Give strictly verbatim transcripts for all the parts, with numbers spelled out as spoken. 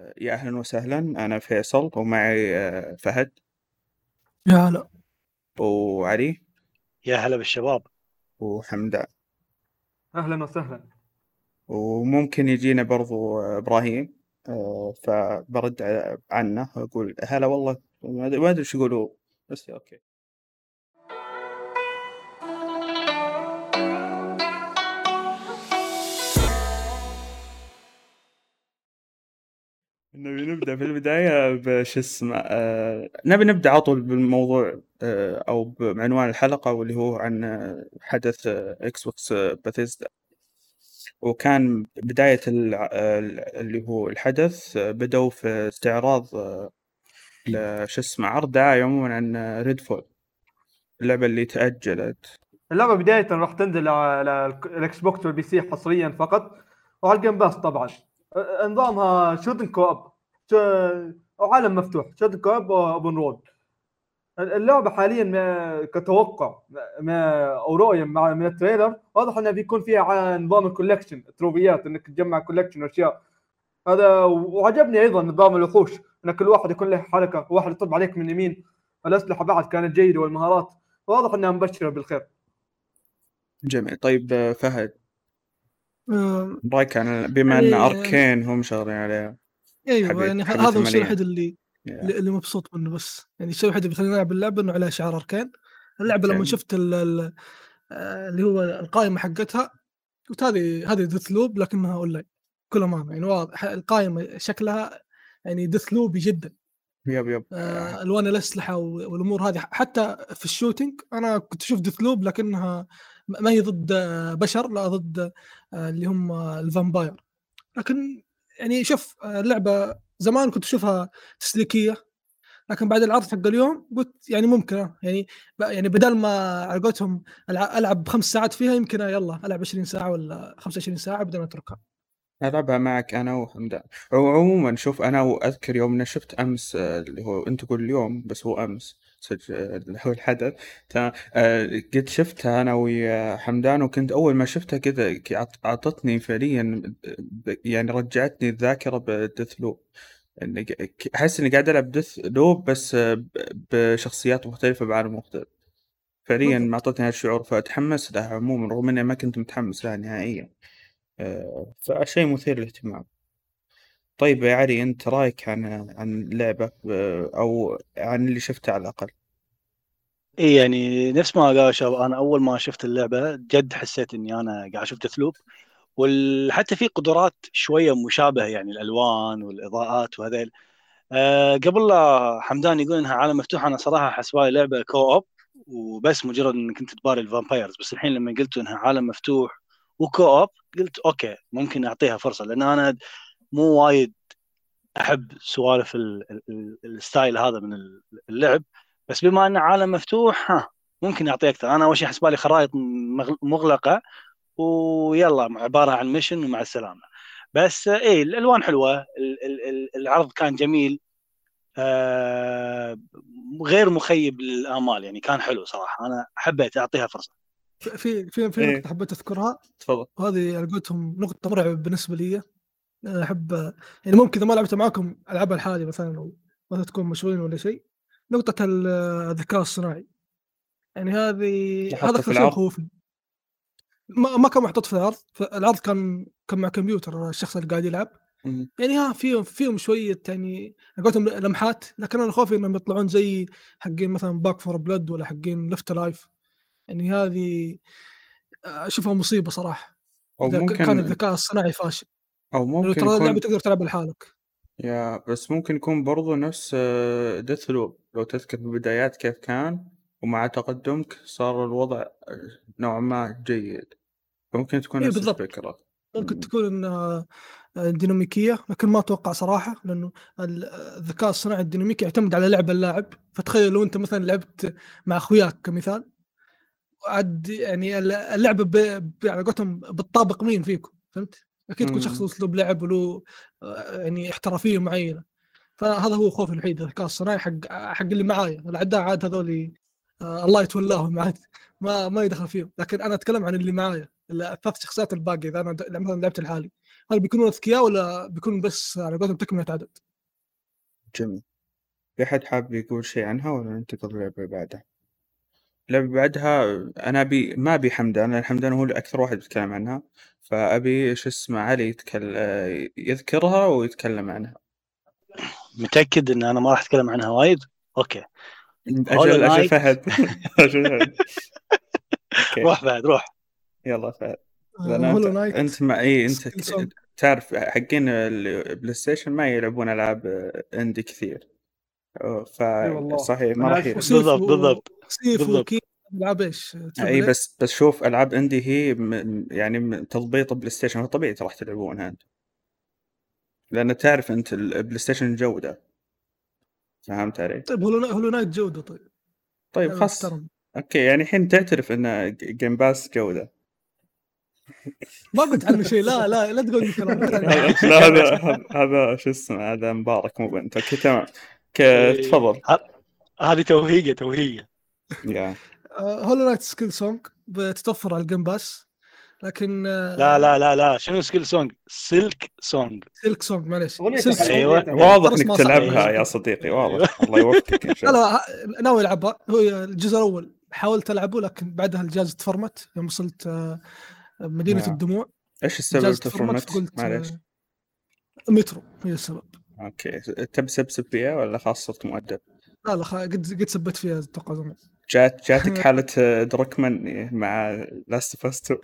يا أهلا وسهلا، أنا فيصل ومعي آه، فهد يا هلا. وعلي يا هلا بالشباب. وحمدان، اهلا وسهلا. وممكن يجينا برضو آه، إبراهيم. آه، فبرد ع- عنه أقول هلا والله، ما أدري ما أدري شو يقولوا، بس أوكي. نبي نبدأ في البداية بش اسمه آه، نبي نبدأ على طول بالموضوع، آه، أو بعنوان الحلقة واللي هو عن آه، حدث آه، إكس بوكس آه، باثيزدا. وكان بداية الع- ال- اللي هو الحدث، آه، بدأوا في استعراض آه، ل- شو اسمه عرض دعاية عموما عن ريدفول، اللعبة اللي تأجلت. اللعبة بداية راح تنزل على الك- الاكس بوكس والبي سي حصريا فقط، وعلى الجيم باس طبعا. أ- نظامها شوتنج كواب، شو- او عالم مفتوح، شوتنج كواب اوبن رول. اللعبة حاليا ما كتوقع ما او رؤية مع من التريلر واضح انها بيكون فيها على نظام الكولكشن، تروفيات انك تجمع كولكشن واشياء. هذا وعجبني ايضا نظام الوحوش، ان كل واحد يكون له حركة، وواحد يطب عليك من يمين. الاسلحة بعد كانت جيدة والمهارات، واضح انها مبشرة بالخير. جميل. طيب آه، فهد، آه، رايك عن بما أن يعني يعني أركين هم شغالين عليها؟ ايوه، حبيت يعني ه- حبيت هذا هو الشيء عمليا. الوحيد اللي يا. اللي اللي مبسوط منه. بس يعني الشيء الوحيد اللي بيخليني العب اللعبه انه عليها شعار اركان. اللعبه لما أوكي. شفت ال- ال- آه، اللي هو القائمه حقتها، قلت هذه هذه ديث لوب لكنها اونلاين. كل امانه يعني واضح القائمه شكلها يعني ديث لوبي جدا. يب يب آه، آه، الوان الاسلحه و- والامور هذه حتى في الشوتينج انا كنت اشوف ديث لوب لكنها ما هي ضد آه، بشر، لا ضد آه، اللي هم آه، الفامباير. لكن يعني شوف آه، اللعبة زمان كنت أشوفها تسليكية، لكن بعد العرض حق اليوم قلت يعني ممكن آه، يعني ب- يعني بدل ما على قولتهم ألع- ألعب خمس ساعات فيها، يمكن آه، يلا ألعب عشرين ساعة ولا خمسة وعشرين ساعة بدون أتركها. ألعبها معك أنا وحمدان. عموما شوف، أنا وأذكر يوم أنا شفت أمس آه، اللي هو أنت تقول اليوم بس هو أمس سج... آه، اللي هو الحدث. تا... آه، قد شفتها أنا ويا حمدان، وكنت أول ما شفتها كذا ك- أعط- أعطتني فعليا ب- يعني رجعتني الذاكرة بدث لوب. إني ق- ك- أحس إني قاعد ألعب دث لوب بس آه، ب- بشخصيات مختلفة بعالم مختلف. فعليا ما بالضبط. أعطتني هذا الشعور، فتحمس لها عموما رغم إني ما كنت متحمس لها نهائيا. آه، فشيء مثير للاهتمام. طيب يا علي، أنت رأيك عن عن اللعبة آه، أو عن اللي شفته على الأقل؟ اي يعني نفس ما قال شباب، انا اول ما شفت اللعبه جد حسيت اني انا قاعد اشوف دثلوب، وحتى في قدرات شويه مشابهه، يعني الالوان والاضاءات وهذيل. أه قبل لا حمدان يقول انها عالم مفتوح، انا صراحه حسبها لعبه كو اوب وبس، مجرد انك انت تباري الفامبايرز. بس الحين لما قلت انها عالم مفتوح وكو اوب، قلت اوكي ممكن اعطيها فرصه، لان انا مو وايد احب سوالف ال- ال- ال- الستايل هذا من اللعب. بس بما انه عالم مفتوح، ها ممكن يعطي اكثر. انا اول شيء حسبالي خرائط مغ- مغلقه ويلا عباره عن ميشن ومع السلامه. بس آه، ايه الالوان حلوه، ال- ال- ال- العرض كان جميل. آه غير مخيب للامال، يعني كان حلو صراحه، انا حبيت اعطيها فرصه. في في في إيه، نقطة حبيت أذكرها، تفضل. وهذه على قولتهم نقطة مرعبة بالنسبة لي. أنا أحب آه، يعني ممكن إذا ما لعبت معاكم ألعبها لحالي مثلا، أو مثلا تكون مشغولين ولا شيء. نقطة ال- آه، الذكاء الصناعي، يعني هذه هذا لاحظته في أكثر شيء العرض. مخوفني. ما ما كان محطوط في العرض، العرض كان كان مع كمبيوتر الشخص اللي قاعد يلعب. مم. يعني ها فيهم فيهم شويه يعني قلتهم لمحات، لكن انا خوفي انهم يطلعون زي حقين مثلا باك فور بلاد ولا حقين ليفت لايف. يعني هذه اشوفها مصيبه صراحه أو اذا ك- كان ممكن الذكاء الصناعي فاشل، أو لانه ممكن ترى اللعبه يكون تقدر تلعبها لحالك. يا بس ممكن يكون برضو نفس ديث لوب، لو تذكر في البدايات كيف كان، ومع تقدمك صار الوضع آه، نوعا ما جيد. فممكن تكون اي نفس بالضبط. الفكرة. ممكن مم. تكون انها ديناميكيه، لكن ما اتوقع صراحه، لانه ال- الذكاء الصناعي الديناميكي يعتمد على لعب اللاعب. فتخيل لو انت مثلا لعبت مع اخوياك كمثال، عاد يعني اللعبه ب- ب- على قولتهم بالطابق مين فيكم، فهمت؟ اكيد كل شخص مم. له اسلوب لعب وله آه، يعني احترافيه معينه. فهذا هو خوفي الوحيد، الذكاء الصناعي حق حق اللي معايا. الاعداء عاد هذول آه الله يتولاهم عاد، ما ما يدخل فيهم. لكن انا اتكلم عن اللي معايا، الثلاث شخصيات الباقي، اذا انا د- مثلا لعبت الحالي هل بيكونوا اذكياء ولا بيكون بس على قولتهم تكمله عدد؟ جميل. في حد حاب يقول شيء عنها ولا ننتقل للعبة بعدها؟ اللعبة بعدها أنا أبي ما أبي حمدان، لأن حمدان هو أكثر واحد يتكلم عنها، فأبي إيش اسمه علي يتكلم يذكرها ويتكلم عنها. متاكد ان انا ما راح اتكلم عنها وايد. اوكي أجل أجل فهد. أجل فهد. روح فهد روح. يلا فهد. آه هولو نايت. أنت ما إيه أنت ك... تعرف حقين البلاي ستيشن ما يلعبون ألعاب اندي كثير، فصحيح ما راح بالضبط بالضبط بالضبط العاب ايش اي بس بس شوف العاب اندي هي م... يعني تضبيط بلاي ستيشن، فطبيعي راح تلعبونها انت، لان تعرف انت البلاي ستيشن جوده، فهمت علي؟ طيب هولو هولو نايت جوده. طيب طيب خلاص اوكي، يعني الحين تعترف ان جيم باس جوده. ما قلت عنه شيء. لا لا لا تقول كلام. لا هذا هذا شو اسمه، هذا مبارك مو بنت. اوكي تمام تفضل. هذه توهيقه توهيقه. يا هولو نايت سكيل سونج بتتوفر على الجيم باس، لكن لا لا لا لا شنو سكيل سونج؟ سلك سونج. سلك سونج معليش. ايوه واضح انك تلعبها يا صديقي، واضح. الله يوفقك ان شاء الله. لا ناوي العبها. هو الجزء الاول حاولت العبه، لكن بعدها الجهاز تفرمت يوم وصلت مدينه نعم. الدموع. ايش السبب تفرمت؟ معليش مترو هي السبب. اوكي تبي سبسب فيها ولا خاص صرت مؤدب؟ لا لا قد قد سبت فيها اتوقع زمان. جات جاتك حالة دروكمان مع لاست فاستو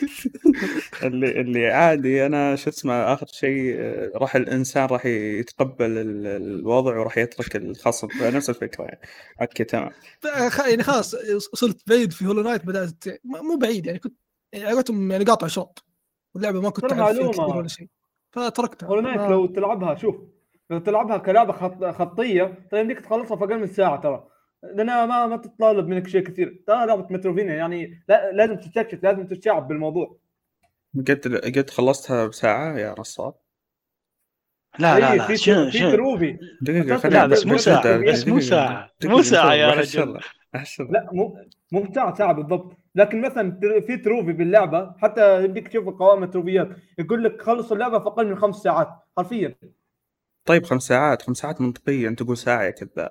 اللي اللي عادي. أنا شو اسمه آخر شيء راح الإنسان راح يتقبل الوضع وراح يترك الخصم، نفس الفكرة يعني. أوكي تمام. يعني خلاص وصلت بعيد في هولو نايت، بدأت مو بعيد يعني، كنت يعني عقتهم يعني قاطع شوط واللعبة ما كنت أعرف فيها كثير ولا شيء، فتركتها. هولو نايت لو تلعبها شوف لو تلعبها كلعبة خط... خطية طيب يمديك تخلصها في أقل من ساعة ترى، لأنها ما ما تتطلب منك شيء كثير. ترى لعبة متروفينيا يعني لا... لازم تستكشف، لازم تتشعب بالموضوع. قد قد خلصتها بساعة يا نصاب؟ لا لا لا في شنو في شنو تروفي. دقيقة لا بس مو ساعة بس مو ساعة مو ساعة يا رجل. لا مو مو ساعة ساعة بالضبط، لكن مثلا في تروفي باللعبة حتى يمديك تشوف قوائم التروفيات يقول لك خلص اللعبة في أقل من خمس ساعات حرفيا. طيب خمس ساعات خمس ساعات منطقية، أنت تقول ساعة يا كذاب.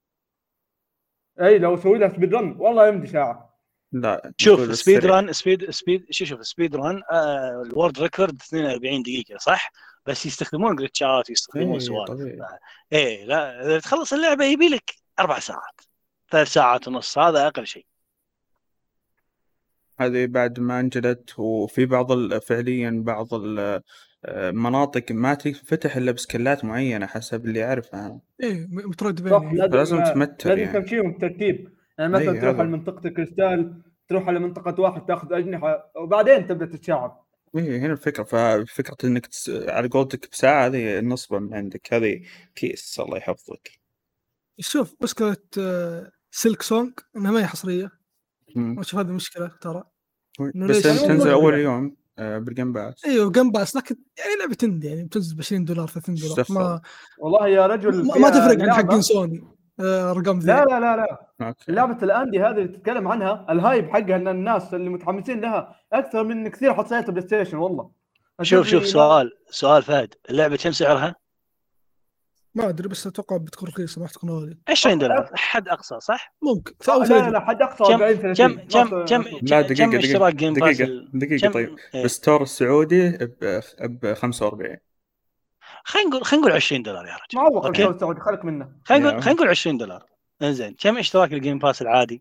اي لو اسوي لها سبيد رن والله يمدي ساعه. لا شوف سبيد رن سبيد سبيد شو شوف سبيد رن آه الورد ريكورد اثنين وأربعين دقيقه صح، بس يستخدمون جلتشات ويستخدمون ايه سوالف. ايه لا اذا تخلص اللعبه يبي لك اربع ساعات ثلاث ساعات ونص، هذا اقل شيء. هذه بعد ما انجلت، وفي بعض فعليا بعض المناطق ما تفتح الا بسكلات معينه حسب اللي اعرفها. ايه مترد لازم تمتر لازم يعني. تمشيهم بترتيب يعني مثلا ايه تروح على منطقه الكريستال، تروح على منطقه واحد تاخذ اجنحه وبعدين تبدا تتشعب. ايه هنا الفكره، ففكره انك تس... على قولتك بساعه هذه نصبا من عندك، هذه كيس الله يحفظك. شوف مشكله سلك سونج انها ما هي حصريه، وشوف هذه المشكله ترى. بس انت تنزل اول يوم بالجيم باس. ايوه جيم باس، لكن يعني لعبه تندي يعني بتنزل ب عشرين دولار ثلاثين دولار. ما والله يا رجل ما, ما تفرق عن حق سوني رقم ذي. لا لا لا لا لعبه الاندي هذه اللي تتكلم عنها الهايب حقها ان الناس اللي متحمسين لها اكثر من كثير حصريات بلاي ستيشن. والله شوف شوف سؤال سؤال فهد، اللعبه كم سعرها؟ ما ادري بس اتوقع بتكون رخيصه ما تكون غاليه. عشرين دولار حد اقصى صح؟ ممكن. لا لا حد اقصى أربعين ثلاثين. كم كم كم لا دقيقه كم اشتراك جيم باس دقيقه دقيقه طيب ايه؟ بالستور السعودي ب خمسة وأربعين. خلينا نقول خلينا نقول عشرين دولار يا رجل. معوق الستور السعودي خليك منه. خلينا نقول خلينا نقول عشرين دولار. انزين كم اشتراك الجيم باس العادي؟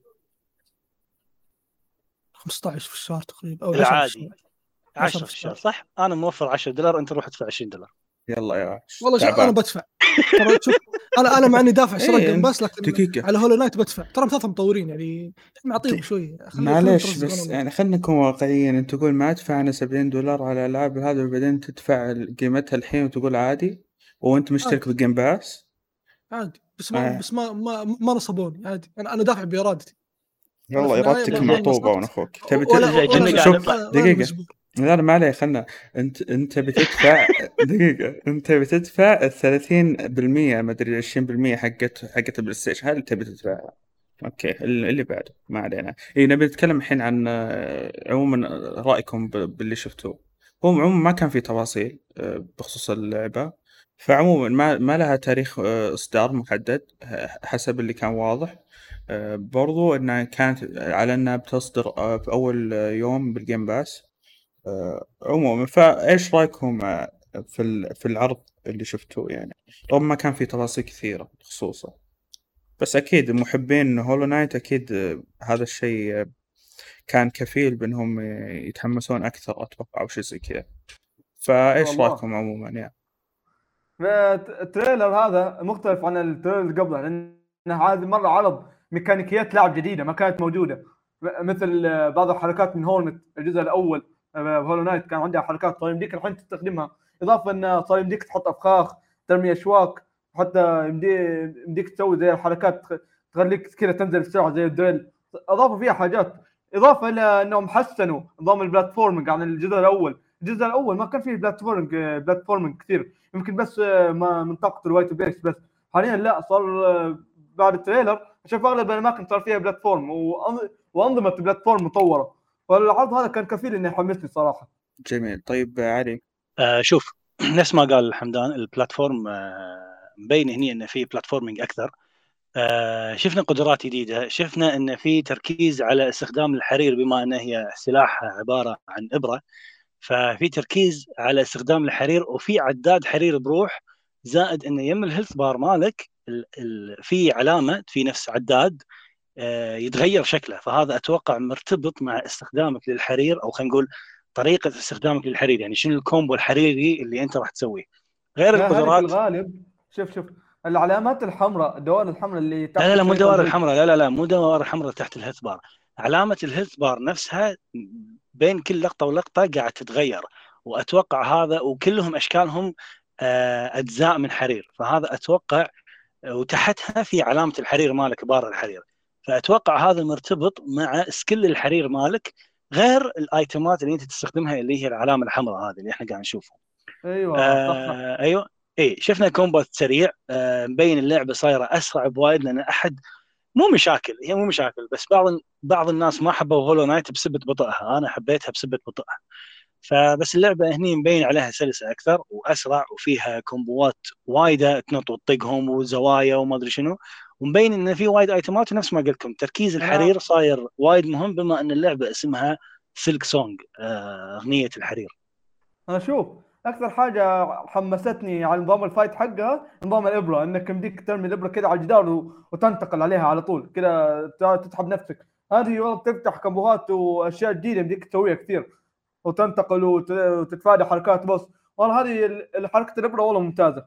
خمسة عشر في الشهر تقريبا او العادي عشرة في الشهر صح؟ انا موفر عشرة دولار، انت روح ادفع عشرين دولار. يلا يا والله شوف انا بدفع ترى. شوف انا انا مع اني دافع اشتراك جيم باس، لكن دقيقة. على هولو نايت بدفع ترى. ثلاثه مطورين يعني معطيهم شويه. معليش بس يعني خلينا نكون واقعيين. انت تقول ما ادفعنا سبعين دولار على الالعاب هذا وبعدين تدفع قيمتها الحين وتقول عادي وانت مشترك بالجيم باس عادي. بس ما آه. بس ما ما, ما نصبوني عادي. انا انا دافع بارادتي. والله ارادتك مطلوبه وانا اخوك تبي شوف دقيقه. لا لا ما عليه خلنا انت انت بتدفع دقيقه انت بتدفع ثلاثين بالمية ما ادري عشرين بالمية حقت حقت البلاي ستيشن. هل تبي تدفع؟ اوكي اللي بعده ما علينا. اي نبي نتكلم الحين عن عموما رايكم باللي شفتوه. هو عموما ما كان في تفاصيل آه، بخصوص اللعبة، فعموما ما ما لها تاريخ آه، إصدار محدد ح- حسب اللي كان واضح. آه، برضو إنها كانت على إنها بتصدر آه، في أول آه، يوم بالجيم باس. آه، عموما فإيش رأيكم آه، في ال- في العرض اللي شفتوه يعني، رغم ما كان في تفاصيل كثيرة بخصوصه، بس أكيد محبين هولو نايت أكيد آه، هذا الشيء آه، كان كفيل بأنهم آه، يتحمسون أكثر أتوقع أو شيء زي كذا. فإيش والله رأيكم عموما يعني؟ التريلر هذا مختلف عن التريلر اللي قبله، لأنه هذه مرة عرض ميكانيكيات لعب جديدة ما كانت موجودة، مثل بعض الحركات من هولمت الجزء الأول. هولو نايت كان عندها حركات صار يمديك الحين تستخدمها، إضافة أنه صار يمديك تحط أفخاخ، ترمي أشواك، حتى يمديك تسوي زي الحركات تخليك كذا تنزل بسرعة زي الدويل. أضافوا فيها حاجات، إضافة إلى أنهم حسنوا نظام البلاتفورمينج عن الجزء الأول. الجزء الأول ما كان فيه بلاتفورمينج بلاتفورمينج كثير، يمكن بس ما منطقة الوايت بيس بس. حاليا لا، صار بعد التريلر اشوف اغلب الاماكن صار فيها بلاتفورم وانظمه بلاتفورم مطوره، والعرض هذا كان كفيل انه يحمسني صراحه. جميل. طيب علي. آه شوف، نفس ما قال حمدان، البلاتفورم آه مبين هني انه في بلاتفورمينج اكثر. آه شفنا قدرات جديده، شفنا ان في تركيز على استخدام الحرير بما انه هي سلاح عباره عن ابره، ففي تركيز على استخدام الحرير، وفي عداد حرير بروح، زائد انه يم الهيلث بار مالك ال ال في علامه في نفس عداد آه يتغير شكله، فهذا اتوقع مرتبط مع استخدامك للحرير، او خلينا نقول طريقه استخدامك للحرير، يعني شنو الكومبو الحريري اللي انت راح تسويه غير لا، هذه في القدرات. الغالب شوف شوف العلامات الحمراء، الدوائر الحمراء اللي لا تحت لا لا، مو شريط الدوائر البيت. الحمراء، لا لا لا، مو الدوائر الحمراء تحت الهيلث بار، علامة الهيلث بار نفسها بين كل لقطة ولقطة قاعد تتغير، وأتوقع هذا، وكلهم أشكالهم آه، أجزاء من حرير، فهذا أتوقع، وتحتها في علامة الحرير مالك، بار الحرير، فأتوقع هذا مرتبط مع سكيل الحرير مالك، غير الآيتمات اللي أنت تستخدمها اللي هي العلامة الحمراء هذه اللي احنا قاعد نشوفها. ايوه صح صح. آه ايوه، اي شفنا كومبات سريع، آه مبين اللعبه صايره اسرع بوايد، لان احد مو مشاكل، هي مو مشاكل، بس بعض بعض الناس ما حبوا هولو نايت بسبه بطئها، انا حبيتها بسبه بطئها. فبس اللعبه هني مبين عليها سلسه اكثر واسرع، وفيها كومبوات وايده تنط وتطقهم وزوايا وما ادري شنو، ومبين ان في وايد ايتمات، ونفس ما قلت لكم تركيز الحرير انا صاير وايد مهم، بما ان اللعبه اسمها سلك سونج، آه اغنيه الحرير. انا شوف اكثر حاجه حمستني على نظام الفايت حقها نظام الابره، انك يمديك ترمي الابره كذا على الجدار و- وتنتقل عليها على طول كذا، ت- تسحب نفسك. هذه والله بتفتح كمبوهات واشياء جديده يمديك تسويها كثير، وتنتقل وت- وتتفادى حركات بوس. والله هذه ال- حركه الابره والله ممتازه.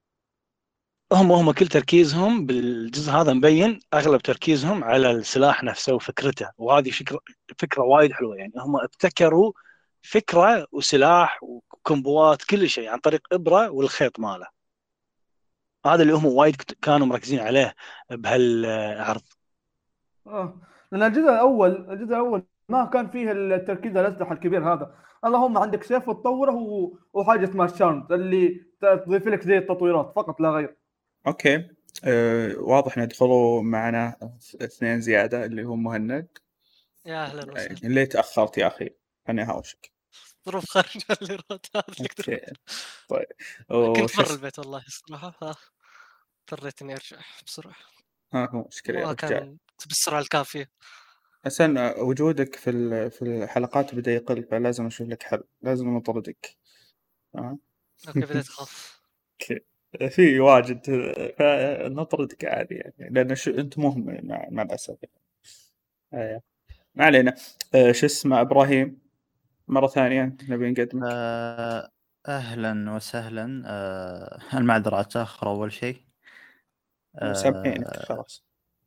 هم هم كل تركيزهم بالجزء هذا مبين اغلب تركيزهم على السلاح نفسه وفكرته، وهذه فكره فكره وايد حلوه، يعني هم ابتكروا فكره وسلاح وكومبوات كل شيء عن طريق ابره والخيط ماله، هذا اللي هم وايد كانوا مركزين عليه بهالعرض. آه. لان الجزء الاول الجزء الاول ما كان فيه التركيز على الاسلحه الكبير هذا. اللهم عندك سيف وتطوره و- وحاجه اسمها الشارمز اللي ت- تضيف لك زي التطويرات فقط لا غير. اوكي. أه واضح ان يدخلوا معنا اثنين زيادة اللي هو مهند. يا اهلا وسهلا. اللي تأخرت يا اخي، انا هاوشك. ظروف خارجة للإرادة، هذا اللي أقدر اوكي. طيب كنت وش برا اس- البيت والله الصراحة، فاضطريت إني أرجع بسرعة، ها هو مشكلة يا ما رجال. كان بالسرعة الكافية. حسن آه، وجودك في ال- في الحلقات بدأ يقل، فلازم اشوف لك حل، لازم نطردك. آه. أوكي بديت أخاف. اوكي. في واجد آه، فنطردك عادي يعني، لان شو انت مهم مع, مع الاسف يعني. آه. ما علينا. آه، شو اسمه ابراهيم، مرة ثانية نبي نقدمك. آه، أهلا وسهلا. آه، المعذرة أتأخر أول شيء. مسامحينك آه، خلاص.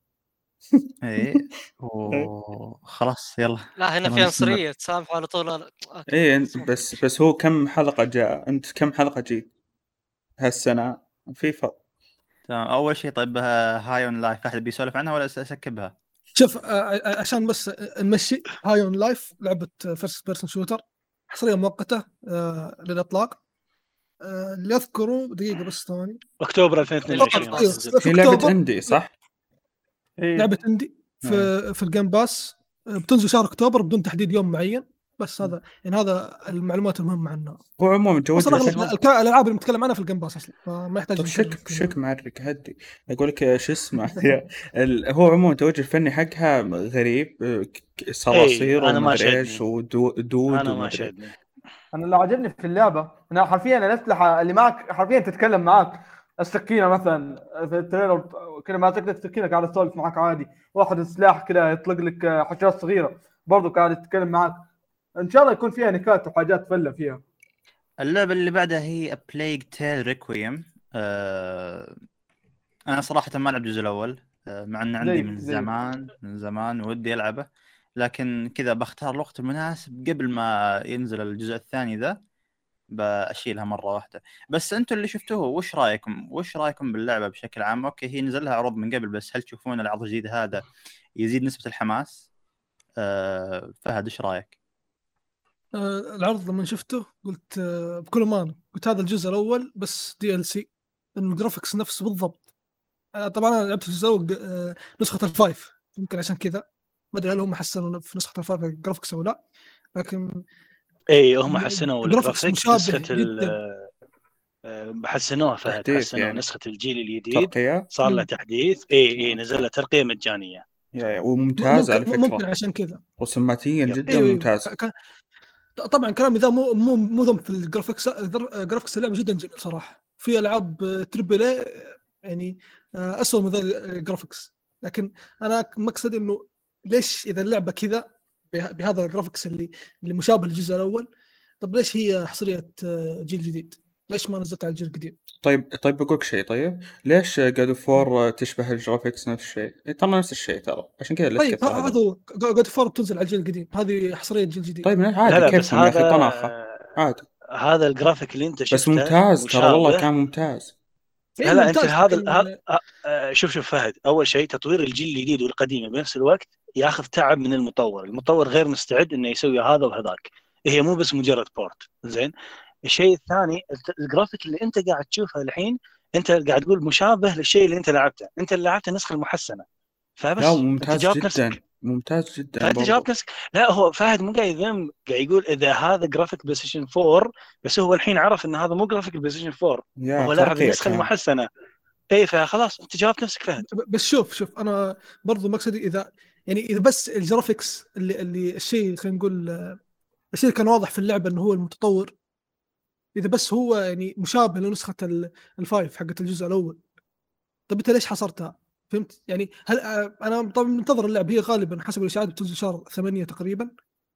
إيه وخلاص يلا. لا هنا يلا في نستمر. عنصرية، تسامحوا على طول. أنا أوكي. ايه انت بس بس هو كم حلقة جاء، انت كم حلقة جيت هالسنة في فرق. تمام. أول شيء طيب، آه، هاي أون لايف أحد بيسولف عنها ولا أسكبها؟ شوف آه، آه، عشان بس نمشي، هاي اون لايف لعبه فيرست بيرسون شوتر حصريه مؤقته آه، للاطلاق. آه، اللي اذكره دقيقه بس ثاني، اكتوبر ألفين واثنين وعشرين فقط راح أيوه، تنزل. في هي لعبة اكتوبر، عندي صح؟ إيه. لعبه عندي في في الجيم باس، آه، بتنزل شهر اكتوبر بدون تحديد يوم معين. بس هذا يعني هذا المعلومات المهمه عنه. هو عموما اصلا توجه اغلب فني. الك- الالعاب اللي بنتكلم عنها في الجيم باس اصلا، فما يحتاج طب نكرر شك كل- شك معرك هدي اقول لك شو اسمه يا ال- هو عموما التوجه الفني حقها غريب، آه، ك- صراصير اي انا ما ومدري ايش شدني، ودود انا ما ومدري. شدني. انا اللي عجبني في اللعبه انا حرفيا الاسلحه اللي معك حرفيا تتكلم معك. السكينه مثلا في التريلر كذا ما تقدر السكينه قاعده تسولف معك عادي. واحد السلاح كذا يطلق لك حشرات صغيره برضو قاعده تتكلم معك. ان شاء الله يكون فيها نكات وحاجات فله فيها. اللعبة اللي بعدها هي A Plague Tale Requiem. آه أنا صراحة ما لعبت الجزء الأول، آه مع أن عندي زي من زي زمان من زمان ودي ألعبه، لكن كذا بختار الوقت المناسب قبل ما ينزل الجزء الثاني ذا بأشيلها مرة واحدة. بس أنتوا اللي شفتوه وش رأيكم وش رأيكم باللعبة بشكل عام؟ أوكي هي نزل لها عروض من قبل، بس هل تشوفون العرض الجديد هذا يزيد نسبة الحماس؟ آه فهد إيش رأيك؟ آه، العرض لما شفته قلت آه، بكل امانه قلت هذا الجزء الاول بس دي ال سي، لانه الجرافكس نفسه بالضبط. آه، طبعا انا لعبت في الجزء الاول آه، نسخه الفايف، يمكن عشان كذا ما ادري هل هم حسنوا في نسخه الفايف الجرافكس او لا، لكن اي هم حسنوا الجرافكس الجرافيكس نسخة مشابه جدا. ال حسنوها فهد، تحديث حسنوا يعني نسخة الجيل الجديد، ترقية صار له مم. تحديث. اي اي نزل له ترقية مجانية. يا يا م- وممتاز على ممكن ممكن فكرة، عشان كذا. وسماتيا يب. جدا ايوه ايوه ممتاز. ك- ك- طبعا كلامي ذا مو مو مو ذم في الجرافكس. جرافكس اللعبه جدا جميل صراحه. في العاب آه، تربل اي يعني آه، اسوء من ذا الجرافكس، لكن انا مقصد انه ليش اذا اللعبه كذا به- بهذا الجرافكس اللي اللي مشابه للجزء الاول، طب ليش هي حصريه آه، جيل جديد؟ ليش ما نزلت على الجيل القديم؟ طيب طيب بقولك شيء، طيب ليش جاد فور تشبه الجرافيكس نفس الشيء؟ ترى نفس الشيء ترى، عشان كذا ليش طيب كثر ه- هذا. هذا هو جود فور بتنزل على الجيل القديم، هذه حصريه جيل جديد. طيب لا عادي لا بس كيفهم يا اخي هذا طناخة عادي، هذا الجرافيك اللي انت بس شفته ممتاز ترى والله مشابه. كان ممتاز. لا لا انت ممتاز هذا لكن ال- ه- ه- شوف شوف فهد، اول شيء تطوير الجيل الجديد والقديم بنفس الوقت ياخذ تعب من المطور. المطور غير مستعد انه يسوي هذا وهذاك، هي مو بس مجرد بورت. زين، الشيء الثاني الت- الجرافيك اللي انت قاعد تشوفه الحين، انت قاعد تقول مشابه للشيء اللي انت لعبته، انت اللي لعبته النسخه المحسنه، لا فبس انت ممتاز جاوبت جدا نفسك. ممتاز جدا فانت برضو. جاوبت نفسك. لا هو فهد مو قاعد يذم، قاعد يقول اذا هذا جرافيك بلاي ستيشن فور، بس هو الحين عرف ان هذا مو جرافيك بلاي ستيشن فور، يا هو لاعب ترقية النسخه كان. المحسنه. اي فخلاص انت جاوبت نفسك فهد. بس شوف شوف انا برضو مقصدي اذا يعني اذا بس الجرافيكس اللي اللي الشيء خلينا نقول آه، الشيء كان واضح في اللعبه انه هو المتطور، اذا بس هو يعني مشابه لنسخه ال- الفايف حقت الجزء الاول، طب انت ليش حصرتها؟ فهمت يعني؟ هل آه، انا طبعا منتظر اللعبه، هي غالبا حسب الاشاعات بتنزل شهر ثمانية تقريبا،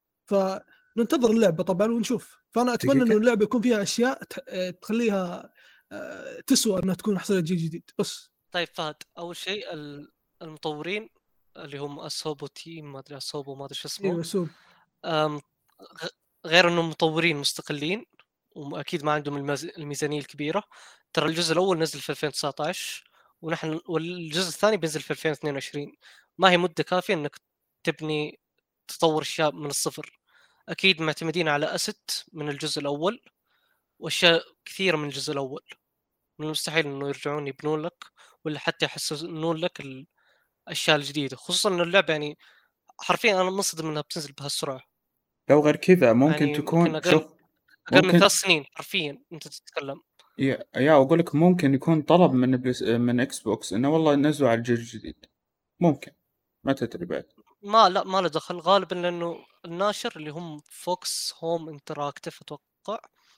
فننتظر اللعبه طبعا ونشوف. فانا اتمنى انه دقيقة اللعبه يكون فيها اشياء تح- آه، تخليها آه، تسوى انها تكون حصريه جيل جديد بس. طيب فهد، اول شيء ال- المطورين اللي هم اسوبو تيم، ما ادري اسوبو ما ادري شو اسمه، ايوه سوب أم، غ- غير انهم مطورين مستقلين واكيد ما عندهم المز- الميزانيه الكبيره. ترى الجزء الاول نزل في ألفين وتسعة عشر ونحن والجزء الثاني بينزل في ألفين واثنين وعشرين. ما هي مده كافيه انك تبني تطور اشياء من الصفر. اكيد معتمدين على اسيت من الجزء الاول واشياء كثيره من الجزء الاول. من المستحيل انه يرجعون يبنون لك ولا حتى يحسنون لك الاشياء الجديده، خصوصا انه اللعبه يعني حرفيا انا منصدم انها بتنزل بهالسرعه. لو غير كذا ممكن يعني ممكن تكون اقل شوف اقل من ممكن ثلاث سنين حرفيا انت تتكلم. يا يا اقول لك ممكن يكون طلب من بلس من اكس بوكس انه والله نزلوا على الجيل الجديد، ممكن ما تدري بعد. ما لا ما له دخل غالبا لانه الناشر اللي هم فوكس هوم انتراكتيف اتوقع.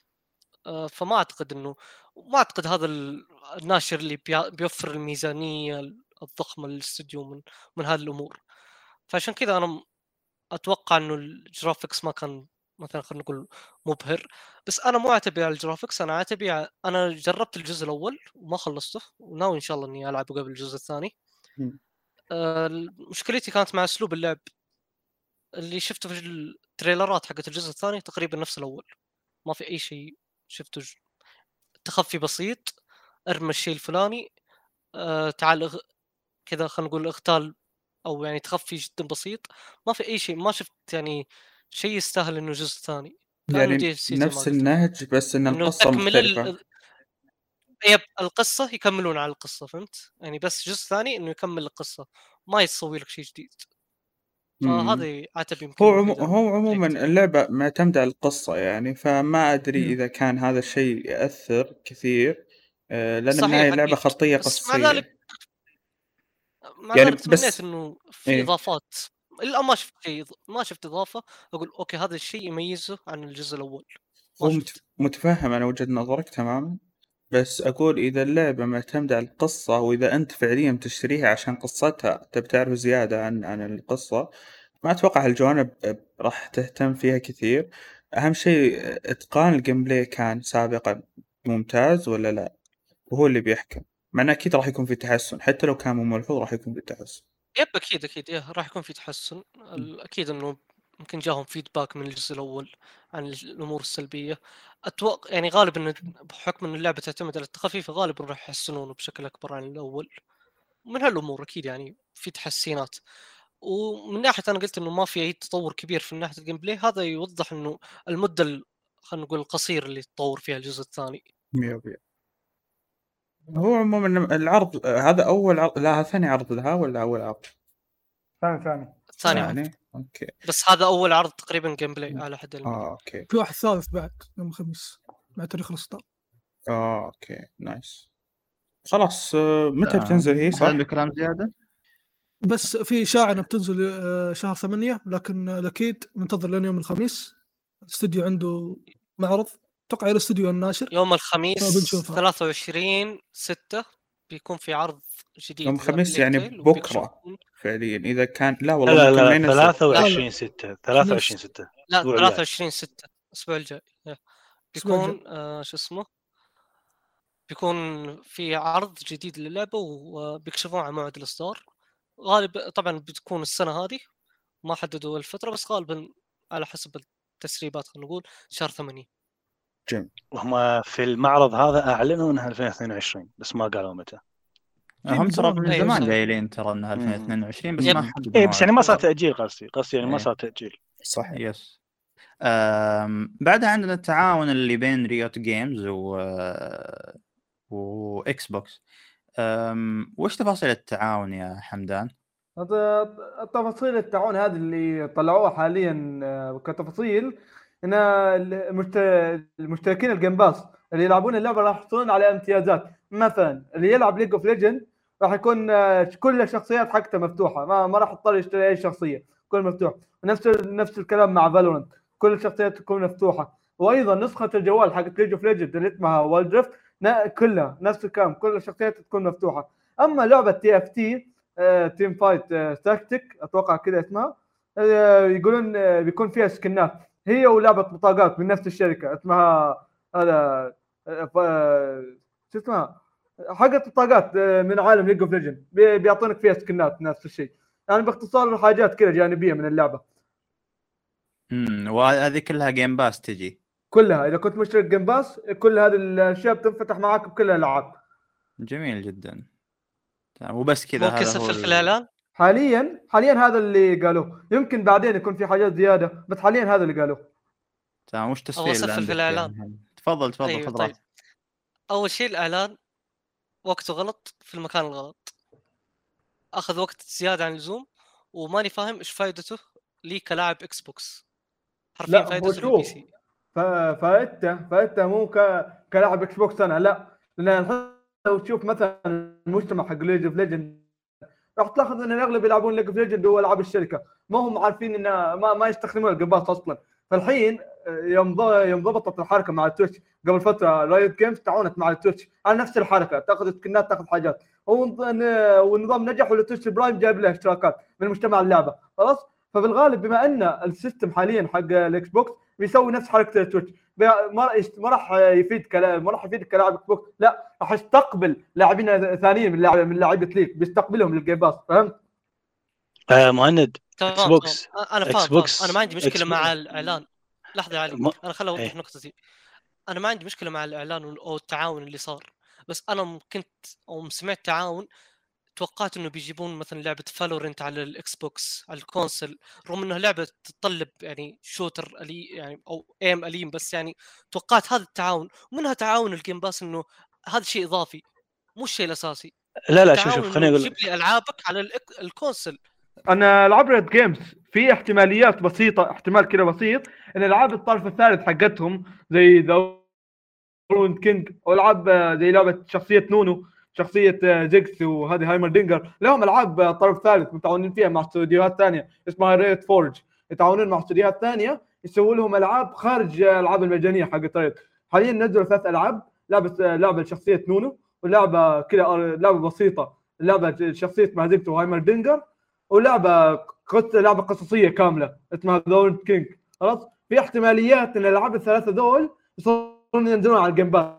آه، فما اعتقد انه ما اعتقد هذا ال- الناشر اللي بيا- بيوفر الميزانيه الضخمه للاستوديو من من هذه الامور. فعشان كذا انا م- اتوقع انه الجرافيكس ما كان مثلا خلينا نقول مبهر. بس انا مو عاتبي على الجرافيكس، انا عاتبي على... انا جربت الجزء الاول وما خلصته وناوي ان شاء الله اني العبه قبل الجزء الثاني. مم. آه، مشكلتي كانت مع اسلوب اللعب اللي شفته في التريلرات حقت الجزء الثاني تقريبا نفس الاول. ما في اي شيء شفته ج... تخفي بسيط، ارمى الشيء الفلاني، آه تعال اغ... كذا خلينا نقول اغتال، او يعني تخفي جدا بسيط. ما في اي شيء، ما شفت يعني شيء يستاهل انه جزء ثاني. كانه يعني دي سي زي ما نفس قلت لك، النهج بس ان انه القصة تكمل مختلفة. ال... يب القصه يكملون على القصه، فهمت يعني؟ بس جزء ثاني انه يكمل القصه، ما يسوي لك شيء جديد. فهذه عتب يمكن هو عمو... الوحيدة هو عموما اللي- اللعبة معتمدة على القصة يعني، فما أدري مم. إذا كان هذا الشيء يأثر كثير، آه، لأن صحيح بالنهاية اللعبة أكيد. خطية بس مع قصية ذلك مع يعني. ذلك تمنيت بس انه في إيه اضافات. الا ما شفت شيء، ما شفت اضافه اقول اوكي هذا الشيء يميزه عن الجزء الاول. ما هو شفت. مت... متفهم أنا وجهة نظرك تماما، بس أقول إذا اللعبة معتمدة على القصة، وإذا أنت فعليا تشتريها عشان قصتها تبي تعرف زيادة عن عن القصة، ما أتوقع هالجوانب راح تهتم فيها كثير. أهم شيء إتقان الجيم بلاي كان سابقا ممتاز ولا لا، وهو اللي بيحكم. معناه أكيد راح يكون في تحسن، حتى لو كان مو ملحوظ راح يكون في تحسن. يب اكيد اكيد إيه راح يكون في تحسن. ال- اكيد انه يمكن جاهم فيدباك من الجزء الاول عن الامور السلبيه. اتوقع يعني غالبا إن بحكم ان اللعبه تعتمد على التخفيف غالبا راح يحسنونه بشكل اكبر عن الاول. ومن هالامور اكيد يعني في تحسينات. ومن ناحيه انا قلت انه ما في اي تطور كبير في ناحيه الجيم بلاي، هذا يوضح انه المده ال- خلينا نقول القصير اللي تطور فيها الجزء الثاني. مية بالمية. هو عموما العرض هذا أول عرض، لا هذا ثاني عرض لها ولا أول عرض؟ ثاني ثاني ثاني عرض. ثاني أوكي. بس هذا اول عرض تقريبا جيم بلاي على حد علمي. آه أوكي. في واحد ثالث بعد يوم الخميس مع تاريخ الإصدار. آه أوكي نايس. خلاص آه، متى آه، بتنزل هي صح؟ هل بكلام زيادة؟ بس في إشاعة إنها بتنزل آه، شهر ثمانية، لكن آه، أكيد ننتظر لين يوم الخميس. الاستوديو عنده معرض، توقع الاستوديو الناشر. يوم الخميس فبنشوفها. ثلاثة وعشرين ستة بيكون في عرض جديد يوم الخميس يعني لبليك تيل بكرة وبيكشفون- فعليا، إذا كان لا لا والله لا ممكن ما لا ينزل. ثلاثة وعشرين ستة ثلاثة وعشرين ستة لا الأسبوع الجاي. ثلاثة وعشرين ستة الاسبوع الجاي إيه. الأسبوع الجاي. بيكون آه شو اسمه بيكون في عرض جديد للعبة وبيكشفون عن موعد الإصدار. غالبا طبعا بتكون السنة هذه، ما حددوا الفترة بس غالبا على حسب التسريبات خلينا نقول شهر ثمانية. جيم وهم في المعرض هذا أعلنوا أنها ألفين واثنين وعشرين بس ما قالوا متى. هم من ترى زمان. من أيوة زمان صحيح. قايلين ترى انها ألفين واثنين وعشرين بس يب. ما حددوا إيه بس يعني ما صار موعد. تأجيل، قصدي قصدي يعني ما إيه. صار تأجيل. صح. يس. آم، بعدها عندنا التعاون اللي بين ريوت جيمز و واكس بوكس. أم، وش تفاصيل التعاون يا حمدان؟ هذا التفاصيل التعاون هذه اللي طلعوها حاليا آه، كتفاصيل ان المشت- المشتركين الجيم باس اللي يلعبون اللعبه راح يحصلون على امتيازات. مثلا اللي يلعب ليج اوف ليجند راح يكون آه، كل الشخصيات حقته مفتوحه، ما, ما راح يضطر يشتري اي شخصيه، كل مفتوح. نفس نفس الكلام مع فالورنت، كل الشخصيات تكون مفتوحه. وايضا نسخه الجوال حقت ليج اوف ليجند اللي اسمها وولد دريفت كلها نفس الكلام، كل الشخصيات تكون مفتوحه. اما لعبه تي اف تي تيم فايت تاكتيك اتوقع كذا اسمها، آه، يقولون آه، بيكون فيها سكنات هي ولعبه بطاقات من نفس الشركه اسمها هذا آه، آه، شو اسمها حقت بطاقات آه، من عالم ليج اوف ليجند، بيعطونك فيها سكنات نفس الشيء. يعني باختصار حاجات كذا جانبيه من اللعبه امم وهذه كلها جيم باس تجي كلها. اذا كنت مشترك جيم باس كل هذه الاشياء بتنفتح معاك بكل الالعاب. جميل جدا. تمام، وبس كذا ممكن هذا هو سفل في ال- الإعلان. حاليا حاليا هذا اللي قالوه، يمكن بعدين يكون في حاجات زياده بس حاليا هذا اللي قالوه. تمام. وش أبغى تصفيل اللي أسفل في عندك الإعلان. يعني؟ تفضل تفضل أيوة خذ طيب. راحتك. أول شيء الإعلان وقته غلط في المكان الغلط، أخذ وقت زيادة عن اللزوم، وماني فاهم إيش فائدته لي كلاعب إكس بوكس. حرفيا لا هو فائدته شوف للبي سي. ف- فائدته فائدته مو ك... كلاعب اكس بوكس انا، لا. لان الحين لو تشوف مثلا المجتمع حق ليج اوف ليجند راح تلاحظ ان اغلب يلعبون ليج اوف ليجند هو العاب الشركه، ما هم عارفين ان ما, ما يستخدمون الجيمباس اصلا. فالحين يوم ض- يوم ضبطت الحركه مع التويتش قبل فتره، رايت جيمز تعاونت مع التويتش على نفس الحركه، تاخذ سكنات تاخذ حاجات، والنظام نجح والتويتش برايم جايب له اشتراكات من مجتمع اللعبه خلاص. فبالغالب بما ان السيستم حاليا حق الاكس بوكس بيسوي نفس حركه التويتش، ما ما راح يفيد كلاعب، ما راح يفيدك كلاعب اكس بوكس، لا راح يستقبل لاعبين ثانيين من لاعب من لاعيبه ليج، بيستقبلهم للجيم باس. فهمت؟ آه مهند تمام اكس بوكس تمام. انا اكس فاهم فاهم بوكس انا ما عندي مشكله إكس مع بوكس. الاعلان. لحظه يا علي، ما... انا خل اوضح إيه. نقطتي. انا ما عندي مشكله مع الاعلان او التعاون اللي صار، بس انا كنت او سمعت تعاون توقعت انه بيجيبون مثلا لعبه فالورنت على الاكس بوكس على الكونسل، رغم انها لعبه تتطلب يعني شوتر ألي يعني او ايم اليم، بس يعني توقعت هذا التعاون. ومنها تعاون الجيم باس انه هذا شيء اضافي مو الشيء الاساسي. لا لا شوف تعاون شوف خليني إنه اقول جيب لي العابك على الإك- الكونسل. انا العب ريد جيمز في احتماليات بسيطه، احتمال كده بسيط ان العاب الطرف الثالث حقتهم زي ذا رون كينج او العاب زي لعبه شخصيه نونو، شخصيه زيكس وهذه هايمر دينجر، لهم العاب طرف ثالث متعاونين فيها مع استوديوهات ثانيه اسمها ريت فورج، يتعاونون مع استوديوهات ثانيه يسووا لهم العاب خارج الالعاب المجانيه حق ريت. حاليا نزلوا ثلاث العاب، لعبه لعبه شخصيه نونو، ولعبه كذا لعبه بسيطه لعبه شخصيه مع زيكس وهايمر دينجر، ولعبه قصه لعبه قصصيه كامله اسمها ذا رون كينج. خلاص في احتماليات ان الالعاب الثلاثه دول يصيرون ينزلون على الجيم باس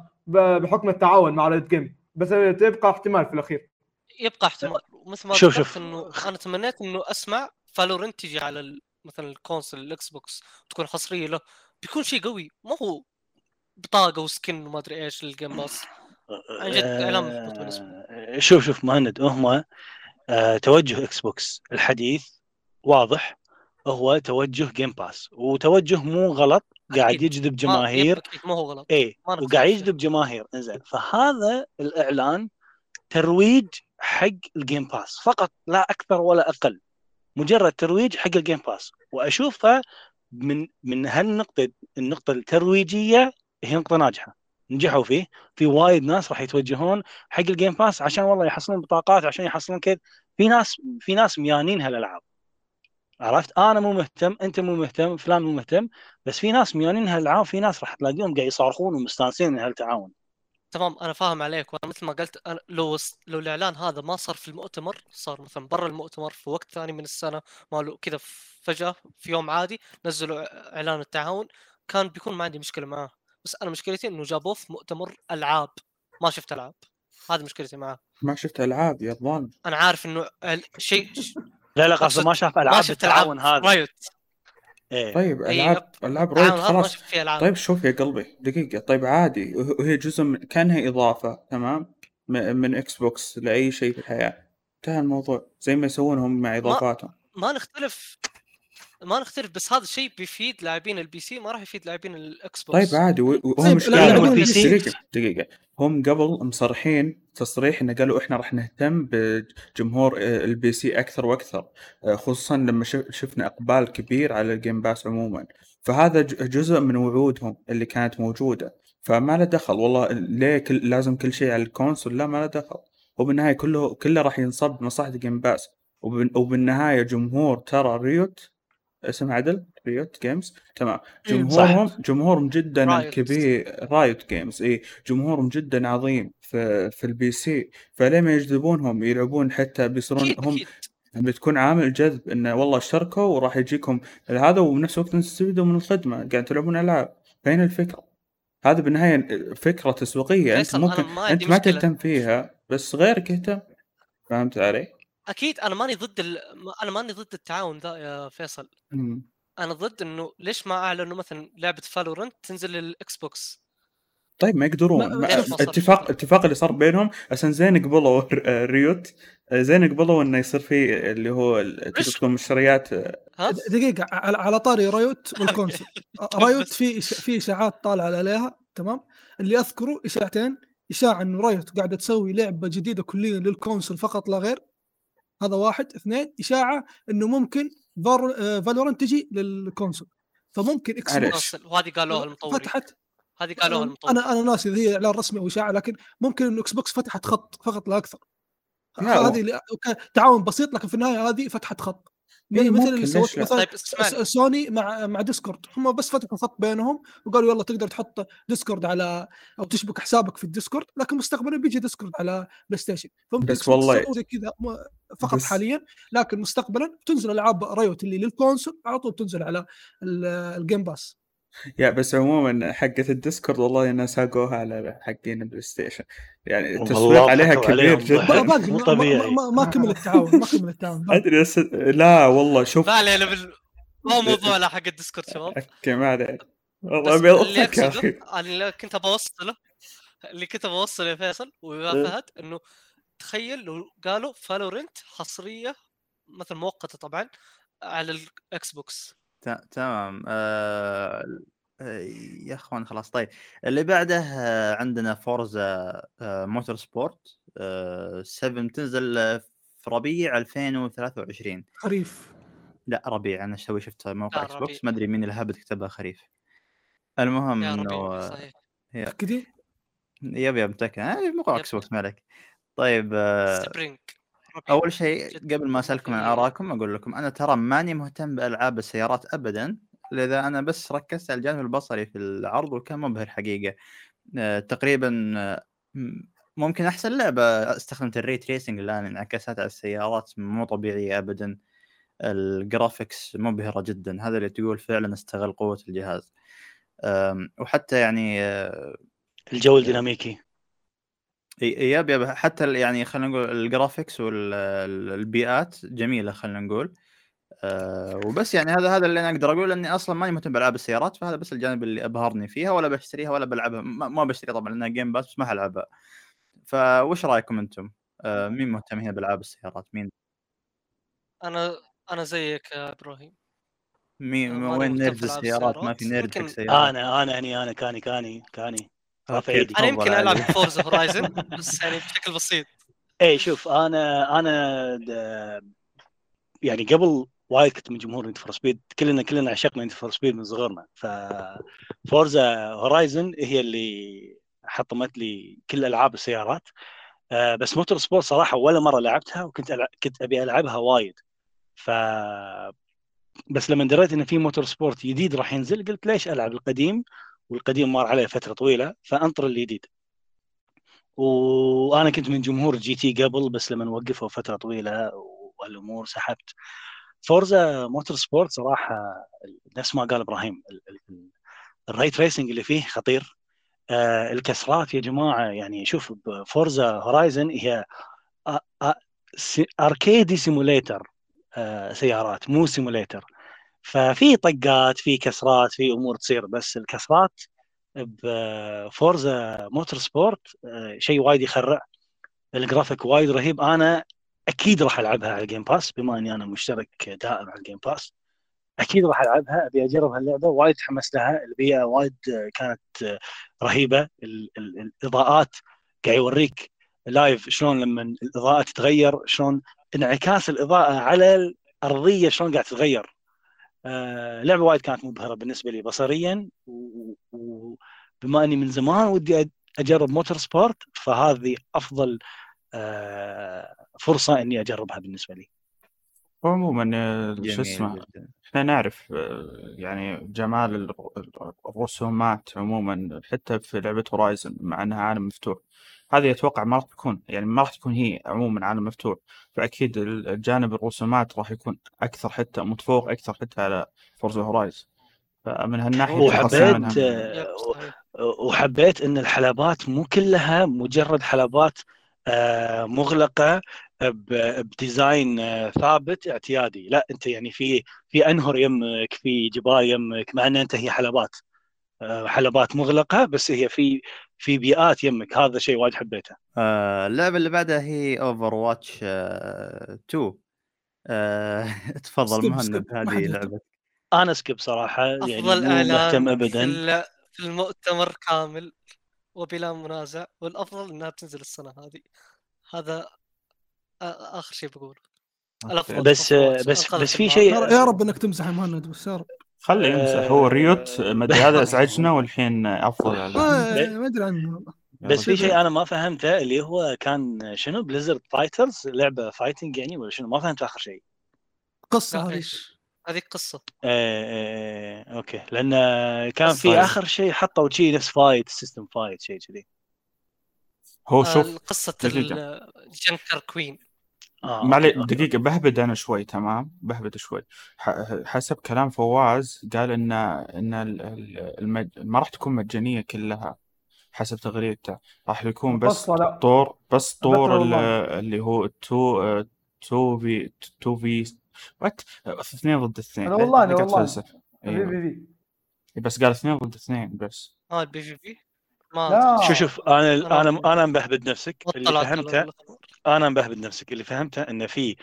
بحكم التعاون مع ريد جيم، بس تبقى احتمال في الاخير. يبقى احتمال. مثل ما شوف ذكرت شوف. انه انا تمنيت انه اسمع فالورنت تيجي على ال- مثلا الكونسول الاكس بوكس تكون حصريه له، بيكون شيء قوي، ما هو بطاقه وسكن وما ادري ايش للجيم باس. عن جد اعلان محبط بالنسبه لي. آه، شوف شوف مهند، هم آه، توجه اكس بوكس الحديث واضح، هو توجه جيم باس، وتوجه مو غلط، قاعد أكيد. يجذب ما جماهير. يب اكيد ما هو غلط. ايه ما نختلف وقاعد فيه. يجذب جماهير. انزين، فهذا الاعلان ترويج حق الجيم باس فقط لا اكثر ولا اقل، مجرد ترويج حق الجيم باس. واشوفها من من هالنقطه، النقطه الترويجيه هي نقطه ناجحه، نجحوا فيه. في وايد ناس راح يتوجهون حق الجيم باس عشان والله يحصلون بطاقات، عشان يحصلون كذا. في ناس في ناس ميانين هالالعاب، عرفت؟ انا مو مهتم، انت مو مهتم، فلان مو مهتم، بس في ناس ميانين هالالعاب، في ناس راح تلاقيهم قاعد يصارخون ومستانسين من هالتعاون. تمام انا فاهم عليك، وانا مثل ما قلت أنا لو لو الاعلان هذا ما صار في المؤتمر، صار مثلا برا المؤتمر في وقت ثاني من السنه، ماله كذا فجاه في يوم عادي نزلوا اعلان التعاون، كان بيكون ما عندي مشكله معاه. بس انا مشكلتي انه جابوه في مؤتمر العاب، ما شفت العاب، هذه مشكلتي معاه. ما شفت العاب يا ضان. انا عارف انه ال- شيء لا لا، قصده ما شاف العاب ما شفت العاب بالتعاون هذا. رايوت. ايه. طيب اي العاب العاب التعاون رويد هذا ما خلاص. شفت فيه العاب. طيب شوف يا قلبي دقيقة، طيب عادي، وه- وهي جزء من كانها إضافة، تمام، م- من إكس بوكس لأي شيء في الحياة، انتهى الموضوع، زي ما يسوونهم مع ما إضافاتهم. ما نختلف ما نختلف بس هذا الشيء بيفيد لاعبين البي سي، ما راح يفيد لاعبين الاكس بوكس. طيب عادي، و- وهم طيب مش لا- قالوا؟ لاعبين البي سي. دقيقة دقيقة، هم قبل مصرحين تصريح إنه قالوا إحنا راح نهتم بجمهور آه، البي سي أكثر وأكثر، آه، خصوصا لما شف- شفنا إقبال كبير على الجيم باس عموما، فهذا ج- جزء من وعودهم اللي كانت موجودة، فما له دخل والله ليه كل لازم كل شيء على الكونسول، لا ما له دخل، وبالنهاية كله كله راح ينصب مصلحة الجيم باس، وبن- وبالنهاية جمهور ترى ريوت، اسم عدل ريوت جيمز، تمام، جمهورهم جمهورهم جدا رايت. الكبير، رايت جيمز، اي جمهورهم جدا عظيم في في البي سي، فليه ما يجذبونهم يلعبون، حتى بيصيرون اكيد هم اكيد بتكون عامل جذب انه والله اشتركوا وراح يجيكم هذا، وبنفس الوقت تستفيدوا من الخدمه، قاعد تلعبون العاب، فين الفكره؟ هذا بالنهايه فكره تسويقيه، انت فيصل ممكن انا ما عندي انت ما مشكله. تهتم فيها بس غيرك يهتم، فهمت علي؟ اكيد انا ماني ضد ال... انا ماني ضد التعاون ذا يا فيصل. مم. انا ضد انه ليش ما اعلنوا مثلا لعبه فالورنت تنزل للاكس بوكس. طيب ما يقدرون، ما- ما ليش ما صار اتفاق كذا؟ اتفاق اللي صار بينهم عشان زين قبلوا ر- ريوت، زين قبلوا انه يصير في اللي هو ال- تقدر إيش؟ تكون مشتريات. ها دقيقة على على طاري رايوت والكونسول. رايوت في إش- في اشاعات طالعة عليها، تمام، اللي اذكره اشاعتين: اشاعة انه رايوت قاعدة تسوي لعبة جديدة كليا للكونسول فقط لا غير، هذا واحد. اثنين، اشاعة انه ممكن فالورنت تجي للكونسول، فممكن اكس معلش. بوكس كونسل، وهذه قالوها المطورين. فتحت. هذه قالوها المطورين. انا انا ناسي اذا هي اعلان رسمي او اشاعة، لكن ممكن انه اكس بوكس فتحت خط فقط لا اكثر. لا، هذه اللي- كان تعاون بسيط، لكن في النهايه هذه فتحت خط، إيه، مثل ممكن، اللي ليش سوته لا؟ مثلا طيب اسمعني. س- سوني مع مع ديسكورد، هم بس فتحوا خط بينهم وقالوا يلا تقدر تحط ديسكورد على او تشبك حسابك في الديسكورد، لكن مستقبلا بيجي ديسكورد على بلاي ستيشن، فممكن بس إكس بوكس والله- تسوي زي كذا م- فقط بس- حاليا، لكن مستقبلا تنزل العاب رايوت اللي للكونسول على طول تنزل على ال- الجيم باس. يا بس عموما حقة الديسكورد والله انها ساقوها على حقين البلاي ستيشن، يعني التسويق والله عليها ضحكوا كبير عليهم ما- جدا. باقي مو ما, طبيعي. ما, ما, ما كمل التعاون ما كمل التعاون باقي. ادري بس لا والله شوف، لا علينا بال... ما هو موضوع لا حق الديسكورد شباب. اوكي ما عليك والله بس ابي اللي اضحك يا اقصده اخي. أنا اللي كنت بوصله اللي كنت بوصله يا فيصل ويا إيه. فهد، انه تخيل لو قالوا فالورنت حصريه مثل مؤقته طبعا على الاكس بوكس. ت- تمام. آه... آه، يا اخوان خلاص. طيب اللي بعده آه، عندنا فورزا آه، موتور سبورت آه، سبعة تنزل آه، في ربيع ألفين وثلاثة وعشرين. خريف. لا ربيع، انا شوي شفت موقع لا، اكس ربيع. بوكس، ما ادري مين اللي هبت كتبها خريف. المهم يا انه ربيع صحيح. متأكدين؟ يب يب متاكد، آه موقع يب. اكس بوكس مالك. طيب آه، سبرينج. ربيع. اول شيء جد قبل ما ما اسالكم عن في. ارائكم اقول لكم انا ترى ماني مهتم بالعاب السيارات ابدا، لذا انا بس ركزت على الجانب البصري في العرض وكان مبهر حقيقه. آه، تقريبا آه، م- ممكن احسن لعبه استخدمت الري تريسنج الان، انعكاسات على السيارات مو طبيعيه ابدا. الجرافيكس مبهره جدا، هذا اللي تقول فعلا استغل قوه الجهاز. آم، وحتى يعني آه، الجو الديناميكي. ي- يب يب حتى ال- يعني خلينا نقول الجرافيكس والبيئات جميله خلينا نقول. أه وبس يعني هذا هذا اللي انا اقدر اقول، لاني اصلا ماني مهتم بالعاب السيارات، فهذا بس الجانب اللي ابهرني فيها، ولا بشتريها ولا بلعبها، ما ما بشتري طبعا لانها جيم باس، بس ما هلعبها. فوش رايكم انتم؟ أه مين مهتمين بالعاب السيارات؟ مين انا انا زيك يا ابراهيم. مين آه، ماني وين مهتم نيرد في العاب السيارات؟ ما في السيارات. نيرد حق يمكن سيارات. انا انا يعني انا كاني كاني كاني رافع اوكي ايدي. انا تفضل يمكن العب علي. فورزا هورايزن بس يعني بشكل بسيط. اي شوف، انا انا د- يعني قبل وايد كنت من جمهور نيد فور سبيد، كلنا كلنا عشقنا نيد فور سبيد من صغرنا. ف فورزا هورايزن هي اللي حطمت لي كل العاب السيارات. آه، بس موتور سبورت صراحه ولا مره لعبتها، وكنت ألع... كنت ابي العبها وايد. ف بس لما دريت ان في موتور سبورت جديد راح ينزل، قلت ليش العب القديم، والقديم مر عليه فتره طويله، فانطر الجديد. وانا كنت من جمهور جي تي قبل، بس لما وقفوا فتره طويله والامور سحبت. فورزا موتور سبورت صراحه نفس ما قال ابراهيم، ال- ال- الري تريسنج اللي فيه خطير. آه الكسرات يا جماعه، يعني شوف فورزا هورايزن هي آ- آ- سي- اركيدي سيموليتر. آه سيارات مو سيموليتر. ففي طقات، في كسرات، في امور تصير، بس الكسرات بفورزا موتور سبورت آه شيء وايد يخرع. الجرافيك وايد رهيب. انا اكيد راح العبها على الجيم باس، بما اني انا مشترك دائم على الجيم باس. اكيد راح العبها، ابي اجرب هاللعبه، وايد تحمست لها. البيئه وايد كانت رهيبه. ال- ال- الاضاءات قاعد يوريك لايف شلون لما الاضاءه تتغير، شلون انعكاس الاضاءه على الارضيه شلون قاعد تتغير. آه لعبه وايد كانت مبهره بالنسبه لي بصريا، وبما اني من زمان ودي اجرب موتور سبورت، فهذه افضل آه فرصه اني اجربها بالنسبه لي. عموما آه، شو جميل اسمه، جدا. احنا نعرف آه، يعني جمال الر- الرسومات عموما حتى في لعبة هورايزن مع انها عالم مفتوح. هذه اتوقع ما راح تكون، يعني ما راح تكون هي عموما عالم مفتوح، فاكيد ال- الجانب الرسومات راح يكون اكثر، حتى متفوق اكثر حتى على فورزا هورايزن، فمن هالناحية تخصص وحبيت منها. يب آه، صحيح. وحبيت ان الحلبات مو كلها مجرد حلبات آه، مغلقه ب- بديزاين آه، ثابت اعتيادي. لا، انت يعني في في انهر يمك، في جبال يمك، مع ان انت هي حلبات آه، حلبات مغلقه، بس هي في في بيئات يمك. هذا شيء وايد حبيته. آه اللعبه اللي بعدها هي اوفر واتش آه تو. آه تفضل سكيب سكيب مهند، ما حد هذه يهتم. لعبه. انا سكيب صراحه، يعني افضل مو مهتم اعلان في ابدا. ال- في المؤتمر كامل وبلا منازع، والافضل انها تنزل السنه هذه. هذا آ- اخر شيء بقوله. الافضل بس Overwatch بس انقذت بس في المهرجان. شيء. يا ر- يا رب انك تمزح يا مهند، بس يا رب. خلي يمزح، هو ريوت آه، ما ادري هذا ازعجنا والحين افضل اعلان. ما ما ادري عنه والله. يا بس رب. في شيء انا ما فهمته، اللي هو كان شنو بليزرد فايترز، لعبه فايتنج يعني ولا شنو؟ ما فهمت اخر شيء. قصه لا هذه. ايش هذه قصه. آه آه اوكي، لان كان في طيب. اخر شيء حطوا شيء نفس فايت سيستم فايت شيء كذي. هو آه، شوف قصه دقيقة، الجنكر كوين. اه ما علي أوكي، أوكي. دقيقة، بهبد أنا شوي، تمام بهبد شوي. ح- حسب كلام فواز قال إن إن ال- ال- المج... ما راح تكون مجانية كلها، حسب تغريدته راح يكون بس القصة لا. طور، بس باتل طور ال- أونلاين. اللي هو تو تو في تو في وات اثنين ضد اثنين. أنا والله أنا دقيقة والله فلسفة. في أيوة. في في بس قال اثنين ضد اثنين بس. اه البي في بي ما لا. ادري. شوف شوف انا أنا انا ما- انا مبهبد نفسك. ما اللي اطلعت على فهمته الأخبار. انا مبهبد نفسك اللي فهمته انه في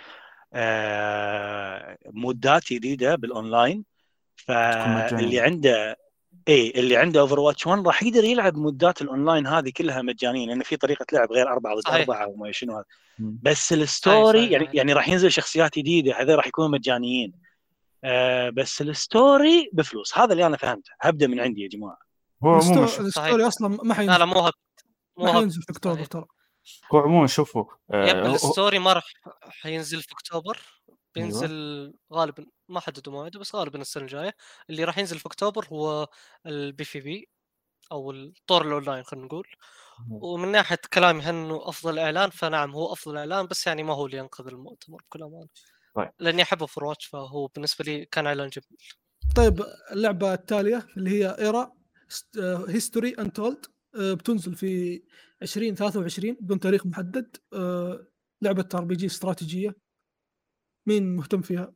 آه مودات جديده بالاونلاين. تكون فاللي مجانية. عنده اي اللي عنده اوفر واتش واحد راح يقدر يلعب مودات الاونلاين هذه كلها مجانيا، لان في طريقه لعب غير أربعة ضد صحيح. أربعة وما شنو هذا. مم. بس صحيح الستوري صحيح يعني صحيح. يعني راح ينزل شخصيات جديده، هذول راح يكونوا مجانيين. آه بس الستوري بفلوس، هذا اللي انا فهمته. هبدا من عندي يا جماعه. هو عموما الستو- شوف الستوري اصلا ما لا لا حينزل مو هب مو ما هب حينزل في اكتوبر صحيح. ترى. هو عموما شوفوا يب آه، هو- الستوري ما راح حينزل في اكتوبر، أيوة. بينزل غالبا ما حددوا موعده بس غالبا السنه الجايه. اللي راح ينزل في اكتوبر هو البي في بي او الطور الاونلاين خلينا نقول. ومن ناحيه كلامي انه افضل اعلان، فنعم هو افضل اعلان، بس يعني ما هو اللي ينقذ المؤتمر بكل امانه. طيب. لاني احب اوفر فهو بالنسبه لي كان اعلان جميل. طيب اللعبه التاليه اللي هي ايرا هيستوري انتولد بتنزل في عشرين ثلاثة وعشرين بدون تاريخ محدد. آه، لعبه ار بي جي استراتيجيه. مين مهتم فيها؟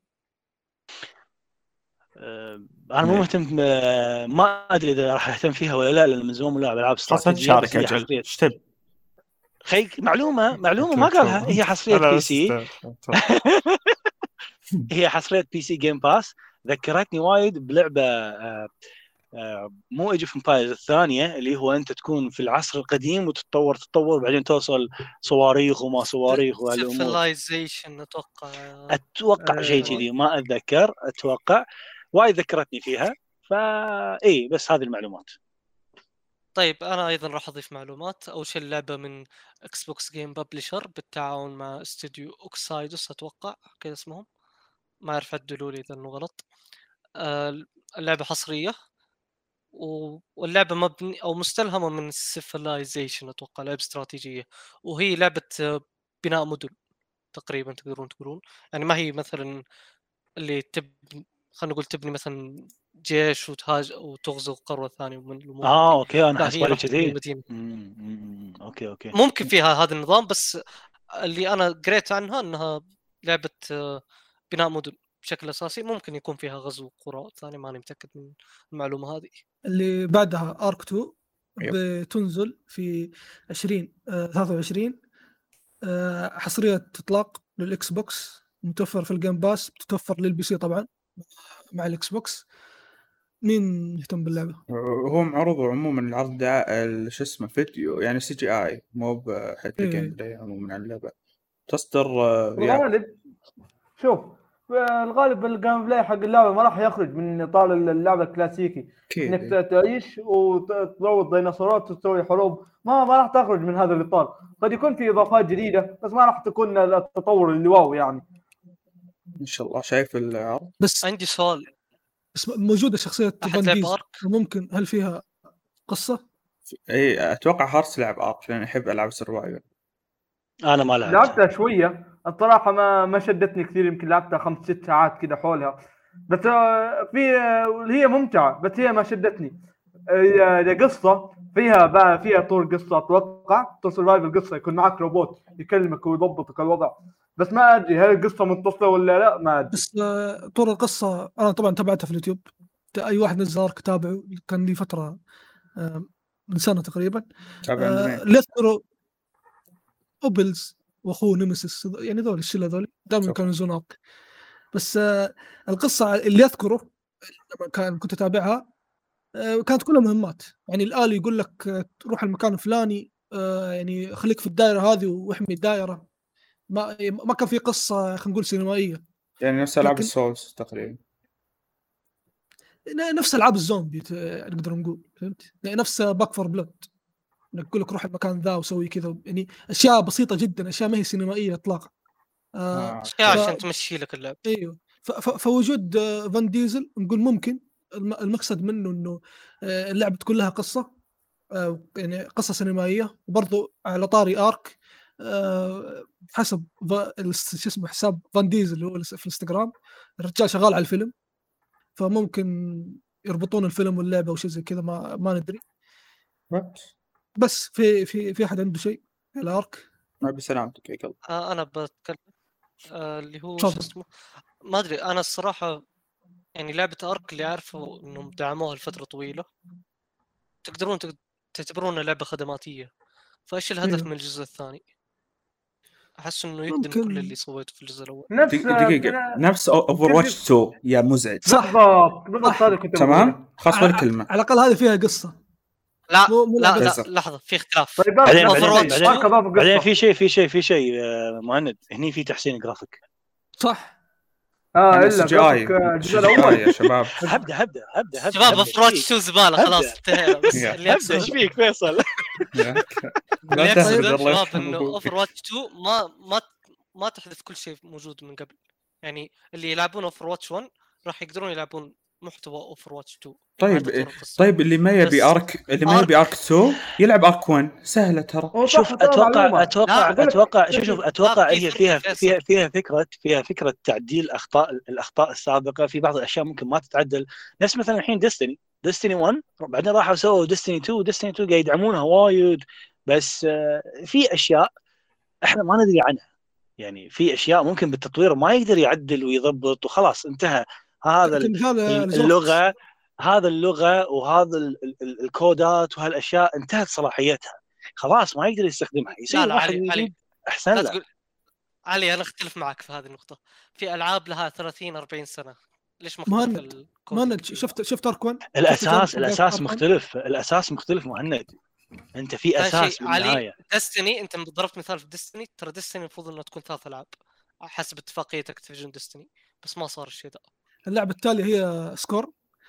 آه انا مو مهتم، آه ما ادري اذا راح اهتم فيها ولا لا، لان من زمان ملاعب العاب خلاص استراتيجيه. تشارك بس هي اجل حصريه ايش تبي؟ خي معلومه معلومه ما قالها. هي حصريه بي سي هي حصريه بي سي جيم باس. ذكرتني وايد بلعبه آه آه مو ايج اوف امبايرز الثانيه، اللي هو انت تكون في العصر القديم وتتطور تتطور وبعدين توصل صواريخ وما صواريخ وهالامور. سيفلايزيشن اتوقع اتوقع شيء كذي، ما اتذكر. اتوقع وايد ذكرتني فيها. فا اي بس هذه المعلومات. طيب انا ايضا راح اضيف معلومات. اول شيء اللعبه من اكس بوكس جيم ببلشر بالتعاون مع استوديو اوكسايدوس اتوقع كذا اسمهم، ما اعرف عدلوا لي اذا انه غلط. آه، اللعبه حصريه واللعبه مبني او مستلهمه من سيفلايزيشن اتوقع، لعبه استراتيجيه وهي لعبه بناء مدن تقريبا تقدرون تقولون. يعني ما هي مثلا اللي تبني خلينا نقول تبني مثلا جيش وتهاج وتغزو قاره ثانيه من الامور. اه اوكي انا لا حسب هي راح كذي. تبني مدينه. اوكي اوكي ممكن فيها هذا النظام، بس اللي انا قريت عنها انها لعبه بناء مدن بشكل اساسي. ممكن يكون فيها غزو قرى ثانيه، ماني متاكد من المعلومه هذه. اللي بعدها ارك اثنين يب. بتنزل في عشرين ثلاثة وعشرين. آه، حصريه اطلاق للاكس بوكس، متوفر في الجيم باس، بتتوفر للبي سي طبعا مع الاكس بوكس. مين يهتم باللعبه؟ هو معروض عموما العرض ده شو اسمه فيديو يعني سي جي اي مو بحتى إيه. جيم بلاي عموما على اللعبة تصدر آه، يا الغالب شوف الغالب الجيم بلاي حق اللعبه ما راح يخرج من اطار اللعبه الكلاسيكي، أكيد. انك ت- تعيش وتروض ديناصورات وتسوي حروب. ما ما راح تخرج من هذا الاطار. قد يكون في اضافات جديده بس ما راح تكون التطور اللي واو يعني. ان شاء الله شايف العرض. بس عندي سؤال، بس موجوده شخصيه أحد فان لعب ديزل، أرك؟ ممكن هل فيها قصه؟ اي اتوقع هارس لعب ارك لان يحب العاب سرفايفل. انا ما لعبت. لعبتها شويه الصراحه، ما ما شدتني كثير، يمكن لعبتها خمس ست ساعات كده حولها. بس آه، في آه، هي ممتعه بس هي ما شدتني. آه، القصه فيها بقى فيها طور قصه، اتوقع طور سرفايفل قصه يكون معك روبوت يكلمك ويضبطك الوضع. بس ما ادري هل القصه متصله ولا لا، ما ادري. بس آه، طول القصه انا طبعا تابعتها في اليوتيوب. اي واحد نزل ارك تابعه، كان لي فتره آه، من سنه تقريبا. تابع من آه، اللي يذكروا اوبلز واخوه نيمسيس، يعني ذول الشله ذول دائما صح. كانوا ينزلون ارك. بس آه، القصه اللي اذكره لما كان كنت اتابعها آه، كانت كلها مهمات. يعني الآلي يقول لك آه، روح المكان الفلاني، آه، يعني خليك في الدائره هذه واحمي الدائره. ما ما كان في قصه خلينا نقول سينمائيه، يعني نفس العاب لكن- السولز تقريبا. نفس العاب الزومبي ت- نقدر نقول، فهمت؟ يعني نفس باك فور بلود، نقول لك روح المكان ذا وسوي كذا. يعني اشياء بسيطه جدا، اشياء ما هي سينمائيه اطلاقا. آه آه. اشياء عشان تمشي لك اللعب. ايوه. ف- ف- فوجود آه، فان ديزل نقول ممكن الم- المقصد منه انه آه، اللعبه تكون لها قصه، آه، يعني قصه سينمائيه. وبرضو على طاري ارك، آه، حسب فا- الس- شو اسمه حساب فان ديزل اللي هو في الانستغرام، الرجال شغال على الفيلم، فممكن يربطون الفيلم واللعبه وشيء زي كذا، ما ما ندري. بس بس في في في احد عنده شيء على ارك؟ ما بسلامتك يا قلب. آه انا بتكلم آه اللي هو شو تفضل. اسمه، ما ادري انا الصراحه. يعني لعبه ارك اللي عارفه انهم دعموها لفتره طويله، تقدرون تق- تعتبرونها لعبه خدماتيه. فايش الهدف أيوه. من الجزء الثاني؟ احس انه يخدم ممكن. كل اللي سويته في الجزء الاول. نفس دقيقة دقيقة نفس اوفر واتش تو يا مزعج. صح. بالضبط بالضبط صح. هذا كنت بقوله. تمام خلاص ولا على- كلمة. على الاقل هذه فيها قصه. لا مو- مو لا لعبة لا تزر. لحظه في اختلاف. طيب بعدين نفس بعدين الشيء. بعدين- Ark أضاف بعدين قصة. في شيء في شيء في شيء آه، مهند هني في تحسين جرافيك. صح. اه انا الا سي جي اي قصدك الجزء سي جي اي الاول. يا شباب. هبدا هبدا هبدا هبدا شباب هبدا. افرواتش تو زباله خلاص هبدأ. انتهينا بس يا. اللي هبدا ايش يقصد فيك فيصل؟ لا اللي تهبد يقصده الله شباب يرحم انه ابوك. اوفر واتش تو ما ما ما تحذف كل شيء موجود من قبل. يعني اللي يلعبون اوفر واتش ون راح يقدرون يلعبون محتوى اوفر واتش تو. طيب طيب اللي ما يبي بس ارك اللي ما يبي ارك تو يلعب ارك ون سهله ترى. هو شوف صح، ترى اتوقع معلومة. اتوقع أقول لك- اتوقع شوف شوف اتوقع في هي فرق فيها فيصل. فيها فيها فكره فيها فكره تعديل اخطاء الاخطاء السابقه. في بعض الاشياء ممكن ما تتعدل، نفس مثلا الحين ديستني ديستني ون بعدين راحوا سووا ديستني تو ديستني تو قاعد يدعمونها وايد، بس آه، في اشياء احنا ما ندري عنها. يعني في اشياء ممكن بالتطوير ما يقدر يعدل ويضبط وخلاص انتهى. هذا ال- كمثال ال- الزوركس. اللغه هذا اللغه وهذا ال- ال- الكودات وهالاشياء انتهت صلاحيتها، خلاص ما يقدر يستخدمها. يصير لا لا واحد علي علي جديد احسن لا له. تقول علي، انا اختلف معك في هذه النقطه. في العاب لها ثلاثين أربعين سنه، ليش مختلف مهند الكود مهند اللي فيها؟ شفت شفت ارك ون الاساس الاساس مختلف الاساس مختلف مهند. انت في ثاني اساس شيء علي بالنهايه. ديستني، انت ضربت مثال في ديستني، ترى ديستني المفروض انها تكون ثلاث العاب حسب اتفاقيه اكتيفيجن ديستني، بس ما صار الشيء ده. اللعبه التاليه هي سكور،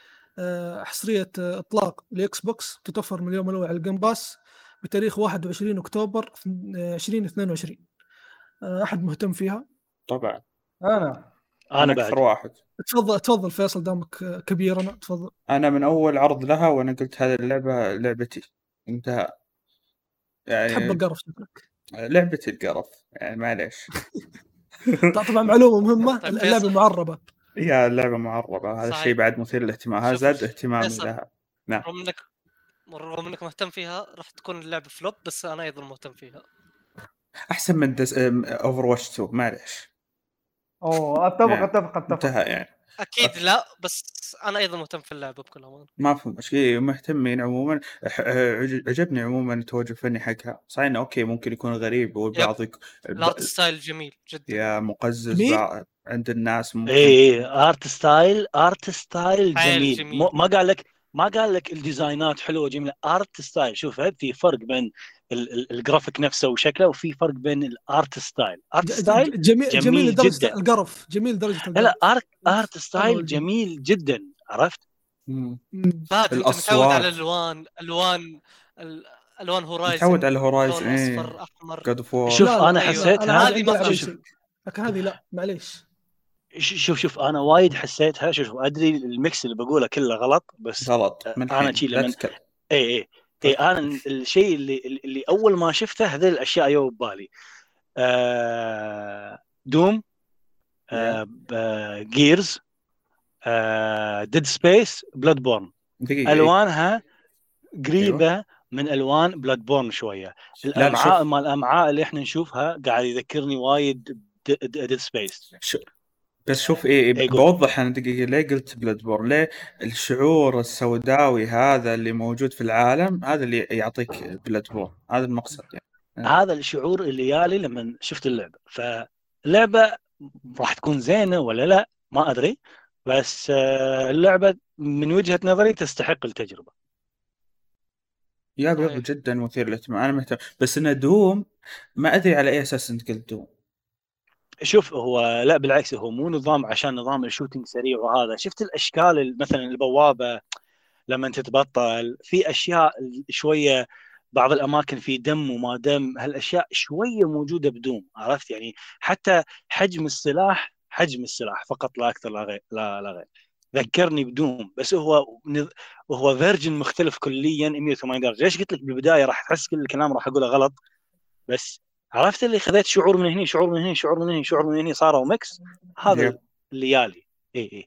آه، حصريه آه، اطلاق لاكس بوكس، تتوفر من اليوم الاول على الجيم باس بتاريخ واحد وعشرين اكتوبر ألفين واثنين وعشرين. آه، احد مهتم فيها؟ طبعا انا انا اكثر بعد واحد. تفضل تفضل فيصل دامك آه، كبير. انا تفضل. انا من اول عرض لها وانا قلت هذه اللعبه لعبتي، انتهى. تحب يعني القرف شكلك. لعبتي القرف يعني معليش. طبعا معلومه مهمه، طيب اللعبه فيصل. معربه. يا اللعبه معربه، هذا صحيح. الشيء بعد مثير للاهتمام، هذا شوف زاد شوف، اهتمامي فيصل. لها. نعم رغم انك رغم انك مهتم فيها راح تكون اللعبه فلوب، بس انا ايضا مهتم فيها. احسن من دس... اوفر واتش تو معليش. اوه اتفق نعم. اتفق اتفق انتهى يعني. اكيد أك- لا، بس انا ايضا مهتم في اللعبه بكل امانه. ما في مشكلة، مهتمين عموما. ح- عج- عجبني عموما التوجه الفني حقها، صحيح انه اوكي ممكن يكون غريب والبعض يك... الارت ستايل جميل جدا. يا مقزز جميل. بع- عند الناس ممكن. اي ارت ستايل ارت ستايل حيل جميل, جميل. مو- ما قال لك ما قال لك الديزاينات حلوه جميله. ارت ستايل شوف في فرق بين ال- ال- الجرافيك نفسه وشكله، وفي فرق بين الارت ستايل. ارت ج- ستايل ج- جميل جميل جميل لدرجه جداً. القرف، جميل لدرجه لا لا القرف. ارت ارت ستايل الجميل. جميل جدا، عرفت؟ مم. مم. فهد انت الأصوات. متعود على الالوان الوان ال- الوان هورايزن، متعود على هورايزن. لون ايه اصفر احمر. God of War. شوف لا، لا، انا لا، حسيتها أنا هذه عندي ما ألعب فيها أي شوف شيء. لكن هذه لا معليش. شوف شوف انا وايد حسيتها. شوف ادري الميكس اللي بقوله كله غلط، بس غلط من انا الحين شي لا لمن تتكلم. اي اي اي انا الشيء اللي اللي اول ما شفته هذه الاشياء يو ببالي. آه دوم، آه جيرز، آه ديد سبيس، بلاد بورن. دقيقة. الوانها قريبه أيوة. من الوان بلاد بورن شويه. لا لا الامعاء شوف مال الامعاء اللي احنا نشوفها قاعد يذكرني وايد ديد سبيس. شو بس شوف ايه إيه، قول. بوضح انا دقيقة ليه قلت بلاد بورن. ليه الشعور السوداوي هذا اللي موجود في العالم هذا اللي يعطيك بلاد بورن، هذا المقصد يعني. هذا الشعور اللي يالي لما شفت اللعبه. فاللعبه راح تكون زينه ولا لا ما ادري، بس آه، اللعبه من وجهه نظري تستحق التجربه. يا بيض صحيح. جدا مثير للاهتمام، انا مهتم. بس انه دوم ما ادري على اي اساس انت قلت دوم. شوف هو لا بالعكس، هو مو نظام عشان نظام الشوتينج سريع وهذا. شفت الاشكال مثلا البوابه لما تتبطل في اشياء شويه، بعض الاماكن في دم وما دم، هالاشياء شويه موجوده بدوم، عرفت يعني؟ حتى حجم السلاح حجم السلاح فقط لا اكثر لا غير لا لا غير ذكرني بدوم، بس هو نظ... وهو فيرجن مختلف كليا مية وثمانين درجه. ليش قلت لك بالبدايه راح تحس كل الكلام راح اقوله غلط، بس عرفت اللي خذيت شعور من هنا شعور من هنا شعور من هنا شعور من هنا صاروا ميكس. هذا يب. اللي يالي. اي اي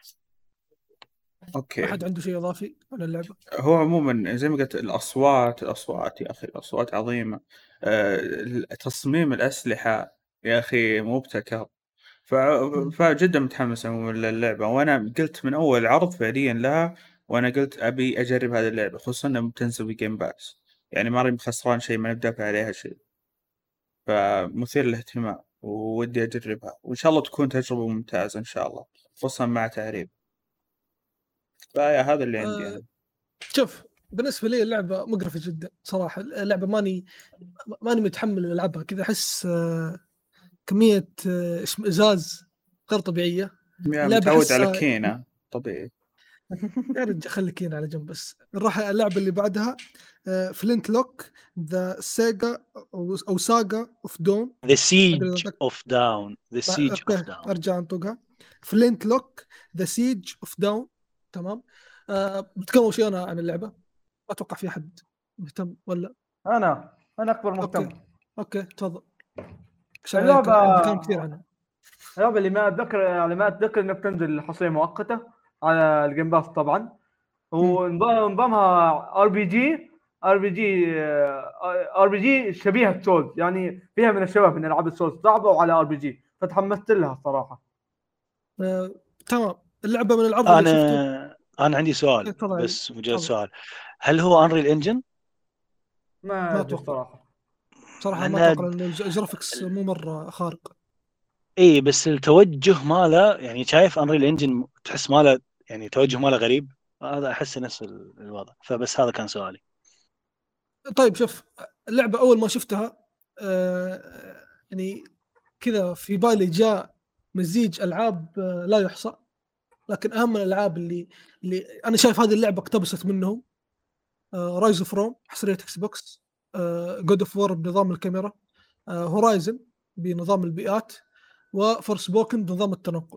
اوكي. احد عنده شيء اضافي على اللعبه؟ هو عموما زي ما قلت الاصوات الاصوات يا اخي الاصوات عظيمه. أه تصميم الاسلحه يا اخي مبتكر. ف... فجدا متحمس عموما للعبه، وانا قلت من اول عرض فعليا لها وانا قلت ابي اجرب هذه اللعبه، خصوصا انها بتنزل بجيم باس، يعني ما رأي خسران شيء، ما ندافع عليها شيء. فمثير للاهتمام ودي اجربها، وان شاء الله تكون تجربه ممتازه ان شاء الله، خصوصا مع تعريب. فيا هذا اللي عندي آه، أنا. شوف بالنسبه لي اللعبه مقرفه جدا صراحه. اللعبه ماني ماني متحمل العبها كذا، احس آه، كميه آه، اشمئزاز غير طبيعيه. يا اللعبة متعود على أحسها- كينا طبيعي. يا رجال خليك هنا على جنب بس. نروح اللعبة اللي بعدها فلينت لوك ذا ساجا أو أو ساجا أوف دون. ذا سيج اوف داون ذا سيج اوف اوكي داون ارجع انطقها. فلينت لوك ذا سيج اوف داون. تمام. آه بتكلم شيء انا عن اللعبه، اتوقع في احد مهتم ولا؟ انا انا اكبر مهتم. اوكي اوكي تفضل. عشان اللعبة- عندي كلام كثير عنها. اللعبة اللي ما اتذكر يعني ما اتذكر انها بتنزل حصرية مؤقتة على الجيم باس طبعا. ونظامها ار بي جي ار بي جي ار بي جي شبيهة سولز، يعني فيها من الشباب من العاب السولز صعبة وعلى ار بي جي، فتحمست لها الصراحة. آه، تمام. اللعبه من العرض اللي شفته. انا انا عندي سؤال تفضل. بس مجرد تفضل. سؤال، هل هو انريل انجن؟ ما ما ادري أتوقع. الصراحة. صراحه ما لأن- اتوقع لان الج- الجرافيكس مو مره خارق. اي بس التوجه ماله يعني شايف انريل انجن تحس ماله يعني توجه ماله غريب، هذا احس نفس ال- الوضع، فبس هذا كان سؤالي. طيب شوف، اللعبه اول ما شفتها آه يعني كذا في بالي جاء مزيج العاب آه لا يحصى، لكن اهم الالعاب اللي اللي انا شايف هذه اللعبه اقتبست منهم رايز اوف روم حصريه اكس بوكس، جود اوف وور بنظام الكاميرا، هورايزن بنظام البيئات، وفورس بوكن بنظام التنقل.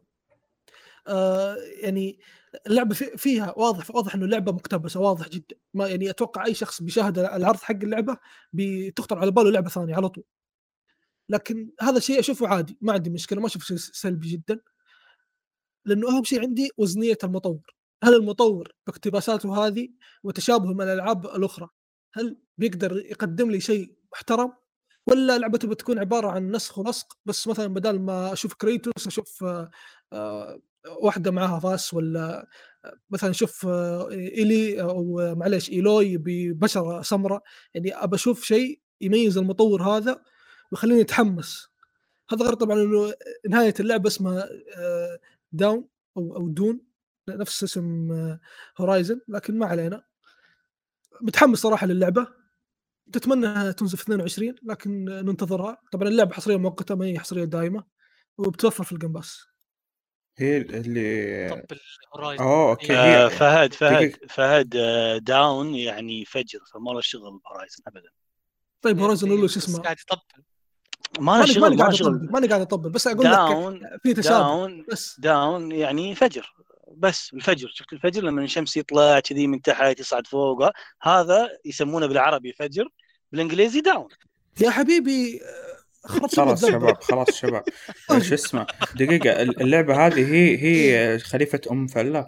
آه يعني اللعبه في فيها واضح واضح انه لعبه مقتبسه واضح جدا. ما يعني اتوقع اي شخص بيشاهد العرض حق اللعبه بتخطر على باله لعبه ثانيه على طول. لكن هذا الشيء اشوفه عادي، ما عندي مشكله، ما اشوف شيء سلبي جدا، لانه اهم شيء عندي وزنيه المطور. هل المطور باقتباساته هذه وتشابهه مع الالعاب الاخرى هل بيقدر يقدم لي شيء محترم، ولا لعبته بتكون عباره عن نسخ ولصق بس؟ مثلا بدل ما اشوف كريتوس اشوف آه آه واحده معاها فاس، ولا مثلا اشوف آه ايلي او معليش ايلوي ببشره سمراء. يعني ابى اشوف شيء يميز المطور هذا ويخليني اتحمس. هذا غير طبعا انه نهايه اللعبه اسمها آه داون او او دون، نفس اسم هورايزن، لكن ما علينا. متحمس صراحه للعبه، تتمنى انها تنزل في اثنين وعشرين، لكن ننتظرها. طبعا اللعبه حصريه مؤقته ما هي حصريه دائمه، وبتوفر في الجيم باس. هي اللي طب الهورايزن اه اوكي آه هي فهد فهد دقيقة. فهد آه داون يعني فجر، فما له شغل بهورايزن ابدا. طيب هورايزن يعني ولا شو بس اسمه؟ قاعد يطبل. ما له ماني شغل ماني ما قاعد له شغل اطبل ماني قاعد اطبل بس اقول لك داون في تشابه داون بس. داون يعني فجر، بس الفجر. شفت الفجر لما الشمس يطلع كذي من تحت يصعد فوق، هذا يسمونه بالعربي فجر، بالانجليزي داون. يا حبيبي خربت لي خلاص الزبدة. شباب خلاص شباب شو اسمه دقيقة، اللعبة هذه هي هي خليفة أم فلة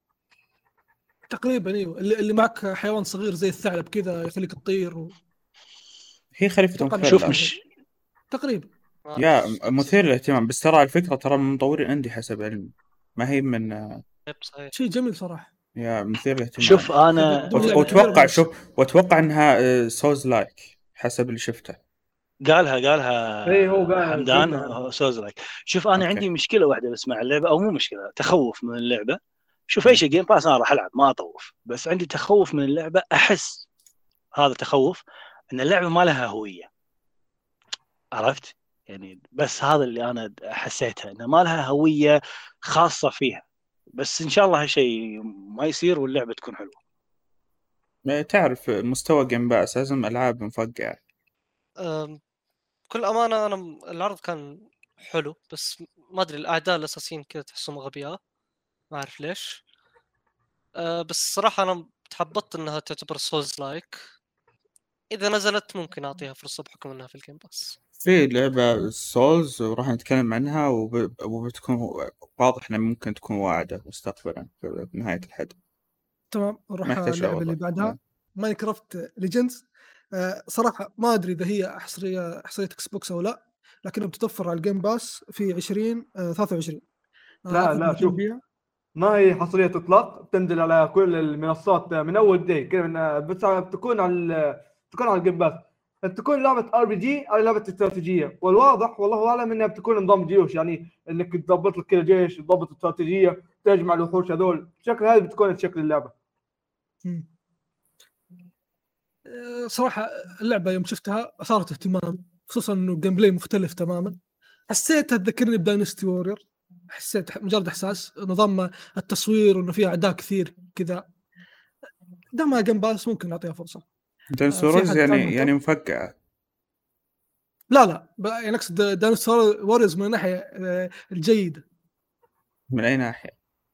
تقريبا ايوه، اللي, اللي معك حيوان صغير زي الثعلب كذا يخليك تطير و... هي خليفة أم تقريباً. شوف فلة. مش تقريبا. يا مثير للاهتمام، بس ترى الفكرة ترى من مطورين عندي حسب علمي، ما هي من طيب صحيح. شيء جميل صراحه. يا مثير للاهتمام. شوف انا دول وت- لعبة كبيرة واتوقع بنفس. شوف واتوقع انها سوز لايك حسب اللي شفته. قالها قالها إيه هو قال- حمدان قلتها. سوز لايك. شوف انا أوكي. عندي مشكله واحده بس مع اللعبه، او مو مشكله، تخوف من اللعبه. شوف مم. اي شيء جيم باس انا راح العب ما اطوف، بس عندي تخوف من اللعبه. احس هذا تخوف ان اللعبه ما لها هويه، عرفت يعني؟ بس هذا اللي انا حسيتها، انه ما لها هويه خاصه فيها. بس ان شاء الله هالشيء ما يصير واللعبه تكون حلوه. تعرف مستوى جيم باس لازم العاب مفقعة. أم، بكل امانه انا م- العرض كان حلو، بس ما ادري الاعداء الاساسيين كذا تحسهم غبياء، ما اعرف ليش. أه بس الصراحه انا تحبطت انها تعتبر سولز لايك. اذا نزلت ممكن اعطيها فرصه بحكم انها في الجيم باس. في لعبة سولز وراح نتكلم عنها وب... وبتكون واضح انها ممكن تكون واعدة مستقبلا في نهاية الحدث. تمام نروح ما يحتاج اللعبه اللي والله. بعدها ماينكرافت ليجندز. آه صراحه ما ادري اذا هي حصريه حصريه اكس بوكس او لا، لكنها بتتوفر على الجيم باس في عشرين آه ثلاثة وعشرين. آه لا أحد لا مهتم شوف، بيها. ما هي حصرية اطلاق، بتنزل على كل المنصات من اول داي كذا، من بس بتكون على بتكون على الجيم باس. تكون لعبة ار بي جي على لعبة استراتيجية، والواضح والله اعلم انها بتكون نظام جيوش، يعني انك تضبط لك كذا جيش، تضبط استراتيجية، تجمع الوحوش هذول. شكل هذا بتكون شكل اللعبة. مم. آه صراحه اللعبه يوم شفتها اثارت اهتمام، خصوصا انه الجيم بلاي مختلف تماما. حسيتها تذكرني بداينستي وورير، حسيت مجرد احساس نظام التصوير وانه فيها اعداء كثير كذا، دامها جيم باس ممكن نعطيها فرصه. ديناصورز حد ثاني يعني مهتم؟ يعني مفقعة. لا لا ب- يعني اقصد ديناصور ووريرز من الناحيه آه، الجيده، من أي ناحية؟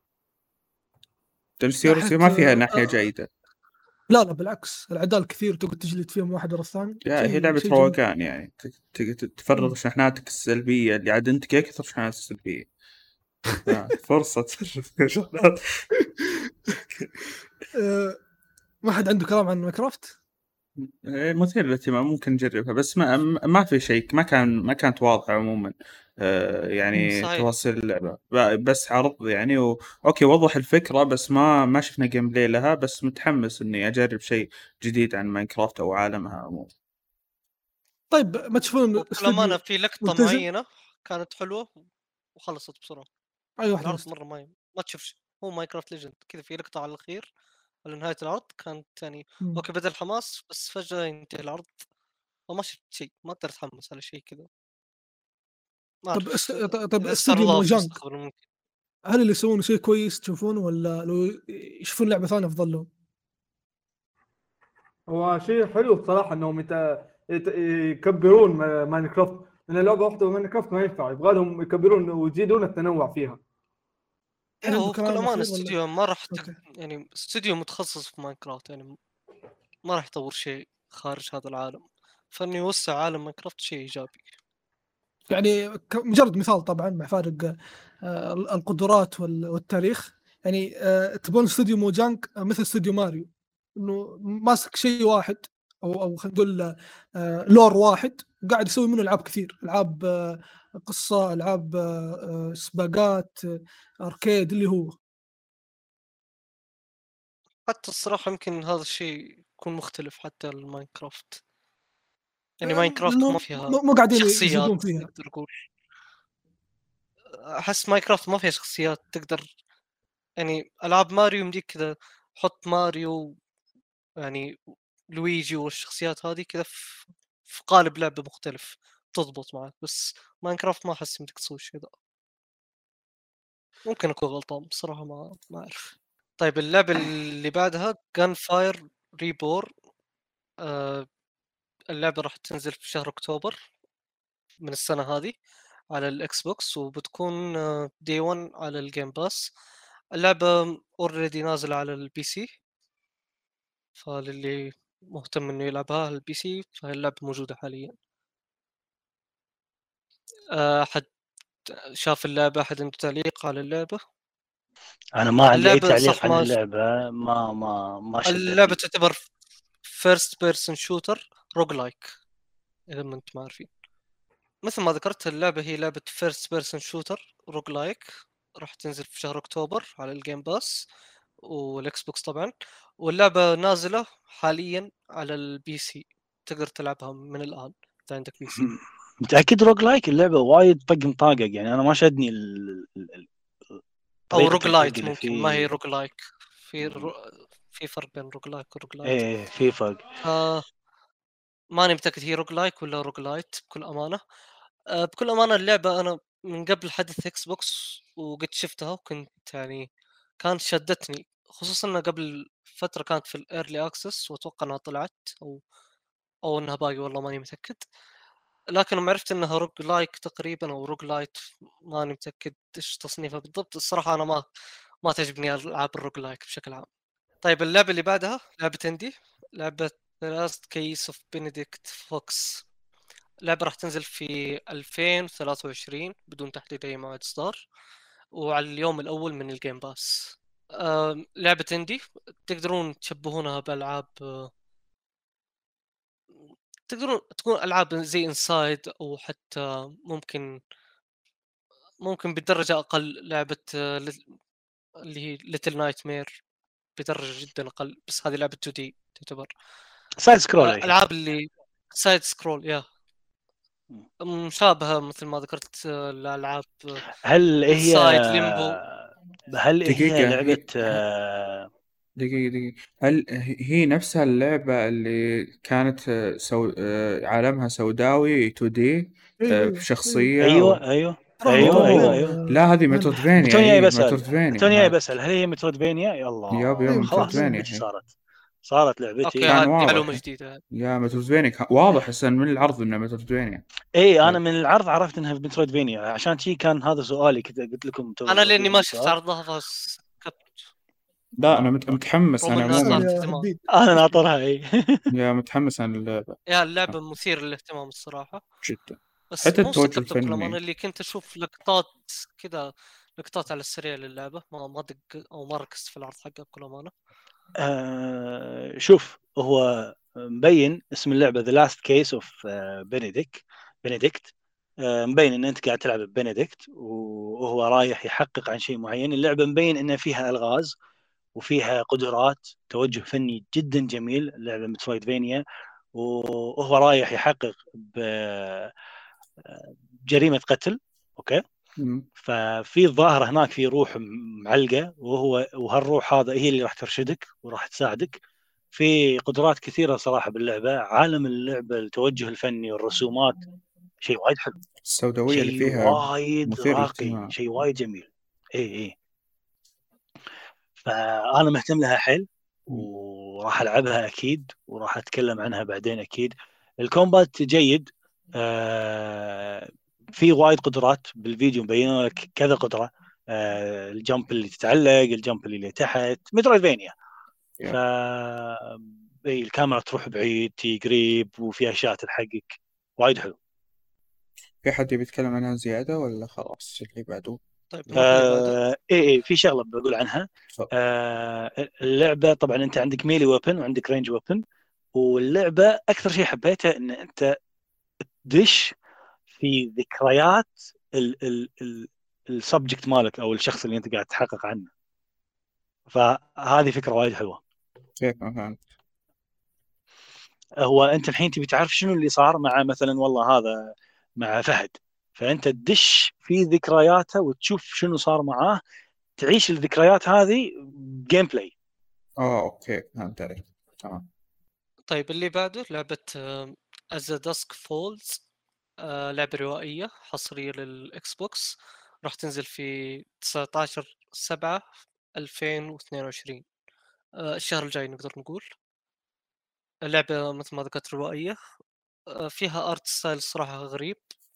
ديناصورز ناحيه ما فيها آه، ناحية آه، جيدة. لا لا بالعكس، الاعداء الكثير تقعد تجلد فيهم واحد ورا الثاني، لا هي شيء لعبة شيء جميل. روقان يعني، ت- ت- تفرغ مم. شحناتك السلبية اللي عاد أنت كثر شحنات السلبية. آه، فرصة تفرغ شحنات. آه، ما حد عنده كلام عن ماينكرافت؟ إيه، مثير للاهتمام، ممكن نجربها، بس ما ما في شيء، ما كان ما كانت واضحة عموما. آه يعني صحيح. تفاصيل اللعبة ب- بس عرض يعني و... أوكي وضح الفكرة، بس ما ما شفنا جيم بلاي لها، بس متحمس إني أجرب شيء جديد عن ماينكرافت أو عالمها عموما. طيب ما تشوفون وبكل أمانة استوديو في لقطة ملتزم؟ معينة كانت حلوة وخلصت بسرعة. اي واحده العرض بس؟ مرة ما ما تشوف شيء. هو ماينكرافت ليجند كذا في لقطة على الأخير على نهاية العرض كانت يعني مم. اوكي بدأ الحماس بس فجأة ينتهي العرض وما شفت شيء، ما اقدر اتحمس على شيء كذا. ما طب است... اعرف طب اذا استوديو استعرضوها في موجانج، المستقبل ممكن. هل اللي يسوون شيء كويس تشوفونه، ولا لو يشوفون لعبه ثانيه افضل لهم؟ هو شيء حلو بصراحه انهم يت... يت... يكبرون ما- ماينكرافت، لان لعبه واحده ماينكرافت ما ينفع، يبغى لهم يكبرون ويزيدون التنوع فيها. هل ايوه عنده هو بكل كلام امانه اخير ولا؟ استوديو ما راح تق... اوكي. يعني استوديو متخصص في ماينكرافت يعني ما راح يطور شيء خارج هذا العالم، فانه يوسع عالم ماينكرافت شيء ايجابي. يعني ك- مجرد مثال طبعا مع فارق آه، القدرات وال- والتاريخ، يعني آه، تبون استوديو موجانج آه، مثل استوديو ماريو، انه ماسك شيء واحد، او او خلينا نقول آه، لور واحد، وقاعد يسوي منه العاب كثير، العاب آه، قصه، العاب آه، آه، سباقات، آه، اركيد، اللي هو حتى الصراحه يمكن هذا الشيء يكون مختلف حتى الماينكرافت، يعني آه، ماينكرافت ما لانهم فيها مو مو قاعدين شخصيات يزيدون فيها. تقدر تقول. احس ماينكرافت ما فيها شخصيات تقدر، يعني العاب ماريو يمديك كذا حط ماريو يعني لويجي والشخصيات هذه كذا في في قالب لعبة مختلف تضبط معك، بس ماينكرافت ما احس يمديك تسوي الشيء ذا. ممكن اكون غلطان بصراحة ما ما اعرف. طيب اللعبة اللي بعدها جان فاير ريبور. آه اللعبة راح تنزل في شهر اكتوبر من السنة هذه على الاكس بوكس، وبتكون دي واحد على الجيم باس. اللعبة اوريدي نازلة على البي سي، فللي مهتم انه يلعبها على البي سي فهي اللعبة موجودة حاليا. آه، أحد شاف اللعبة؟ أحد عنده تعليق على اللعبة؟ انا ما عندي اي اللعبة تعليق صح عن ما اللعبه، ما ما ما اللعبة شدتني. تعتبر فيرست بيرسون شوتر روج لايك، إذا ما أنتم عارفين. مثل ما ذكرت اللعبة هي لعبة فيرست بيرسون شوتر روج لايك، راح تنزل في شهر أكتوبر على الجيم باس والإكس بوكس طبعا، واللعبة نازلة حاليا على البي سي، تقدر تلعبها من الآن إذا عندك بي سي. متاكد روج لايك؟ اللعبه وايد طق مطاقق، يعني انا ما شدني ال... ال... ال- أو طريقه روج الطق لايت اللي ممكن، ما هي فيه. روج لايك. في رو... في فرق بين روج لايك وروج لايت. ايه في فرق. ف ماني متأكد هي روج لايك ولا روج لايت بكل أمانة. أه بكل أمانة اللعبة أنا من قبل حدث إكس بوكس وقد شفتها وكنت يعني كانت شدتني، خصوصا أنها قبل فترة كانت في الإيرلي أكسس وأتوقع أنها طلعت أو أو أنها باقي، والله ماني متأكد. لكن لما عرفت أنها روج لايك تقريبا أو روج لايت، ماني متأكد إيش تصنيفها بالضبط الصراحة. أنا ما ما تعجبني ألعاب الروج لايك بشكل عام. طيب اللعبة اللي بعدها لعبة اندي، لعبة The Last Case of Benedict Fox. لعبة راح تنزل في ألفين وثلاثة وعشرين بدون تحديد أي موعد إصدار، وعلى اليوم الأول من الجيم باس. آم، لعبة اندي تقدرون تشبهونها بألعاب آه، تقدرون تكون ألعاب زي انسايد، أو حتى ممكن ممكن بدرجة أقل لعبة آه، لت- اللي هي ليتل نايت مير بدرجة جدا أقل، بس هذه لعبة تو دي تعتبر. سايد سكرول آه، هي. ألعاب اللي سايد سكرول يا مشابهة مثل ما ذكرت آه، الألعاب هل هي انسايد ليمبو. هل هي دقيقة، لعبه هي آه، دقيقة دقيقة هل هي نفسها اللعبة اللي كانت آه، سو... آه، عالمها سوداوي تو دي ايوه ايوه ايوه بشخصية و... ايوه ايوه ايوه ايوه أوه. ايوه لا هذه مترويدفانيا. توني جاي إيه بسأل مترويدفانيا توني جاي هذه. بسأل هل هي مترويدفانيا؟ يا الله ياب ياب أيوة، خلاص مترويدفانيا لعبتي هي. صارت صارت لعبتي. اوكي كان هذه واضح. معلومه جديده. يا مترويدفانيا كان واضح أصلا من العرض إنه مترويدفانيا. اي انا من العرض عرفت انها مترويدفانيا، عشان شي كان هذا سؤالي، كنت قلت لكم تو انا لاني ما عندي شفت سؤال. عرضها فسكت. لا أنا آه، مت- أوكي. متحمس رغم أنا انها اسأل عموما. صارت يا اهتمام. حبيب. انا ناطرها اي يا متحمس عن اللعبة يا اللعبه مثيره للاهتمام الصراحه، جدا. بس حتى مو التوجه استقبلت الكلام. انا الفني. اللي كنت اشوف لقطات كذا، لقطات على السريع للعبه، ما ما دق او ما ركزت في العرض حقها بكل امانه. آه شوف، هو مبين اسم اللعبه ذا لاست كيس اوف بنديكت بنديكت مبين ان انت قاعد تلعب ببنديكت وهو رايح يحقق عن شيء معين. اللعبه مبين ان فيها الغاز وفيها قدرات، توجه فني جدا جميل. اللعبه مترويدفانيا وهو رايح يحقق بجريمه قتل. اوكي، مم. ففي الظاهر هناك في روح معلقه، وهو وهالروح هذا هي اللي راح ترشدك وراح تساعدك. في قدرات كثيره صراحه باللعبه. عالم اللعبه، التوجه الفني والرسومات شيء وايد حلو، السوداوية اللي شيء فيها وايد مثير راقي، للاهتمام. شيء وايد جميل. اي اي فانا مهتم لها حيل وراح العبها اكيد، وراح اتكلم عنها بعدين اكيد. الكومبات جيد، آه في وايد قدرات بالفيديو مبينوا لك كذا قدره. آه الجمب اللي تتعلق، الجمب اللي تحت، مترويدفانيا. ف اي الكاميرا تروح بعيد تي قريب، وفي اشياء تلحقك، وايد حلو. في حد يبي يتكلم عنها زيادة ولا خلاص اللي بعده؟ طيب نروح اللي بعده. آه اي اي في شغله بقول عنها. تفضل. آه اللعبه طبعا انت عندك ميلي ويبن وعندك رينج ويبن، واللعبه اكثر شيء حبيته ان انت تدش في ذكريات ال ال ال السبجكت مالك او الشخص اللي انت قاعد تحقق عنه. فهذه فكره وايد حلوه. كيف ما فهمت؟ هو انت الحين تبي تعرف شنو اللي صار مع مثلا والله هذا مع فهد، فانت تدش في ذكرياته وتشوف شنو صار معاه، تعيش الذكريات هذه جيم بلاي. اه اوكي فهمت عليك. تمام. طيب اللي بعده لعبه As the Dusk Falls، آه لعبه روائيه حصريه للاكس بوكس، راح تنزل في تسعة عشر سبعة ألفين واثنين وعشرين، آه الشهر الجاي نقدر نقول. اللعبه مثل ما ذكرت روائيه، آه فيها ارت ستايل صراحه غريب،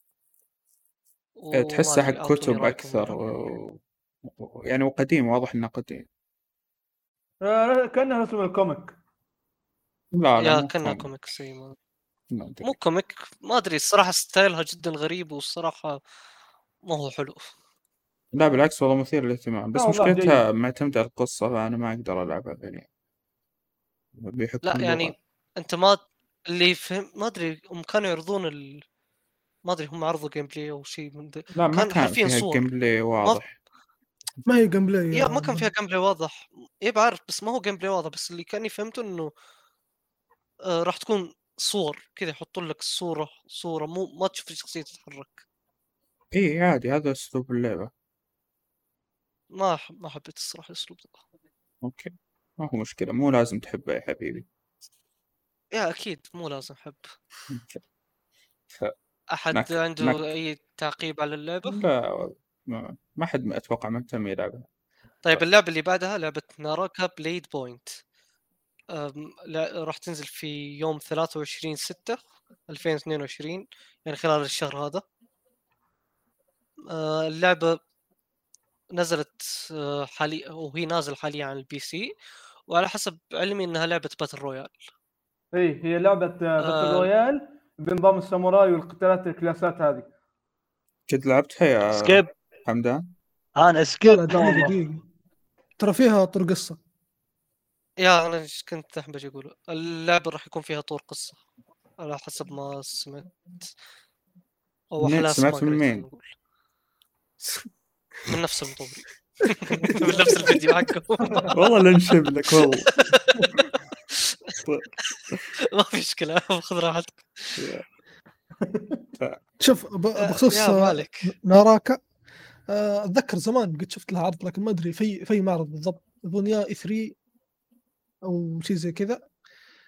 وما تحسه حق ادري اعطوني كتب رايكم أكثر عنها. و... و- يعني وقديم، واضح إنه قديم. آه، كانها رسم الكوميك. لا لا يا مو كانها كوميك. كوميك زي ما ما أدري. مو كوميك، ما ادري الصراحه ستايلها جدا غريب، والصراحه ما هو حلو. لا بالعكس والله مثير للاهتمام، بس لا والله مشكلتها جيد. معتمدة على القصة، فأنا ما أقدر ألعبها يعني لا بحكم اللغة. يعني انت ما اللي فهم، ما ادري هم كانوا يعرضون ال... ما ادري هم عرضوا جيم بلاي او شيء من ده. لا ما كان كان حرفيا فيها صور، جيم بلاي ما واضح. ما هي جيم بلاي يا ما كان فيها جيم بلاي واضح. يب عارف، بس ما هو جيم بلاي واضح، بس اللي كاني فهمته انه آه راح تكون صور كذا، يحطون لك الصورة صورة، مو ما تشوف الشخصية تتحرك. إيه عادي، هذا أسلوب اللعبة. ما ح... ما حبيت الصراحة الاسلوب ده. أوكي ما هو مشكلة، مو لازم تحبه يا حبيبي. يا اكيد مو لازم حب. أوكي. ف... احد نك... عنده نك... اي تعقيب على اللعبة؟ لا ما, ما حد ما أتوقع مهتم يلعبها. طيب اللعبة اللي بعدها لعبة ناراكا بليد بوينت، أم، لا راح تنزل في يوم ثلاثة وعشرين ستة ألفين واثنين وعشرين، يعني خلال الشهر هذا. أه، اللعبة نزلت أه، حاليا، وهي نازل حاليا على البي سي، وعلى حسب علمي انها لعبة باتل رويال. اي هي لعبه باتل أه، رويال بنظام الساموراي والقتالات الكلاسات هذه. قد لعبتها يا سكيب حمدان؟ انا لا سكيب. لا دقيقة دقيقة، ترى فيها طر قصة. يا انا إيش كنت احمد يقول اللعبة راح يكون فيها طور قصة على حسب ما سمعت، او منين احلاس ما سمعت من قريت مين؟ نقول من نفس المطورين من نفس الفيديو حقهم. والله لنشب لك والله. ما في مشكلة، خذ راحتك. شوف ب- آه، بخصوص يا آه، مالك. ناراكا، آه، اتذكر زمان قد شفت لها عرض، لكن ما ادري في في معرض بالضبط، اظن يا اي ثري او شيء زي كذا.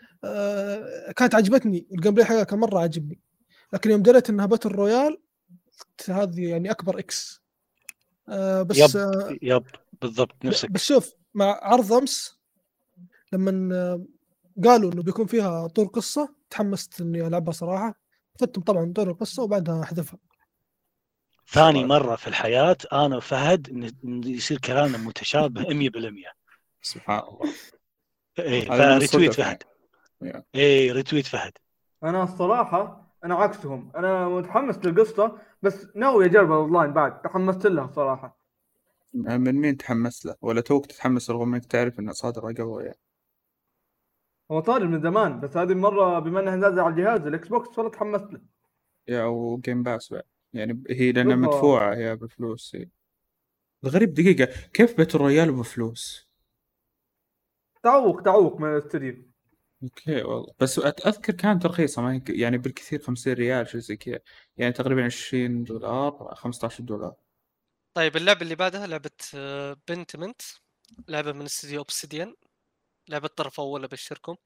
آه، كانت عجبتني الجيم بلاي حقها، كان مره عجبني، لكن يوم دريت انها باتل رويال هذه يعني اكبر اكس. آه بس يب آه يب بالضبط ب- نفسك. بس شوف مع عرض امس لما آه، قالوا انه بيكون فيها طور قصه تحمست اني العبها صراحه. ختم طبعا طور القصه وبعدها احذفها. ثاني مرة في الحياة أنا وفهد إن إن يصير كلامنا متشابه مية بالمية. سبحان الله. إيه هذا من فريتويت الصدف فهد. يعني. إيه ريتويت فهد. انا الصراحه انا عكسهم، انا متحمس للقصه بس ناوي اجرب الاونلاين بعد، تحمست لها صراحه. من مين تحمس له ولا توك تتحمس رغم انك تعرف انه صادر قبل يعني؟ هو طاري من زمان بس هذه المره بما انها نازله على الجهاز الاكس بوكس والله تحمست له. يا او جيم باس بعد يعني هي لانها بالضبط. مدفوعه هي بفلوس. هي الغريب دقيقه كيف بيت الرويال بفلوس؟ تعوق تعوق من الاستديو. اوكي والله بس أت- اذكر كانت رخيصه ما هي ك- يعني بالكثير خمسين ريال شيء زي كذا يعني تقريبا عشرين دولار خمسة عشر دولار. طيب اللعبه اللي بعدها لعبه بنتمنت، لعبه من استديو اوبسيديان، لعبه طرف اول ابشركم.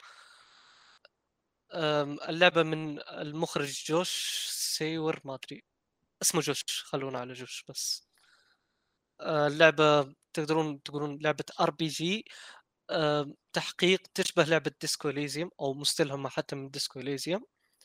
أم، اللعبه من المخرج جوش سيور، ما ادري اسمه جوش، خلونا على جوش بس. أه، اللعبه تقدرون تقولون لعبه ار بي جي تحقيق، تشبه لعبه ديسكو اليزيوم او مستلهمه حتى من ديسكو اليزيوم.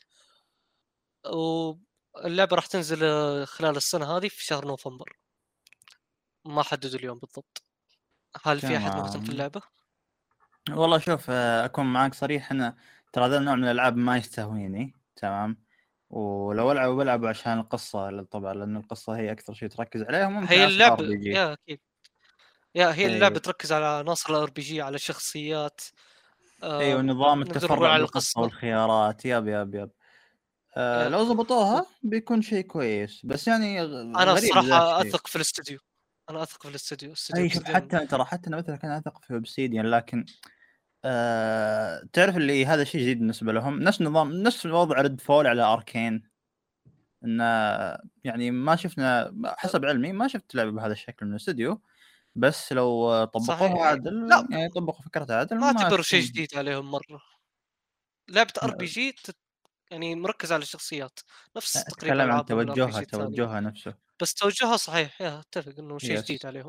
واللعبه راح تنزل آه، خلال السنه هذه في شهر نوفمبر، ما حددوا اليوم بالضبط. هل في احد مهتم في تمام. اللعبه؟ والله شوف، آه، اكون معاك صريح، انا ترى ذا النوع من الالعاب ما يستهويني تمام. ولو العب بلعب عشان القصه طبعا، لان القصه هي اكثر شيء تركز عليها، ممكن هي العب ار اللعبه بي جي. يا اكيد، يا هي اللعبه ايوه تركز على عناصر الار بي جي، على شخصيات. ايوه، آه نظام نقدر نقول التفرع على بالقصه القصه. والخيارات، يب يب يب. آه يا لو و- ضبطوها بيكون شيء كويس، بس يعني غ- انا غريب ذا الصراحه الشيء. اثق في الاستوديو، انا اثق في الاستوديو، استوديو اي شوف، اوبسيديان. حتى ترى حتى انا مثلا كان اثق في اوبسيديان، لكن آه تعرف اللي هذا شيء جديد بالنسبه لهم، نفس نظام نفس الوضع ريد فول على اركين، انه يعني ما شفنا حسب علمي ما شفت لعبه بهذا الشكل من الاستوديو، بس لو طبقوها صحيح، عدل لا يعني طبقوا فكرتها عدل ما ما اعتبر شيء تكون. جديد عليهم مره. لعبه ار بي جي تت... يعني مركز على الشخصيات، نفس تقريبا اتكلم عن العابهم الار بي توجهها جي الثانيه، توجهها نفسه. بس توجهها صحيح. يا اتفق انه شيء جديد يس. عليهم،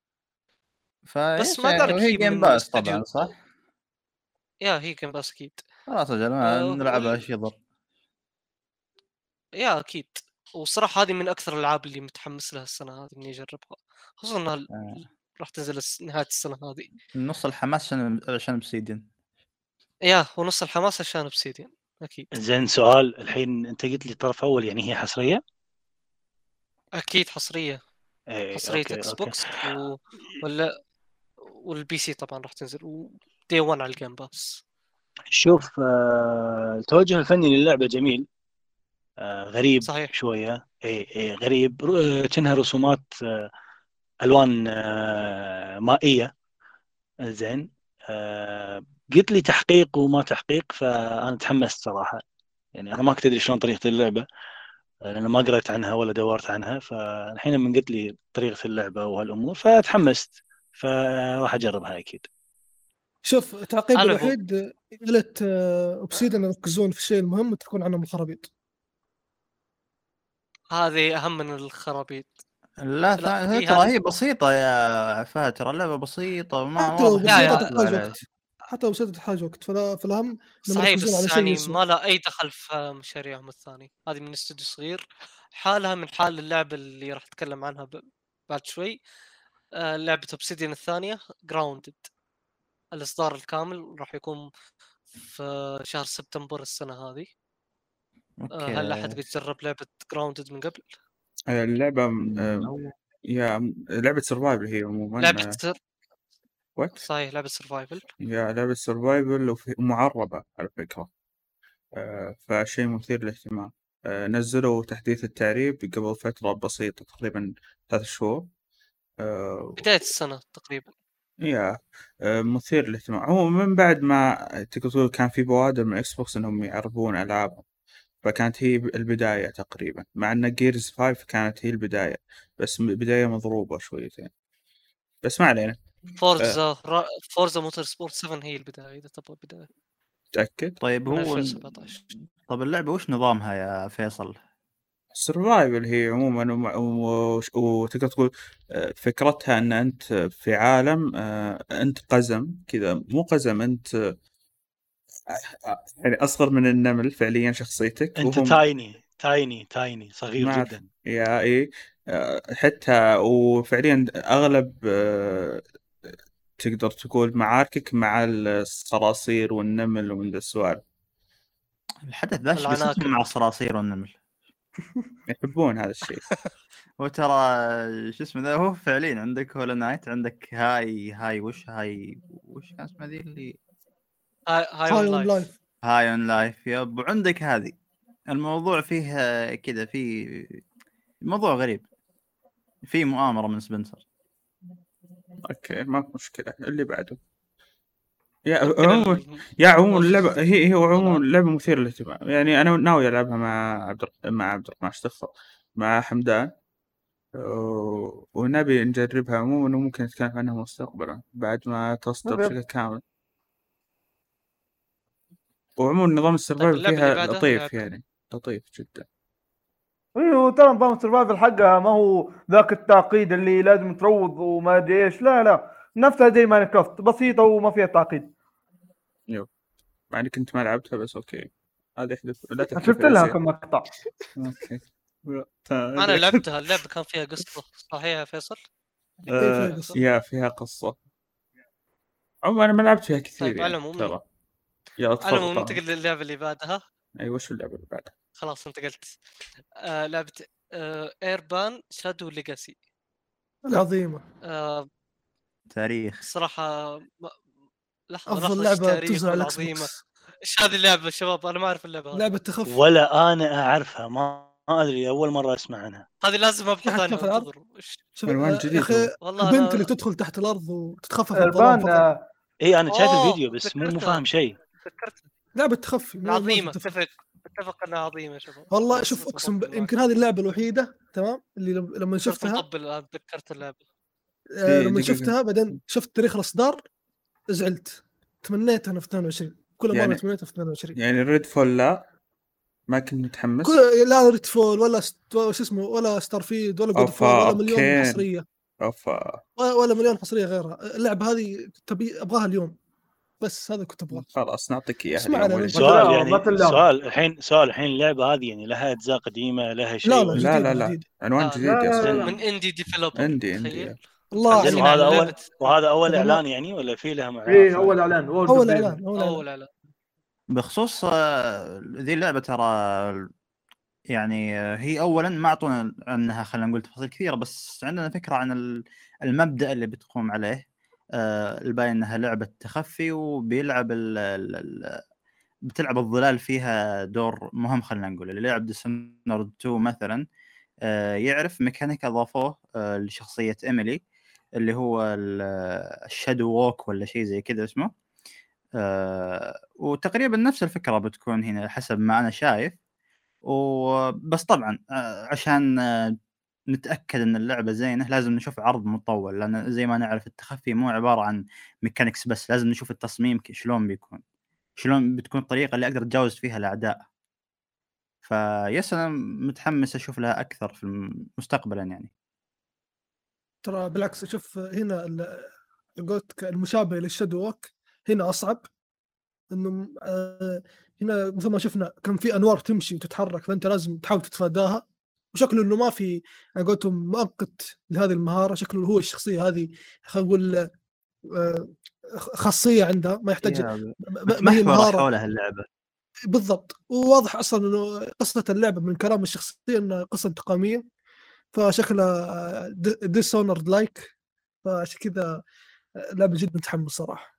بس فايش مع يعني، ذلك وهي هي جيم من باس استوديو. طبعا صح؟ يا هي كان باس اكيد. خلاص اجل ما أه نلعبها، وال... ايش يضر. يا اكيد. والصراحه هذه من اكثر الالعاب اللي متحمس لها السنه هذه اني اجربها، خصوصا انها ال- آه. راح تنزل الس- نهايه السنه هذه. نص الحماس عشان عشان بسيدن. يا ونص الحماس عشان اوبسيديان اكيد. زين سؤال الحين، أنت قلت لي طرف أول يعني هي حصرية؟ اكيد حصريه، إيه حصريه أوكي اكس أوكي. بوكس و... ولا والبي سي طبعا راح تنزل ودي واحد على الجيم باس. شوف آه التوجه الفني للعبة جميل، آه غريب صحيح. شوية. إيه إيه غريب، ر- كأنها رسومات آه ألوان آه مائية. زين. آه قلت لي تحقيق وما تحقيق، فأنا تحمست صراحة. يعني أنا ما كنت أدري شلون طريقة اللعبة، لأن ما قرأت عنها ولا دورت عنها، فالحين من قلت لي طريقة اللعبة وهالأمور فتحمست، فراح أجربها أكيد. شوف تعقيبي انا أقول الوحيد قلت اوبسيدن يركزون في الشيء المهم وتكون عنهم الخرابيط. هذه اهم من الخرابيط. لا لا ثا- هي ترى هذه. هي بسيطة يا فهد، ترى اللعبة بسيطة ما حتى لو واضح يا إنها بسيطه يا تركز تحتاج عليه. وقت، حتى لو بسيطه تحتاج وقت، فلا فالاهم انهم صحيح، يركزون على بس شيء يعني يسوى. ما لها اي دخل في مشاريعهم الثانيه. هذه من استوديو صغير، حالها من حال اللعبه اللي راح اتكلم عنها ب- بعد شوي. آه، لعبه اوبسيديان الثانيه جراوندد، الاصدار الكامل راح يكون في شهر سبتمبر السنه هذه. آه، هل احد اوكي. قد جرب لعبه جراوندد من قبل؟ آه، اللعبة آه، أو يا لعبة سرفايفل هي عموما. لعبه آه، سر... وات صحيح لعبه سرفايفل. يا لعبة سرفايفل ومعربة على فكرة. آه، فشيء مثير للاهتمام. آه، نزلوا تحديث التعريب قبل فترة بسيطة تقريبا ثلاث شهور. آه، بدايه السنه تقريبا. يا آه، مثير للاهتمام. هو من بعد ما تقدر تقول كان في بوادر من اكس بوكس انهم يعربون العابهم، فكانت هي البداية تقريبا، مع ان جيرز خمسة كانت هي البداية، بس م- بداية مضروبة شويتين، بس ما علينا. أه فورزا را... فورزا موتور سبورت سبعة هي البدايه، اذا تبغى بدايه، تأكد. طيب من هو ألفين وسبعة عشر. طب اللعبة وش نظامها يا فيصل؟ السرفايفل هي عموما وم- وش- وتقدر تقول آه، فكرتها ان انت في عالم آه، انت قزم كذا، مو قزم انت آه، آه، يعني اصغر من النمل فعليا شخصيتك، انت وهم تايني تايني تايني صغير ما أعرف جدا. يا اي آه، حتى وفعليا اغلب آه، تقدر تقول معاركك مع الصراصير والنمل ومن ذا السوالف، الحدث ذا ايش قصتهم العناكب. مع الصراصير والنمل؟ يحبون هذا الشيء. وترى شو اسمه ذا هو فعليا عندك هولا نايت، عندك هاي هاي وش هاي وش كان اسمها ذي اللي هاي هاي هاي اون اون لايف. لايف. هاي اون لايف. يب وعندك هذه الموضوع فيه آه، كذا، في موضوع غريب، في مؤامرة من سبنسر. اوكي ما في مشكلة، اللي بعده. يا يمكن عموما ال- يا عموما موجود اللعبة في هي هي عموما القناة. اللعبة مثيرة للاهتمام، يعني أنا ناوي ألعبها مع عبد الر- مع عبد الرحمن استغفر مع حمدان، و- ونبي نجربها عموما، وممكن نتكلم عنها مستقبلا بعد ما تصدر يب. بشكل كامل. وعموما نظام طيب السرفايف اللعبة اللي فيها بعدها لطيف، لعبة يعني لطيف جدا. ايوه ترى نظام السرفايفل حقها ما هو ذاك التعقيد اللي لازم تروض وما ادري ايش، لا لا نفسها زي ماينكرافت بسيطه وما فيها تعقيد. يو مع إني كنت ما لعبتها بس أوكي، هذا يحدث لا تحدث شفت لها الأشياء. كم مقطع. أوكي أنا لعبتها. اللعبة كان فيها قصة صحيح يا فيصل؟ إيه فيها آه، قصة. يا فيها قصة. عموما أنا ما لعبت فيها كثير طيب على يعني العموم ترى. يلا على تفضل العموم طبعا. ننتقل للعبة اللي بعدها. أيوة شو اللعبة اللي بعدها؟ خلاص انتقلت. آه لعبة آه ايربان شادو ليجاسي. العظيمة. آه تاريخ. الصراحة ما... لحظة افضل لحظة ايش لعبة تاريخ بتنزل على الاكس والعظيمة؟ بوكس. ايش هذه اللعبة شباب؟ انا ما اعرف اللعبة هذه. لعبة تخفي. ولا انا اعرفها، ما ما ادري، اول مره اسمع عنها. هذه لازم ابحث تحت عنها. في الارض. انتظروا إيش؟ شوف عنوان آه، يا جديد اخي هو. والله البنت انا اللي تدخل تحت الارض وتتخفى في الظلام ايربان فقط. آه، اي انا شايف أوه، الفيديو بس مو مو تذكرتها. فاهم شيء. تذكرتها. لعبة تخفي مو ما العظيمة. تتفق. اتفق اتفق انها عظيمة يا شباب. والله خلاص، شوف صرت اقسم ب... مطبل معك. يمكن هذه اللعبة الوحيدة تمام اللي لم- لما صرت شفتها مطبل الان. تذكرت اللعبة. آه دي- لما دقيقة. شفتها بعدين شفت تاريخ الاصدار زعلت. تمنيت انا في اثنين وعشرين، كل مرة يعني- تمنيتها في اثنين وعشرين. يعني ريد فول لا ما كنت متحمس. كل لا ريد فول ولا ست... ولا شو اسمه ولا ستارفيد ولا جود فول أوفا ولا مليون أركين. حصرية أوفا ولا ولا مليون حصرية غيرها. اللعبة هذه تبي ابغاها اليوم، بس هذا كنت ابغاه. خلاص نعطيك إياها اسمع اليوم أنا ولا نجي. شيء. سؤال لا، يعني ما تلام. سؤال الحين سؤال الحين اللعبه هذه يعني لها اجزاء قديمه، لها شيء لا لا ولا- لا جديد لا لا جديد. عنوان لا، جديد لا، يا لا، سيدي. لا. من اندي ديفلوبر. عندي عندي تخيل. الله زين متحمسين وهذا على اول لعبة- وهذا اول طبعاً اعلان يعني ولا في لها مع ايه اول اعلان اول اول اعلان اول اعلان اول اعلان. بخصوص آه، ذي اللعبة ترى يعني آه، هي اولا ما اعطونا عنها خلينا نقول تفاصيل كثيره، بس عندنا فكره عن ال- المبدا اللي بتقوم عليه. آه، الباين انها لعبه تخفي، وبيلعب ال ال ال بتلعب الظلال فيها دور مهم. خلينا نقول اللي لعب ديسونرد تو مثلا آه، يعرف ميكانيك اضافوه آه، لشخصيه ايميلي اللي هو الشادو ووك ولا شيء زي كذا اسمه. آه، وتقريبا نفس الفكره بتكون هنا حسب ما انا شايف. وبس طبعا آه، عشان آه، نتأكد أن اللعبة زينة لازم نشوف عرض مطول، لأن زي ما نعرف التخفي مو عبارة عن ميكانيكس بس، لازم نشوف التصميم ك- شلون بيكون، شلون بتكون الطريقة اللي أقدر أتجاوز فيها الأعداء. فيس أنا متحمس أشوف لها أكثر في المستقبلا يعني. ترى بالعكس شوف هنا ال- قلت المشابه للشادو ووك هنا اصعب. انه آه، هنا مثل ما شفنا كان في انوار تمشي وتتحرك فانت لازم تحاول تتفاداها، وشكله انه ما في انا قلت مؤقت لهذه المهاره. شكله هو الشخصيه هذه خلينا نقول آه، خاصيه عندها ما يحتاج هي ما- ما ما هي متمحورة مهاره حولها اللعبة. بالضبط. وواضح اصلا انه قصه اللعبه من كلام الشخصيه انها قصه انتقاميه، فشكلها ديسونرد لايك، فعشان كذا لعبه جدا متحمس صراحه.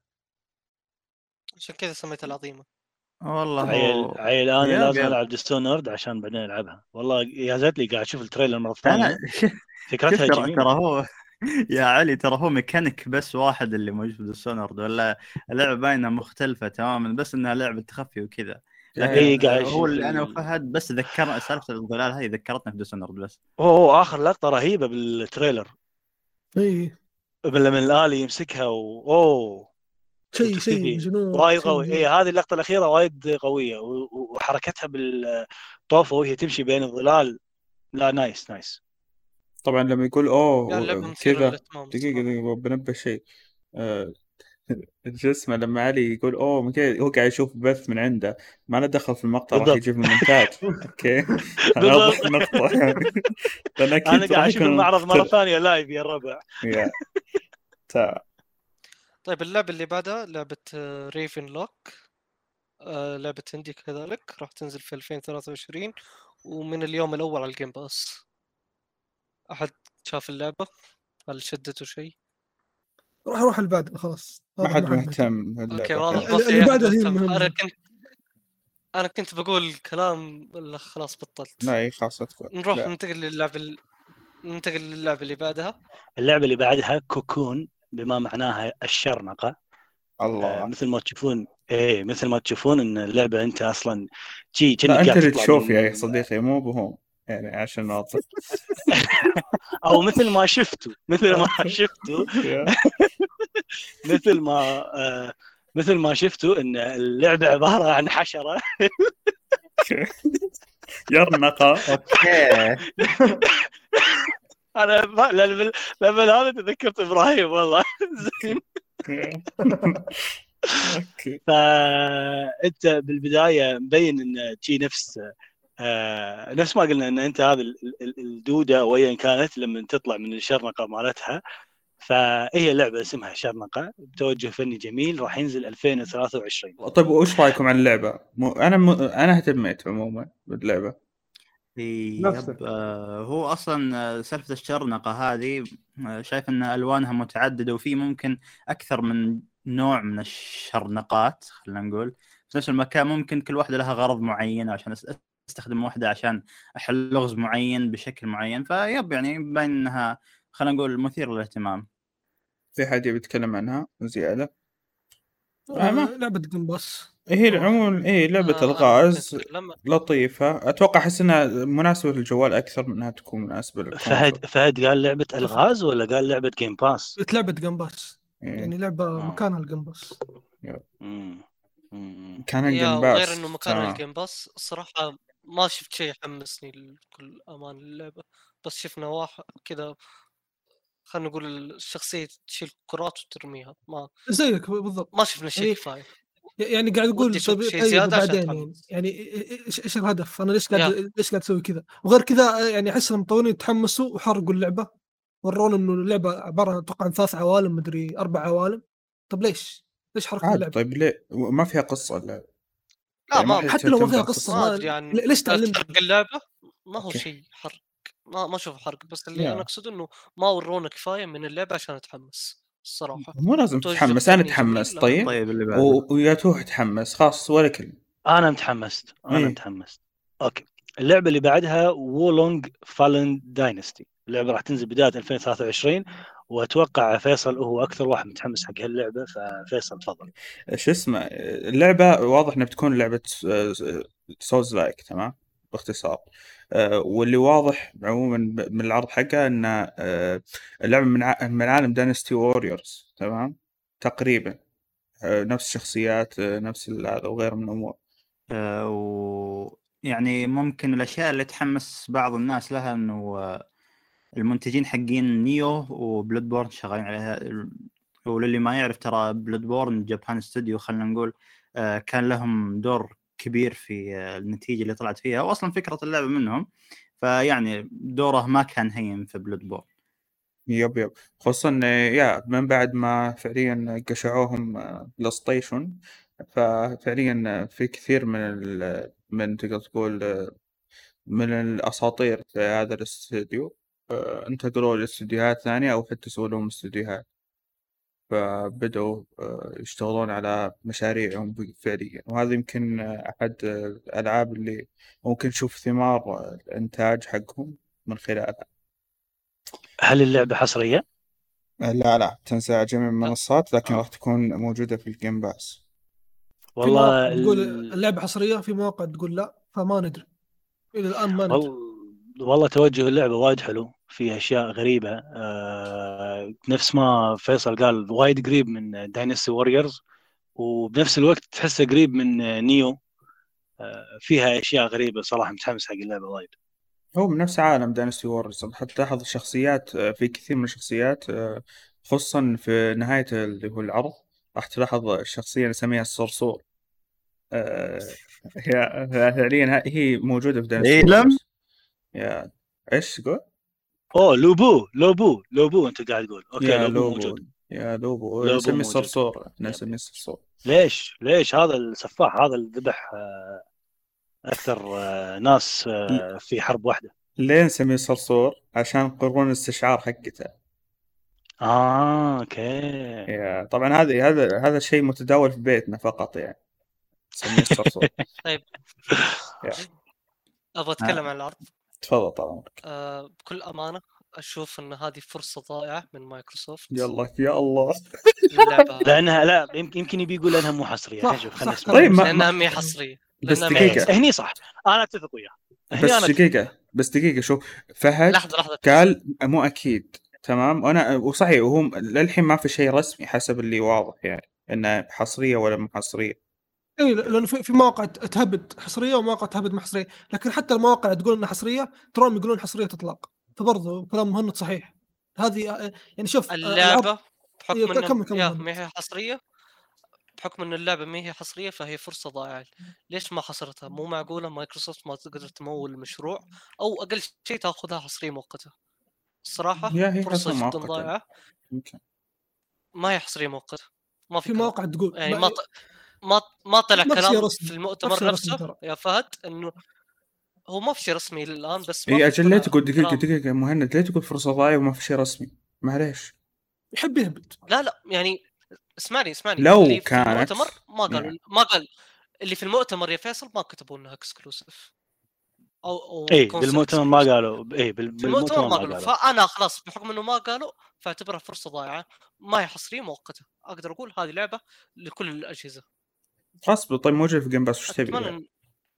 عشان كذا سميتها العظيمة. والله عيل هو عيل انا ياب لازم ياب. العب ديستونرد عشان بعدين العبها. والله يا زيت لي قاعد اشوف التريلر مره أنا ثانيه، شوف فكرتها ترى جميله. ترى هو يا علي ترى هو ميكانيك بس واحد اللي موجود في ديسونرد، ولا اللعبة باينة مختلفة تماما بس إنها لعبة تخفي وكذا. لكن إيه قاعد هو أشوف اللي انا ال- وفهد بس ذكرنا سالفه الظلال هذه ذكرتنا في ديسونرد بس. اوه اخر لقطه رهيبه بالتريلر اي لما الالي يمسكها و... اوه شيء شيء وتختفي. مجنون وايد شيء قوي. مجنون. اي هذه اللقطه الاخيره وايد قويه و... و- وحركتها بالطوفه وهي تمشي بين الظلال لا نايس نايس. طبعا لما يقول يعني اوه اللعبة مثيرة كذا، للاهتمام دقيقة الصراحة. دقيقة بنبه شيء. آه، شو اسمه لما علي يقول اوه من كذا، هو قاعد يشوف بث من عنده، ما له دخل في المقطع، راح بالضبط يجيب المونتاج. اوكي. انا بالضبط. اوضح نقطة يعني. لان انا اكيد قاعد راح اشوف يكون المعرض مره مختلف. ثانيه لايف يا الربع. يا تا طيب اللعبة اللي بعدها لعبة ريفن لوك، لعبة هندي كذلك، راح تنزل في ألفين وثلاثة وعشرين ومن اليوم الأول على الجيم باس. أحد شاف اللعبة؟ هل شدته شيء؟ روح روح اللي بعده خلاص، ما واضح حد ما حد مهتم. مهتم اوكي باللعبة واضح خلاص. ما اللي في احد بعده هي مهتم. المهم. انا كنت انا كنت بقول كلام ولا خلاص بطلت. لا اي خلاص ادخل. نروح لا ننتقل للعبة ال... ننتقل للعبة اللي بعدها. اللعبه اللي بعدها كوكون، بما معناها الشرنقه. آه الله. مثل ما تشوفون، ايه مثل ما تشوفون ان اللعبه انت اصلا جي لا كأنك انت قاعد اللي تطلع تشوف من، يا صديقي مو بهم، يعني عشان نوضح. او مثل ما شفتوا مثل ما اوكي. شفتوا يا. مثل ما آه مثل ما شفتوا ان اللعبه عباره عن حشره. اوكي. يرنقة. اوكي. انا ب- لما لما هذا تذكرت ابراهيم والله. زين. اوكي. فانت بالبدايه مبين ان شي نفس آه نفس ما قلنا ان انت هذه ال- ال- الدوده او ايا كانت لما تطلع من الشرنقه مالتها. فهي لعبه اسمها شرنقه بتوجه فني جميل، راح ينزل ألفين وثلاثة وعشرين. طيب وش رايكم عن اللعبة؟ مو... انا م... انا اهتميت عموما باللعبة. نفسك. يب آه هو اصلا آه، سالفه الشرنقه هذه، آه، شايف ان الوانها متعدده وفي ممكن اكثر من نوع من الشرنقات، خلينا نقول في نفس المكان. ممكن كل واحده لها غرض معين، عشان أس- استخدم واحده عشان احل لغز معين بشكل معين. فيب يعني باين انها، خلينا نقول، مثير للاهتمام. في حد يبي يتكلم عنها زيادة؟ آه آه ما لعبة جيم باس. هي عموما ايه لعبة آه انا ممكن الغاز اتكلم. لطيفة، اتوقع احس انها مناسبة للجوال اكثر من انها تكون مناسبة للكونسول. فهد فهد قال لعبه اتفق. الغاز ولا قال لعبه جيم باس؟ قلت لعبة جيم باس، إيه. يعني لعبة آه. مكانها الجيم باس. مم. مم. كان يا جيم وغير باس انه مكان تمام. الجيم باس الصراحة ما شفت شيء يحمسني لكل امان اللعبة. بس شفنا واحد كذا، خلينا نقول الشخصية تشيل كرات وترميها، ما زيك بالضبط. ما شفنا شيء يعني كفاية. يعني قاعد ودي اقول اشوف طيب شيء طيب زيادة عشان وبعدين يعني اتحمس. يعني ايش ايش الهدف؟ انا ليش قاعد يا ليش قاعد اسوي كذا؟ وغير كذا يعني احس المطورين تحمسوا وحرقوا اللعبه، ورونا انه اللعبه عباره اتوقع عن ثلاث عوالم، مدري اربع عوالم. طب ليش؟ ليش حرقت عادي اللعبه؟ طيب ليه ما فيها قصة اللعبة؟ لا يعني ما ما حد حتى لو ما تهتم فيها قصه، ما بالقصة. ادري ما عن ليش تعلمت؟ حرق اللعبة. ما هو اوكي. شيء حرق، ما ما اشوف حرق. بس اللي انا يا اقصد انه ما ورونا كفاية من اللعبة عشان اتحمس الصراحة. مو لازم توجه تتحمس، انا فني اتحمس جميل لها. طيب. طيب اللي بعده. و... ويا توه تحمس خاص ولا كلمة. انا متحمست انا ايه متحمست اوكي. اللعبه اللي بعدها وولونج فالن داينستي. اللعبه راح تنزل بدايه ألفين وثلاثة وعشرين، واتوقع فيصل هو اكثر واحد متحمس حق هاللعبه، ففيصل تفضل. شو اسمه اللعبة واضح انها بتكون لعبة سولز لايك تمام باختصار. آه، واللي واضح عموما ب- من العرض حقها ان آه، اللعبة من ع- من عالم دانستي ووريرز تمام تقريبا. آه، نفس الشخصيات، آه، نفس ال- هذا وغيره من الامور. آه و يعني ممكن الاشياء اللي تحمس بعض الناس لها انه آه، المنتجين حقين نيو وبلود بورن شغالين عليها. وللي ما يعرف ترى بلود بورن جابان ستوديو، خلينا نقول آه، كان لهم دور كبير في آه، النتيجة اللي طلعت فيها، وأصلا فكرة اللعبة منهم. فيعني دوره ما كان هين في بلود بورن. يب يب خصوصا آه، يا من بعد ما فعليا قشعوهم بلاي ستيشن، ففعليا آه، في كثير من ال من تقدر تقول آه، من الأساطير في هذا الاستوديو آه، انتقلوا لاستديوهات ثانية أو حتى سووا لهم استديوهات، فبدأوا آه، يشتغلون على مشاريعهم فعليا. وهذا يمكن آه، أحد آه، الألعاب اللي ممكن نشوف ثمار آه، الإنتاج حقهم من خلالها. هل اللعبه حصريه؟ آه، لا لا تنزل على جميع لا المنصات، لكن راح آه. تكون موجودة في الجيم باس. في مواقع والله تقول ال... اللعبه حصريه، في مواقع تقول لا، فما ندري الى الان ما ندري. والله والله توجه اللعبه وايد حلو، فيها اشياء غريبه آه... نفس ما فيصل قال وايد قريب من داينستي ووريرز، وبنفس الوقت تحسه قريب من نيو. آه... فيها اشياء غريبه صراحه، متحمس حق اللعبه وايد. هو من نفس عالم داينستي وورز. حتى لاحظ الشخصيات، آه، في كثير من الشخصيات، آه، خصوصا في نهاية اللي هو العرض راح تلاحظ الشخصية نسميها الصرصور. آه، هي فعليا هي موجودة في داينستي إيه، لم؟ وورز. يا ايش تقول؟ اوه لوبو لوبو لوبو انت قاعد تقول اوكي يا لوبو لوبو، موجود. يا لوبو لوبو نسميه موجود. الصرصور، يب نسميه يب. الصرصور. ليش ليش هذا السفاح هذا اللي ذبح آه، اكثر آه، ناس ل- آه، في حرب واحده. ليه نسميه صرصور؟ عشان قرون الاستشعار حقته. اه اوكي. يا طبعا هذا هذا هذا شيء متداول في بيتنا فقط، يعني نسميه الصرصور. طيب يا ابغى اتكلم ها، عن العرض. تفضل طبعا. آه بكل امانه اشوف ان هذه فرصه ضائعه من مايكروسوفت يلا يا الله. للعبه هذه. لانها لا يمكن يمكن يبي يقول لانها مو حصريه. صح، خلينا نشوف خلينا صح نسمع. طيب ما, لانها ما مي حصريه. بس لانها مي دقيقة. حصريه. هني صح انا اتفق وياه. هني بس انا أتفق. دقيقة بس دقيقة شوف فهد لحظه لحظه بس. قال مو أكيد. تمام، وأنا وصحيح، وهو للحين ما في شيء رسمي حسب اللي واضح، يعني إنها حصرية ولا مو حصرية. اي لانه في في مواقع تهبد حصريه ومواقع تهبد مو حصريه، لكن حتى المواقع اللي تقول انها حصريه تراهم يقولون حصريه اطلاق، فبرضه كلام مهند صحيح. هذه يعني شوف آه، العرض اللعبه بحكم إيه، ان كمل كمل يا مهند. ما هي حصريه، بحكم ان اللعبه ما هي حصريه فهي فرصه ضائعه. ليش ما حصرتها؟ مو معقوله مايكروسوفت ما تقدر تمول المشروع او اقل شيء تاخذها حصريه مؤقته. الصراحه يا هي فرصه حصرية جدا مؤقتة ضائعه. يمكن. ما هي حصريه مؤقته، ما في في كلام. مواقع تقول يعني ما, ما ط... ما ما طلع ما في شيء كلام رسمي، في ما في المؤتمر شيء رسمي نفسه ترى. يا فهد، انه هو ما في شيء رسمي للان، بس ما إيه في أجل ليه طلع تقول دقيقة كلام. دقيقة مهند، ليه تقول فرصة ضايعة وما في شيء رسمي؟ معليش. يحب يهبد. لا لا يعني اسمعني اسمعني لو اللي في كانت المؤتمر ما قالوا يعني. ما قال اللي في المؤتمر يا فيصل ما كتبوا انها اكسكلوسيف او او اي كونسول بالمؤتمر ما اكسكلوسيف. قالوا اي بال- في المؤتمر بالمؤتمر ما ما قالوا، قالوا. فانا خلاص بحكم انه ما قالوا فاعتبرها فرصه ضائعه. ما هي حصريه مؤقته، اقدر اقول هذه لعبه لكل الاجهزه. اصبر، طيب موجود في جيم باس وش تبي اتمنى يعني؟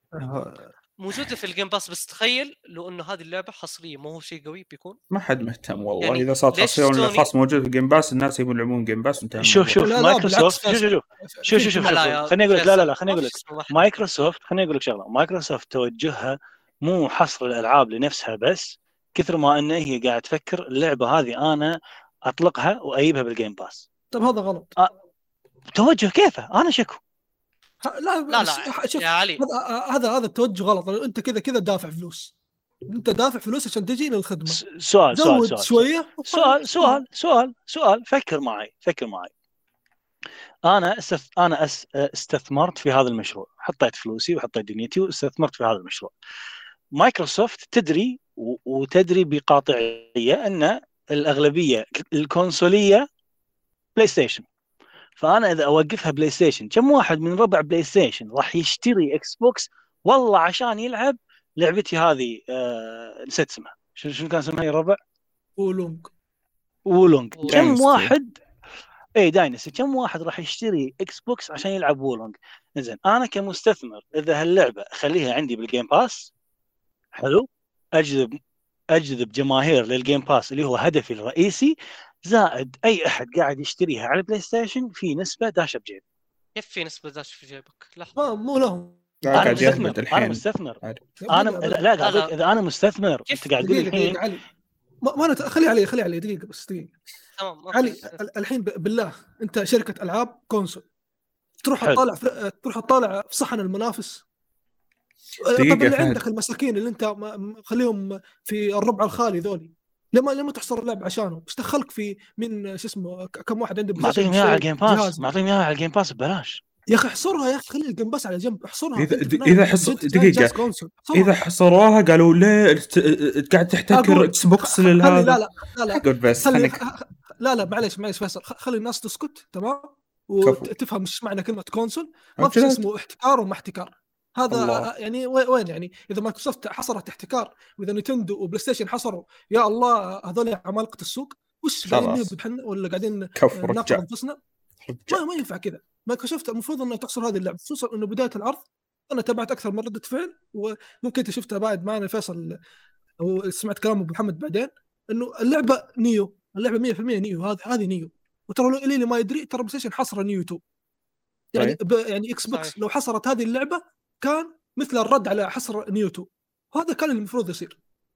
إن موجوده في الجيم باس، بس تخيل لو انه هذه اللعبه حصريه مو هو شيء قوي بيكون. ما حد مهتم والله، يعني اذا صارت ليش حصريه ولا سوني- خاص موجود في جيم باس الناس يبون يلعبون جيم باس وانتهى شوف الموضوع. شوف لا لا مايكروسوفت بالعكس شوف شوف فيصل. شوف شوف شوف لا شوف لا يا خليني اقول لك لا لا لا فيصل، خليني ما اقول في لك اسمه واحد. مايكروسوفت خليني اقول لك شغله. مايكروسوفت توجهها مو حصر الالعاب لنفسها بس، كثر ما ان هي قاعد تفكر اللعبه هذه انا اطلقها واجيبها بالجيم باس. طب هذا غلط. أ... توجه كيفه انا شكو. ه- لا لا بس لا شوف يا علي هذا هذا هذا التوجه غلط. انت كذا كذا دافع فلوس، انت دافع فلوس عشان تجي للخدمه. س- سؤال سؤال زود سؤال شويه سؤال سؤال سؤال سؤال فكر معي فكر معي. انا استث... انا أس... استثمرت في هذا المشروع، حطيت فلوسي وحطيت دنيتي واستثمرت في هذا المشروع. مايكروسوفت تدري و... وتدري بقاطعيه ان الاغلبيه الكونسوليه بلاي ستيشن. فانا اذا اوقفها بلاي ستيشن كم واحد من ربع بلاي ستيشن راح يشتري اكس بوكس والله عشان يلعب لعبتي هذه؟ آه... نسيت اسمها، شنو شنو كان اسمها يا ربع؟ ولونج. وولونج. كم داينستي. واحد اي داينستي كم واحد راح يشتري اكس بوكس عشان يلعب وولونج؟ زين انا كمستثمر اذا هاللعبه اخليها عندي بالجيم باس حلو، اجذب اجذب جماهير للجيم باس اللي هو هدفي الرئيسي، زائد اي احد قاعد يشتريها على البلاي ستيشن في نسبه داشه بجيبي. كيف في نسبه داش في جيبك؟ لحظه ما مو لهم. لا انا قاعد مستثمر يهبد انا الحين. مستثمر عادي. انا دقيقة- لا قاعد لا، اقول لا. اذا انا مستثمر كيف؟ انت قاعد تقول دقيقة الحين دقيقة علي، ما ما نت... خلي علي خلي علي دقيقة بس دقيقة. تمام ما علي في- ال- الحين ب- بالله انت شركة العاب كونسول تروح حلو. تطالع في... تروح تطالع في صحن المنافس. دقيقة طب اللي فهد. عندك المساكين اللي انت م- خليهم في الربع الخالي ذولي، لما لما تحصر اللعب عشانهم ايش دخلك في من شو اسمه ك- كم واحد عنده معطيهم اياها على الجيم باس معطيهم اياها على الجيم باس ببلاش. يا اخي احصرها يا اخي خلي الجيم باس على جنب احصرها. إذا أنت في إذا النهاية حص جد دقيقة جهاز كونسول. حصرها. إذا حصروها قالوا ليه ت- قاعد تحتكر أقول اكس بوكس خلي للهذا. لا لا لا لا أقول بس خلي خليك خ- لا لا معليش معليش فيصل خ- خلي الناس تسكت تمام كفو. وتفهم ايش معنى كلمه كونسول. ما في شيء أبجد. اسمه احتكار وما احتكار. هذا الله. يعني وين وين يعني اذا مايكروسوفت حصرت احتكار واذا نينتندو وبلاي ستيشن حصروا يا الله هذول عمالقه السوق وش قاعدين خلاص. نهبط احنا ولا قاعدين كفو ناخذ رجع انفسنا؟ رجع. ما ما ينفع كذا. مايكروسوفت المفروض انها تحصر هذه اللعبه، خصوصا انه بدايه العرض انا تابعت اكثر من رده فعل، وممكن انت شفتها بعد معنا فيصل او سمعت كلام ابو محمد بعدين انه اللعبه نيو، اللعبه مية بالمية نيو. هذه هذه نيو. وترى لو اللي ما يدري ترى بلاي ستيشن حصر نيو تو يعني ب... يعني اكس بوكس صحيح. لو حصرت هذه اللعبه كان مثل الرد على حصر نيو تو. وهذا كان المفروض يصير.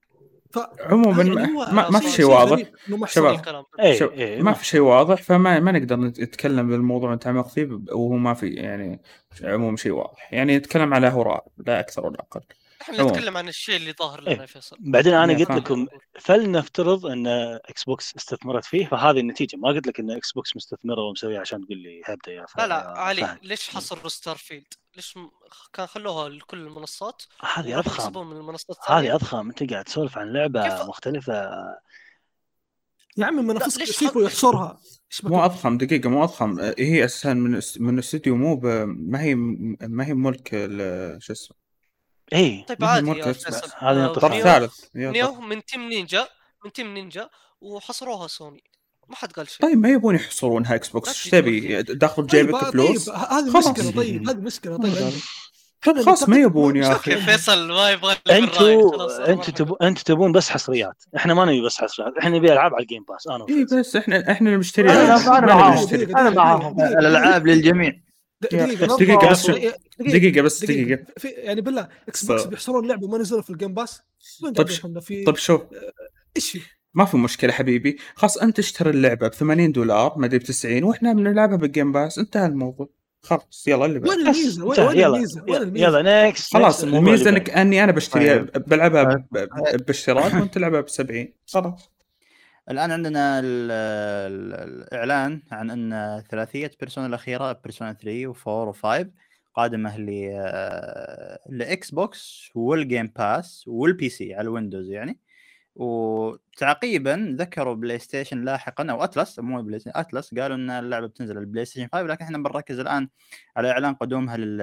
عموما ما, ما, ما في شيء واضح شباب. شو اي ما في شيء واضح، فما ما نقدر نتكلم بالموضوع نتعمق فيه وهو ما في يعني عموما شيء واضح، يعني نتكلم على هراء لا اكثر ولا اقل. احنا نتكلم عن الشيء اللي ظاهر لنا. إيه. فيصل بعدين انا يا قلت فاهم. لكم فلنفترض ان اكس بوكس استثمرت فيه، فهذه النتيجه. ما قلت لك ان اكس بوكس مستثمره ومسويه عشان تقول لي هبده يا لا لا يا علي فهد. ليش حصروا ستار فيلد؟ ليش م- كان خلوها لكل المنصات هذه وراح اضخم، يكسبون من المنصات الثانية؟ هذه اضخم. انت قاعد تسولف عن لعبه كيف؟ مختلفه يا عمي منافس ليش سيفو حط- يحصرها. إيش مو بك- اضخم دقيقه، مو اضخم، هي اساسا من است- من استوديو، مو ب... ما هي ما هي ملك ال- شو اسمه. اي طيب ما هي عادي ملك يا اسمه. فيصل. هذه آه، نقطة طرف نيو ثانية. ثالث يا نيو طرف. من تيم نينجا من تيم نينجا وحصروها سوني، ما حد قال شيء. طيب ما يبون يحصرونها اكس بوكس، لا ايش تجي تبي داخل طيب جيبك طيب فلوس؟ ه- هذه خلاص. مشكله. طيب هذه مشكله. طيب طيب عندي. طيب خلاص ما يبون يا اوكي اخي. فيصل ما يبغى اللي من رايك. انتوا خلاص أنا ما انتوا راح تبون انتوا تبون بس حصريات، احنا ما نبي بس حصريات، احنا نبي العاب على الجيم باس. انا اي وفيصل بس احنا احنا نشتري أنا- العاب، أنا ما نبي معاهم. نشتري. أنا معاهم. الالعاب للجميع. دقيقه دقيقة بس شو- دقيقه دقيقة بس دقيقة. في يعني بالله اكس بوكس صار. بيحصرون لعبه وما نزلوا في الجيم باس. وين طيب قاعدين ش- احنا في طيب شوف، ايش في؟ ما في مشكلة حبيبي، خلاص أنت اشتري اللعبة ب ثمانين دولار ما أدري ب تسعين، وإحنا بنلعبها بالجيم باس، انتهى الموضوع. خلاص يلا اللي بعد. وين الميزه؟ وين انتهى. وين يلا الميزه؟ وين يلا, الميزه؟ يلا نيكست. خلاص الميزة إنك أني أنا بشتريها طيب. بلعبها طيب. ب- ب- باشتراك وأنت تلعبها بسبعين. خلاص. الآن عندنا ال- ال- الإعلان عن أن ثلاثية بيرسونا الأخيرة بيرسونا ثلاثة وفور وفايف قادمة ل لإكس بوكس والجيم باس والبي سي على الويندوز يعني. وتعقيبا ذكروا بلاي ستيشن لاحقا او اتلس، مو بلاي ستيشن، اتلس، قالوا ان اللعبه بتنزل على البلاي ستيشن خمسة، لكن احنا بنركز الان على اعلان قدومها لل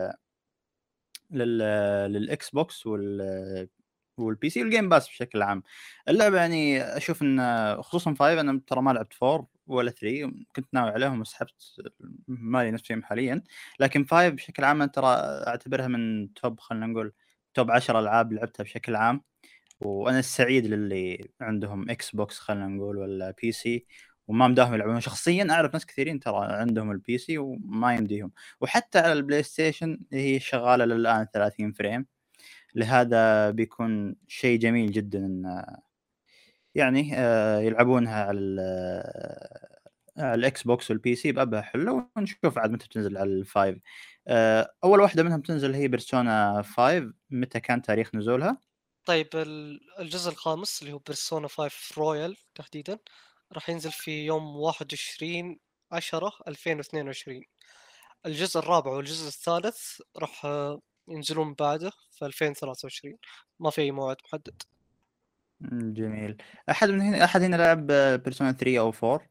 لل للاكس بوكس وال والبي سي والجيم باس بشكل عام. اللعبه يعني اشوف ان خصوصا خمسة، انا ترى ما لعبت فور ولا ثلاثة، كنت ناوي عليهم وسحبت مالي نفسي حاليا، لكن خمسة بشكل عام ترى اعتبرها من توب، خلينا نقول توب عشرة العاب لعبتها بشكل عام. وانا السعيد للي عندهم اكس بوكس خلينا نقول ولا بي سي وما مداهم يلعبون. شخصيا اعرف ناس كثيرين ترى عندهم البي سي وما يمديهم، وحتى على البلاي ستيشن هي شغاله للان ثلاثين فريم، لهذا بيكون شيء جميل جدا ان يعني يلعبونها على الاكس بوكس والبي سي بأبها حلو. ونشوف عاد متى بتنزل على الفايف. اول واحده منهم تنزل هي بيرسونا خمسة، متى كان تاريخ نزولها؟ طيب الجزء الخامس اللي هو بيرسونا خمسة رويال تحديدا راح ينزل في يوم واحد وعشرين عشرة ألفين واثنين وعشرين. الجزء الرابع والجزء الثالث راح ينزلون بعده في ألفين وثلاثة وعشرين. ما في أي موعد محدد. جميل. أحد من هنا أحد هنا لعب بيرسونا ثلاثة أو أربعة؟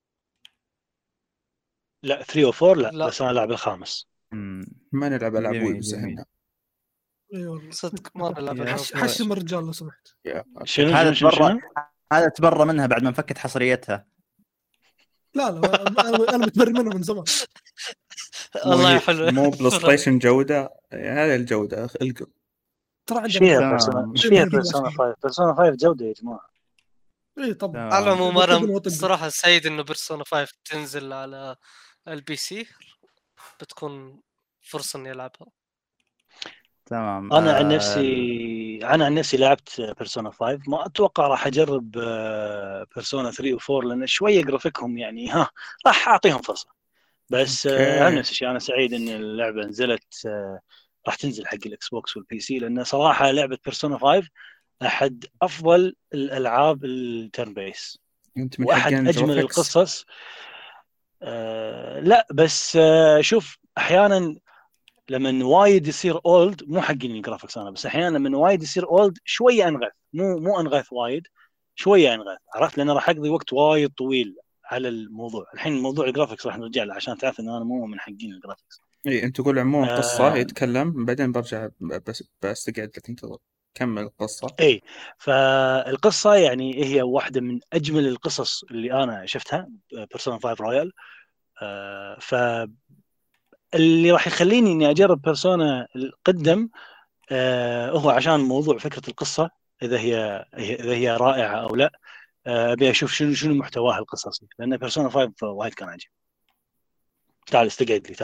لا ثلاثة و أربعة لا, لا. بس أنا لعب الخامس. ما نلعب ألعاب جميل، ويبز جميل. احنا. اي والله صدق ما نلعب يا ألعاب. حش- حشم الرجال لو سمحت. شنو هذا شنو تبرى شنو؟ هذا تبرى منها بعد ما انفكت حصريتها. لا لا انا انا متبري منه من زمان. الله حلو. مو بلاي ستيشن جودة، هذه الجودة القوا. ترى ايش عندنا فيها تمام. بيرسونا؟ ايش شنو فيها هذه بيرسونا الأشياء؟ خمسة؟ بيرسونا خمسة جودة يا جماعة. اي طبعا. تمام. على العموم وطبق انا وطبق. الصراحه سعيد انه بيرسونا خمسة تنزل على البي سي، بتكون فرصه اني العبها. تمام. انا عن آه، نفسي انا عن نفسي لعبت بيرسونا خمسة، ما اتوقع راح اجرب بيرسونا ثلاثة و أربعة لان شويه جرافيكهم يعني ها راح اعطيهم فرصه. بس أوكي. آه، عن نفس الشيء انا سعيد ان اللعبه نزلت، آه، راح تنزل حق الاكس بوكس والبي سي، لان صراحه لعبه بيرسونا خمسة احد افضل الالعاب التيرن بيس انت من واحد حقين اجمل الجرافيكس. القصص. آه لا بس آه شوف احيانا لما وايد يصير اولد، مو حقين الجرافيكس انا، بس احيانا لما وايد يصير اولد شويه انغث، مو مو انغث وايد، شويه انغث، عرفت؟ لان راح اقضي وقت وايد طويل على الموضوع. الحين موضوع الجرافيكس راح نرجع له عشان تعرف ان انا مو من حقين الجرافيكس. اي انت تقول عموما آه. قصة يتكلم بعدين برجع بس بستقعد لك انتظر كمل القصة. اي فالقصه يعني هي واحده من اجمل القصص اللي انا شفتها، بيرسونا خمسة رويال. آه ف اللي راح يخليني اني اجرب بيرسونا القدم آه هو عشان موضوع فكره القصه، اذا هي اذا هي رائعه او لا. ابي آه اشوف شنو شنو محتواها القصصي، لان بيرسونا خمسة وايد كان عجيب. تعال استقعد لي تعال.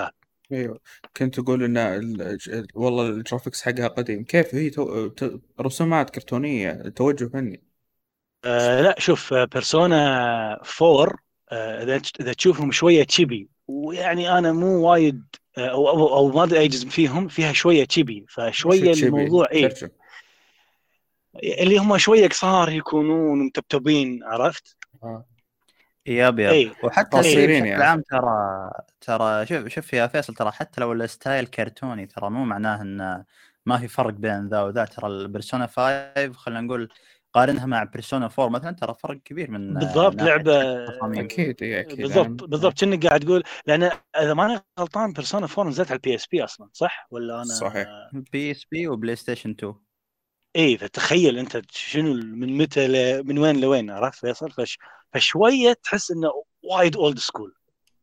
ايوه، كنت اقول ان ال- والله الجرافيكس حقها قديم، كيف هي تو... ت- رسومات كرتونيه، توجه فني. آه لا شوف، بيرسونا فور، آه، اذا اذا تشوفهم شويه تشيبي، ويعني انا مو وايد، آه، او او, أو ما ادري اجزم فيهم، فيها شويه تشيبي، شو فشويه تشيبي الموضوع ايه، ترجم؟ اللي هم شويه قصار يكونون متبتبين، عرفت؟ آه. ياب ياب. اي وحتى هي اي قصيرين بشكل يعني. عام ترى، ترى شوف شوف يا فيصل، ترى حتى لو الستايل كرتوني ترى مو معناه ان ما في فرق بين ذا وذا. ترى البرسونا خمسة خلينا نقول قارنها مع بيرسونا فور مثلا، ترى فرق كبير من آه، بالضبط، ناحيه لعبه، التصاميم. اكيد إيه، اكيد بالضبط انا بالضبط كأنك قاعد تقول، لان اذا ماني غلطان بيرسونا فور نزلت على البي اس بي اصلا، صح ولا صحيح. انا؟ بي اس بي وبلاي ستيشن تو. اي، فتخيل انت شنو من متى ل... من وين لوين، عرفت فيصل؟ فش... فشويه تحس انه وايد اولد سكول.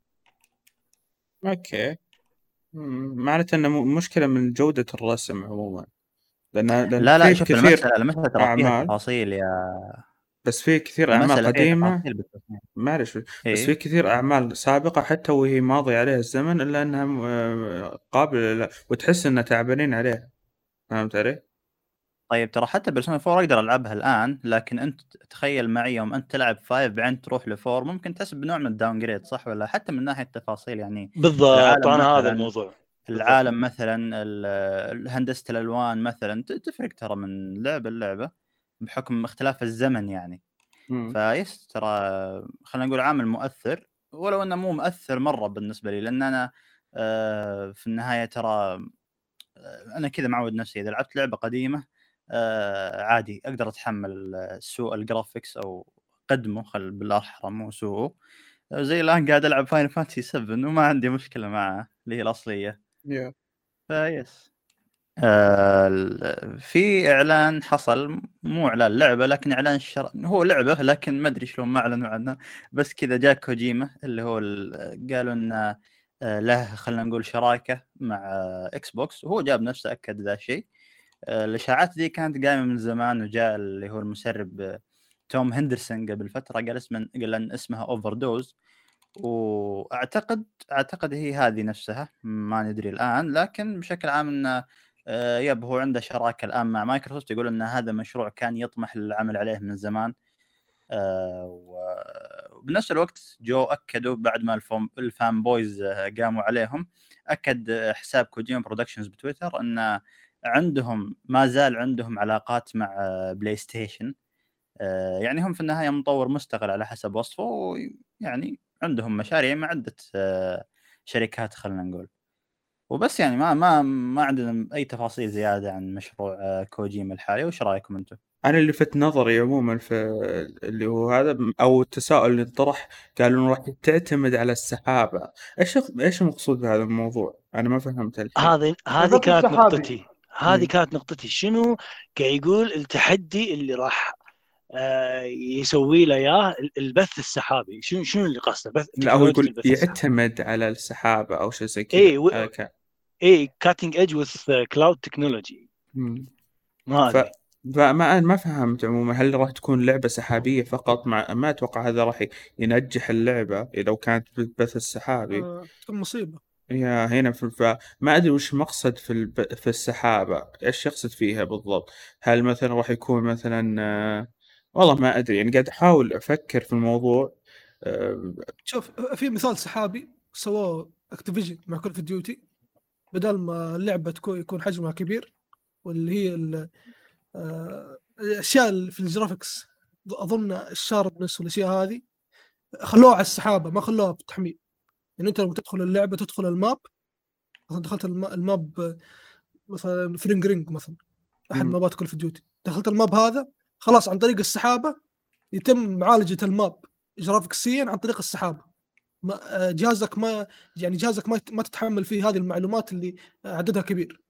اوكي. مم، معناته انه م- مشكله من جوده الرسم عموما، لان لان لا لا، في شوف كثير المساله المساله ترى فيها اعمال، تفاصيل يا، بس في كثير اعمال المساله فيها قديمه. تفاصيل بالتصميم. معلش، بس في ايه كثير أعمال سابقة حتى وهي ماضي عليها الزمن إلا أنها م- آه، قابلة لا، وتحس إنها تعبانين عليها. فهمت علي؟ طيب، ترى حتى بيرسونا فور اقدر العبها الان، لكن انت تخيل معي يوم انت تلعب خمسة بعدين تروح لفور، ممكن تحس بنوع من الداون جريد، صح ولا؟ حتى من ناحيه التفاصيل يعني. بالضبط، العالم انا هذا مثلا، الموضوع. بالضبط. العالم مثلا ال- هندسه الالوان مثلا ت- تفرق ترى من لعبه للعبه بحكم اختلاف الزمن يعني. مم. فيس ترى خلينا نقول عامل مؤثر، ولو انه مو مؤثر مره بالنسبه لي، لان انا آه، في النهايه ترى انا كذا معود نفسي اذا لعبت لعبه قديمه آه عادي اقدر اتحمل سوء الجرافيكس او قدمه، خل بالاحرى مو سوءه. زي الان قاعد العب فاين فانتسي سبعة وما عندي مشكله معه اللي هي الاصليه. يا فيس آه ال- في اعلان حصل، مو اعلان لعبه لكن اعلان شر... هو لعبه لكن ما ادري شلون ما اعلنوا عنها. بس كذا جاء كوجيما اللي هو ال... قالوا انه آه، له خلينا نقول شراكه مع آه، اكس بوكس، وهو جاب نفسه اكد ذا الشيء. آه، الاشاعات دي كانت قايمه من زمان، وجاء اللي هو المسرب آه، توم هندرسون قبل فتره قال اسمه، قال ان اسمها اوفر دوز. واعتقد اعتقد هي هذه نفسها، ما ندري الان، لكن بشكل عام انه آه، يب هو عنده شراكه الان مع مايكروسوفت، يقول ان هذا مشروع كان يطمح للعمل عليه من زمان. آه، وبنفس الوقت جو اكدوا بعد ما الفون الفان بويز آه، قاموا عليهم، اكد آه، حساب كوجيما برودكشنز بتويتر ان عندهم ما زال عندهم علاقات مع آه، بلاي ستيشن. آه، يعني هم في النهايه مطور مستقل على حسب وصفه، ويعني عندهم مشاريع مع عده آه، شركات خلينا نقول. وبس يعني ما ما ما عندنا اي تفاصيل زياده عن مشروع آه، كوجيما الحالي. وش رايكم انتم؟ أنا اللي فت نظري عموما في اللي هو هذا، أو التساؤل اللي انطرح، قالوا إنه راح تعتمد على السحابة. إيش إيش المقصود بهذا الموضوع؟ أنا ما فهمت الحين. هذه هذه البث كانت السحابي. نقطتي، هذه مم. كانت نقطتي شنو قاعد يقول التحدي اللي راح آه، يسوي له اياه البث السحابي، شنو شنو اللي قصده بث لا، هو تكنولوجيا يقول البث السحابي؟ يعتمد على السحابة أو شيء زي كذا. اي هذا و... كان. اي كاتنج ايدج وذ كلاود تكنولوجي. مم. ما ف ادري. فما أنا ما فهمت عموما، هل راح تكون لعبة سحابية فقط؟ مع ما أتوقع هذا راح ينجح اللعبة إذا لو كانت بالبث السحابي. آه، تكون مصيبه. يا هنا في فما أدري وش مقصد في الب... في السحابة، إيش يقصد فيها بالضبط؟ هل مثلا راح يكون مثلا آه، والله ما أدري يعني، قاعد أحاول أفكر في الموضوع. آه، شوف، في مثال سحابي سووه اكتيفيجن مع كول اوف ديوتي، بدل ما اللعبه تكون يكون حجمها كبير، واللي هي ال- آه، الاشياء اللي في الجرافيكس، اظن الشاربنس والاشياء هذه خلوها على السحابه، ما خلوها في التحميل. يعني انت لما تدخل اللعبه تدخل الماب، مثلا دخلت الم- الماب آه، مثلا فرينج رينج مثلا، احد مم. مابات كول اوف ديوتي، دخلت الماب هذا خلاص عن طريق السحابه يتم معالجه الماب جرافيكسيا عن طريق السحابه. ما آه، جهازك ما يعني جهازك ما ما تتحمل فيه هذه المعلومات اللي آه، عددها كبير.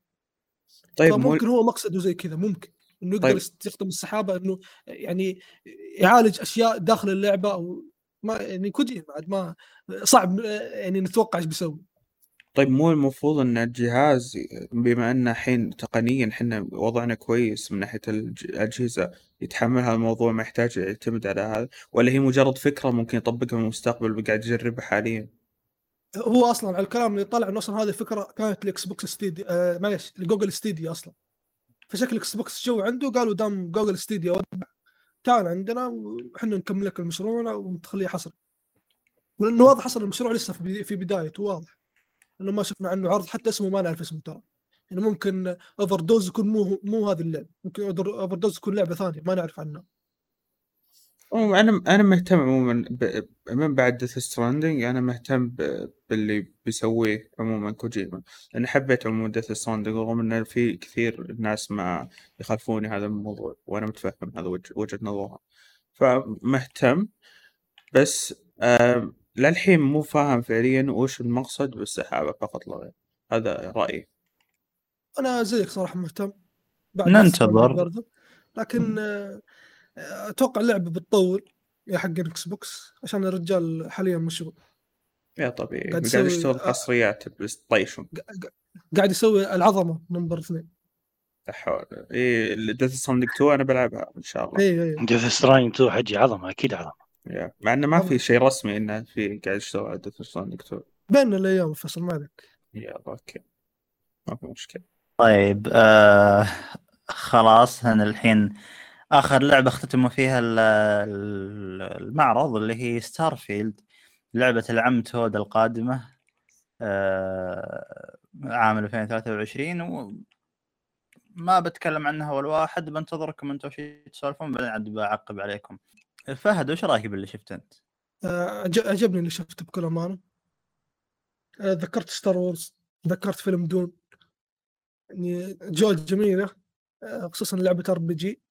طيب مو فممكن هو مقصده زي كذا، ممكن انه يقدر طيب يستخدم السحابه انه يعني يعالج اشياء داخل اللعبه، او ما يعني كوجي بعد ما صعب آه، يعني نتوقع ايش بيسوي. طيب مو المفروض ان الجهاز، بما ان الحين تقنيا احنا وضعنا كويس من ناحية الج- الأجهزة، يتحمل هذا الموضوع، ما يحتاج يعتمد على هذا؟ ولا هي مجرد فكرة ممكن يطبقها في المستقبل وقاعد يجربها حاليا؟ هو اصلا على الكلام اللي طلع انه اصلا هذه الفكره كانت الاكس بوكس ستيديو، آه معليش لجوجل ستيديو اصلا. فشكل اكس بوكس جو عنده قالوا دام جوجل ستيديو ودع تعال عندنا وحنا نكمل لك المشروع ونخليه حصري. ولانه واضح اصلا المشروع لسه في في بدايته، واضح انه ما شفنا عنه عرض، حتى اسمه ما نعرف اسمه ترى. يعني ممكن اوفر دوز يكون مو مو هذه اللعبه، ممكن اوفر دوز يكون لعبه ثانيه ما نعرف عنها. أو أنا أنا مهتم عموما ب... من بعد ديث ستراندنج أنا مهتم ب... باللي بيسويه عموما كوجيما. أنا حبيت عموما ديث ستراندنج رغم إن في كثير ناس ما يخالفوني هذا الموضوع، وأنا متفهم هذا وجه... وجهة نظرهم، فمهتم. بس آه... للحين مو فاهم فعليا وش المقصد بالسحابة فقط لا غير. هذا رأيي. انا زيك صراحه مهتم بعد ننتظر. برضه، لكن آه، اتوقع اللعبه بتطول يا حق الاكس بوكس عشان الرجال حاليا مشغول يا طبيعي قاعد قاعد يسوي يشتغل آه، حصريات بس طيشون. قاعد يسوي العظمه نمبر اثنين. تحول إيه ديث ستراندنج تو أنا بلعبها إن شاء الله. اي اي ديث سترايندينج تو حجي عظمه، اكيد عظمه. يا. مع انه ما طبعا. في شيء رسمي انه في قاعد يشتغل على ديث ستراندنج تو. بين الايام فصل ما عليك. يا اوكي ما في مشكله. طيب آه خلاص أنا الحين آخر لعبة اختتموا فيها ال- ال- المعرض اللي هي ستارفيلد، لعبة العم تود القادمة آه عام ألفين وثلاثة وعشرين، وما بتكلم عنها ولا واحد، بنتظركم انتم شيء تسولفون بعدين عاد بعقب عليكم. فهد وش رايك باللي شفت انت؟ آه، عج- عجبني اللي شفته بكل امانه. آه، ذكرت ستار وورز، ذكرت فيلم دون، يعني جو جميله، آه، خصوصا لعبه ار بي جي.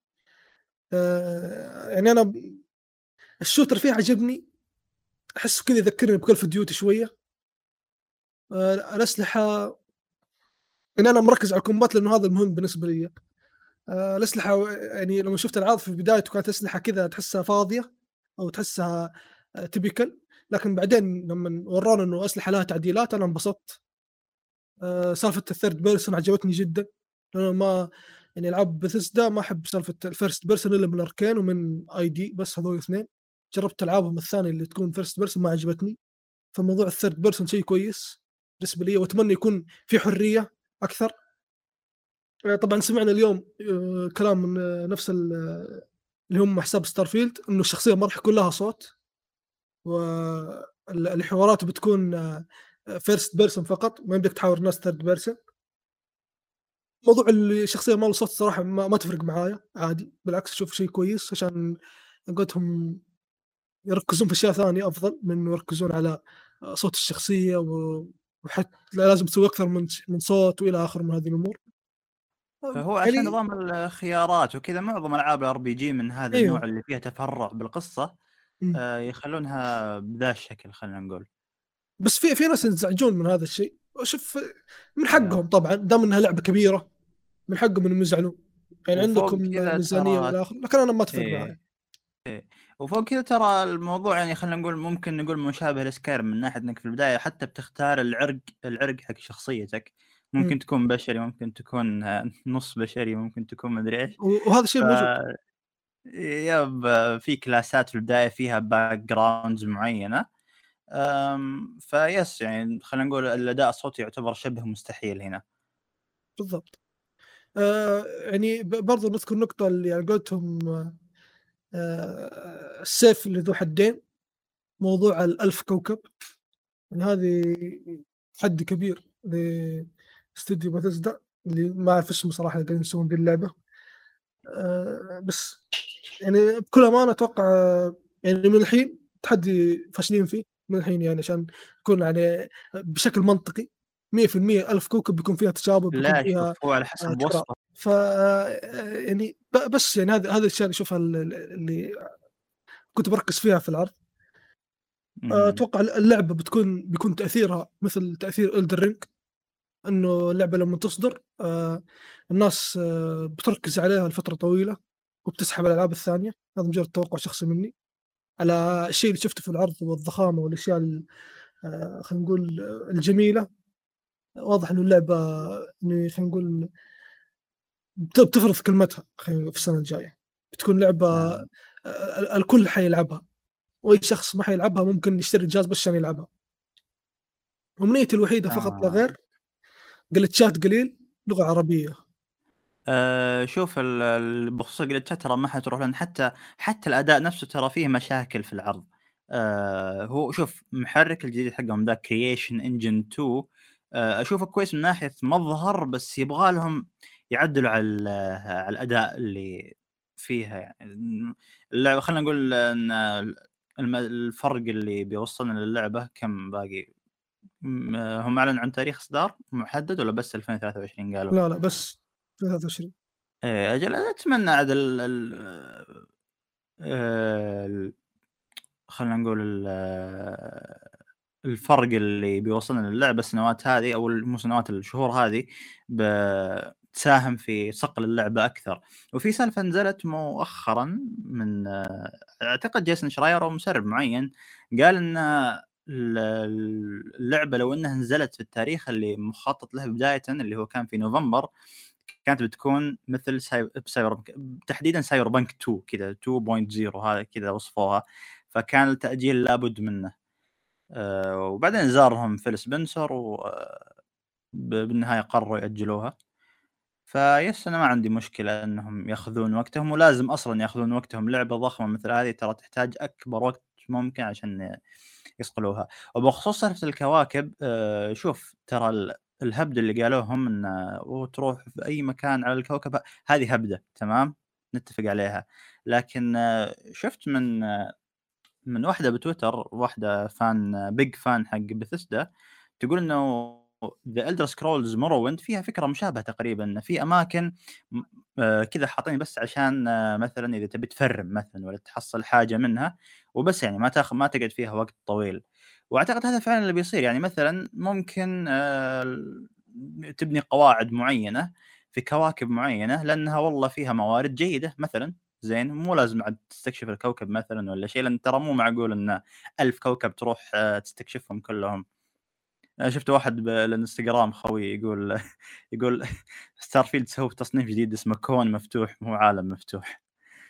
يعني انا ب- الشوتر فيه عجبني، احس كذا يذكرني بكل اوف ديوتي شويه. آه، الاسلحه، يعني انا مركز على الكومبات لانه هذا المهم بالنسبه لي. آه، الاسلحه يعني لما شفت العرض في بدايته كانت اسلحه كذا تحسها فاضيه او تحسها تبيكل، لكن بعدين لما ورونا انه اسلحه لها تعديلات انا انبسطت. آه، سالفه الثيرد بيرسون عجبتني جدا، لانه ما يعني العاب بثيسدا ما احب سالفه الفيرست بيرسون الا من اركين ومن اي دي، بس هذول الاثنين. جربت العابهم الثانيه اللي تكون فيرست بيرسون ما عجبتني، فموضوع الثيرد بيرسون شيء كويس بالنسبه لي، واتمنى يكون في حريه اكثر. آه، طبعا سمعنا اليوم آه، كلام من آه، نفس ال- آه، اللي هم حساب ستارفيلد انه الشخصيه ما راح يكون لها صوت، والحوارات بتكون فيرست بيرسون فقط، ما يمديك تحاور الناس ثيرد بيرسون. موضوع الشخصيه ما له صوت صراحه ما, ما تفرق معايا، عادي بالعكس اشوف شيء كويس عشان قلتهم يركزون في اشياء ثانيه افضل من انه يركزون على صوت الشخصيه، و- وحتى لا لازم تسوي اكثر من من صوت والى اخره من هذه الامور. فهو عشان يعني نظام الخيارات وكذا معظم العاب الار بي جي من هذا ايوه. النوع اللي فيها تفرع بالقصه مم. آه يخلونها بذا الشكل خلينا نقول. بس في في ناس ينزعجون من هذا الشيء، شوف من يا. حقهم طبعا دام انها لعبه كبيره، من حقهم انهم يزعلون، يعني وفوق عندكم كذا ميزانيه ترى والى اخره، لكن انا ما تفرق إيه. معي. وفوق كذا ترى الموضوع يعني خلينا نقول ممكن نقول مشابه لسكاير من ناحيه انك في البدايه حتى بتختار العرق العرق حق شخصيتك، ممكن مم. تكون بشري ممكن تكون آه، نص بشري ممكن تكون مدري ايش. وهذا الشيء ف... موجود. يب في كلاسات في البدايه فيها باك جراوندز معينه. أم... فيس يعني خلينا نقول الاداء الصوتي يعتبر شبه مستحيل هنا. بالضبط. آه يعني ب- برضو نذكر نقطة اللي يعني قلتهم، آه السيف اللي ذو حدين، موضوع الألف كوكب، يعني هذه حد كبير لاستوديو باتيسدا اللي ما أعرف اسمه صراحة اللي قاعدين يسوون ذي اللعبة. آه بس يعني بكل أمانة أتوقع آه، يعني من الحين تحدي فاشلين فيه من الحين، يعني عشان يكون يعني بشكل منطقي مية في المية ألف كوكب بيكون فيها تشابه، بيكون لا فيها شوف هو على آه، حسب تكرار. وصفه. ف يعني ب- بس يعني هذا هذا الاشياء اللي اشوفها ال- اللي كنت بركز فيها في العرض. مم. اتوقع اللعبه بتكون بيكون تاثيرها مثل تاثير إلدر رينج، انه اللعبه لما تصدر آه، الناس آه، بتركز عليها لفتره طويله وبتسحب الالعاب الثانيه. هذا مجرد توقع شخصي مني على الشيء اللي شفته في العرض والضخامه والاشياء ال- آه، خلينا نقول آه، الجميله. واضح انه اللعبه يعني خلينا نقول بت- بتفرض كلمتها خلينا في السنه الجايه، بتكون لعبه نعم. آه، الكل حيلعبها، واي شخص ما حيلعبها ممكن يشتري الجهاز بس عشان يلعبها. امنيتي الوحيده فقط لا آه. غير جلتشات قليل، لغه عربيه. أه شوف ال- ال- بخصوص الجلتشات ترى ما حتروح، لان حتى حتى الاداء نفسه ترى فيه مشاكل في العرض. أه هو شوف محرك الجديد حقهم ذا كرييشن انجن تو، أه اشوفه كويس من ناحيه مظهر، بس يبغى لهم يعدلوا على ال- على الاداء اللي فيها. يعني اللعبه خلينا نقول ان الم- الفرق اللي بيوصلنا للعبه كم باقي. م- هم اعلنوا عن تاريخ اصدار محدد ولا بس ألفين وثلاثة وعشرين قالوا؟ لا لا بس ثلاثة وعشرين. ايه اجل اتمنى عاد ال ال ال- خلينا نقول ال- الفرق اللي بيوصلنا للعبه السنوات هذه او مو سنوات الشهور هذه بتساهم في صقل اللعبه اكثر. وفي سالفه نزلت مؤخرا من اعتقد جيسون شراير او مسرب معين، قال ان ال- اللعبه لو انها نزلت في التاريخ اللي مخطط له بدايه اللي هو كان في نوفمبر، كانت بتكون مثل سايبر, سايبر تحديدا سايبر بانك تو كذا تو بوينت زيرو، هذا كذا وصفوها. فكان التأجيل لابد منه. أه وبعدين زارهم فيل سبنسر وبالنهاية قرروا يأجلوها. فيس أنا ما عندي مشكلة أنهم يأخذون وقتهم، ولازم أصلا يأخذون وقتهم. لعبة ضخمة مثل هذه ترى تحتاج أكبر وقت ممكن عشان يصقلوها. وبخصوص سالفة الكواكب، أه شوف ترى ال- الهبد اللي قالوه هم انه وتروح في اي مكان على الكوكب، هذه هبده تمام نتفق عليها. لكن آه، شفت من آه، من واحده بتويتر، واحده فان بيج فان حق بثسدا، تقول انه ذا إلدر سكرولز مورويند فيها فكره مشابهه تقريبا، في اماكن م- آه، كذا حاطين بس عشان آه، مثلا اذا تبي تفرم مثلا ولا تحصل حاجه منها وبس، يعني ما تاخذ ما تقعد فيها وقت طويل. واعتقد هذا فعلا اللي بيصير. يعني مثلا ممكن آه، تبني قواعد معينه في كواكب معينه لانها والله فيها موارد جيده مثلا، زين مو لازم عاد تستكشف الكوكب مثلا ولا شيء، لان ترى مو معقول ان ألف كوكب تروح آه، تستكشفهم كلهم. انا شفت واحد بالانستغرام خوي يقول يقول ستارفيلد سووا تصنيف جديد اسمه كون مفتوح مو عالم مفتوح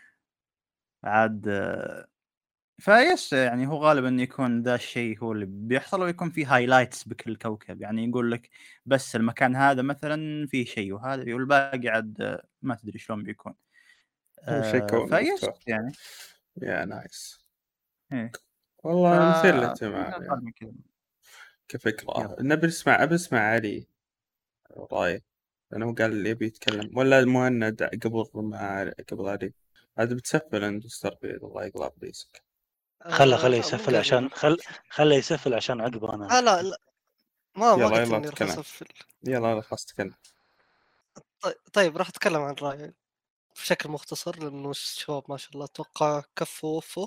عاد. آه، فيس يعني هو غالبا يكون ذا الشيء هو اللي بيحصل، ويكون في هايلايتس بكل كوكب. يعني يقول لك بس المكان هذا مثلا فيه شيء وهذا، والباقي عاد آه، ما تدري شلون بيكون. هو شيء آه كون فيس مفتوح. يعني يا نايس. ايه ف والله مثير للاهتمام يعني أقل كذا. كفكرة. يلا نبي نسمع أبي أسمع علي رأي، لأنه هو قال اللي يبي يتكلم، ولا المهند قبل ما قبل علي. هذا بتسفل عند ستارفيلد، الله يقلع بليسك. خله آه خله لا مو يسفل قريب. عشان خل خله يسفل عشان عقب انا آه لا لا ما ما يلا قلت يلا اني راح تكلم، اسفل. يلا يلا خلاص تكلم. طيب, طيب راح اتكلم عن رايي بشكل مختصر لانه الشباب ما شاء الله اتوقع كفوا ووفوا.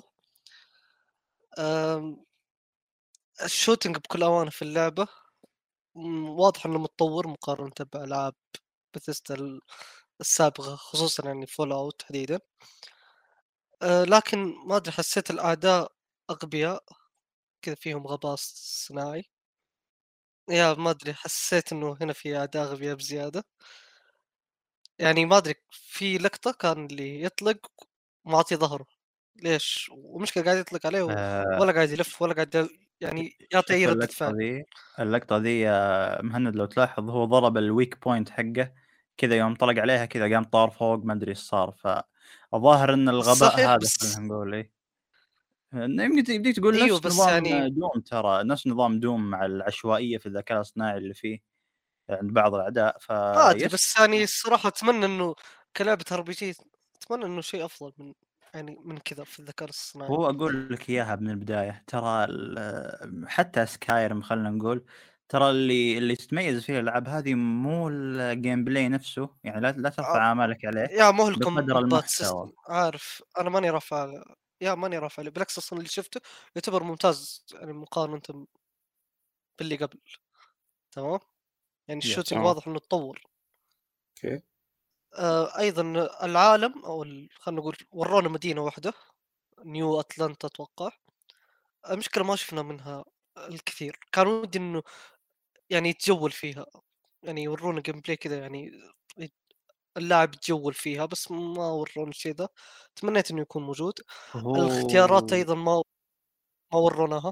آم، الشوتينج بكل امانه في اللعبه م، واضح انه متطور مقارنه بالعاب بثيستا السابقه، خصوصا يعني فول اوت تحديدا. أه لكن ما ادري حسيت الاعداء اغبياء كذا، فيهم غباء صناعي. يا ما ادري حسيت انه هنا في اعداء اغبياء بزياده. يعني ما ادري في لقطه كان اللي يطلق معطي ظهره ليش، ومشكله قاعد يطلق عليه و- آه ولا قاعد يلف ولا قاعد ي- يعني يعطي اي شوف ردة اللقطة فعل. ذي، اللقطة ذي يا مهند لو تلاحظ هو ضرب الويك بوينت حقه كذا، يوم طلق عليها كذا قام طار فوق، ما ادري ايش صار. فالظاهر ان الغباء صحيح هذا بس خلينا نقول ايه، يمكن يمديك تقول ايوه نفس بس نظام يعني دوم، ترى نفس نظام دوم مع العشوائية في الذكاء الصناعي اللي فيه عند بعض الاعداء. ما ادري، فيس بس يعني الصراحه اتمنى انه كلعبه ار بي جي اتمنى انه شيء افضل من يعني من كذا في الذكاء الصناعي. هو اقول لك اياها من البدايه، ترى ال- حتى سكايرم خلينا نقول، ترى اللي اللي تتميز فيه الالعاب هذه مو الجيم بلاي نفسه، يعني لا لا ترفع امالك عليه يا مو بقدر الكومبات المحتوى. سيستم عارف، انا ماني رافع على- يا ماني رافع عليه، بالعكس اصلا اللي شفته يعتبر ممتاز يعني مقارنه باللي قبل. تمام، يعني يس الشوتينج تمام واضح انه تطور. اوكي. آه ايضا العالم او ال- خلينا نقول ورونا مدينه واحده، نيو اتلانتا اتوقع. المشكله ما شفنا منها الكثير، كان ودي انه يعني يتجول فيها، يعني يورونا جيم بلاي كذا، يعني اللاعب يتجول فيها، بس ما ورونا الشيء ذا. تمنيت انه يكون موجود. الاختيارات هو ايضا ما ما وروناها.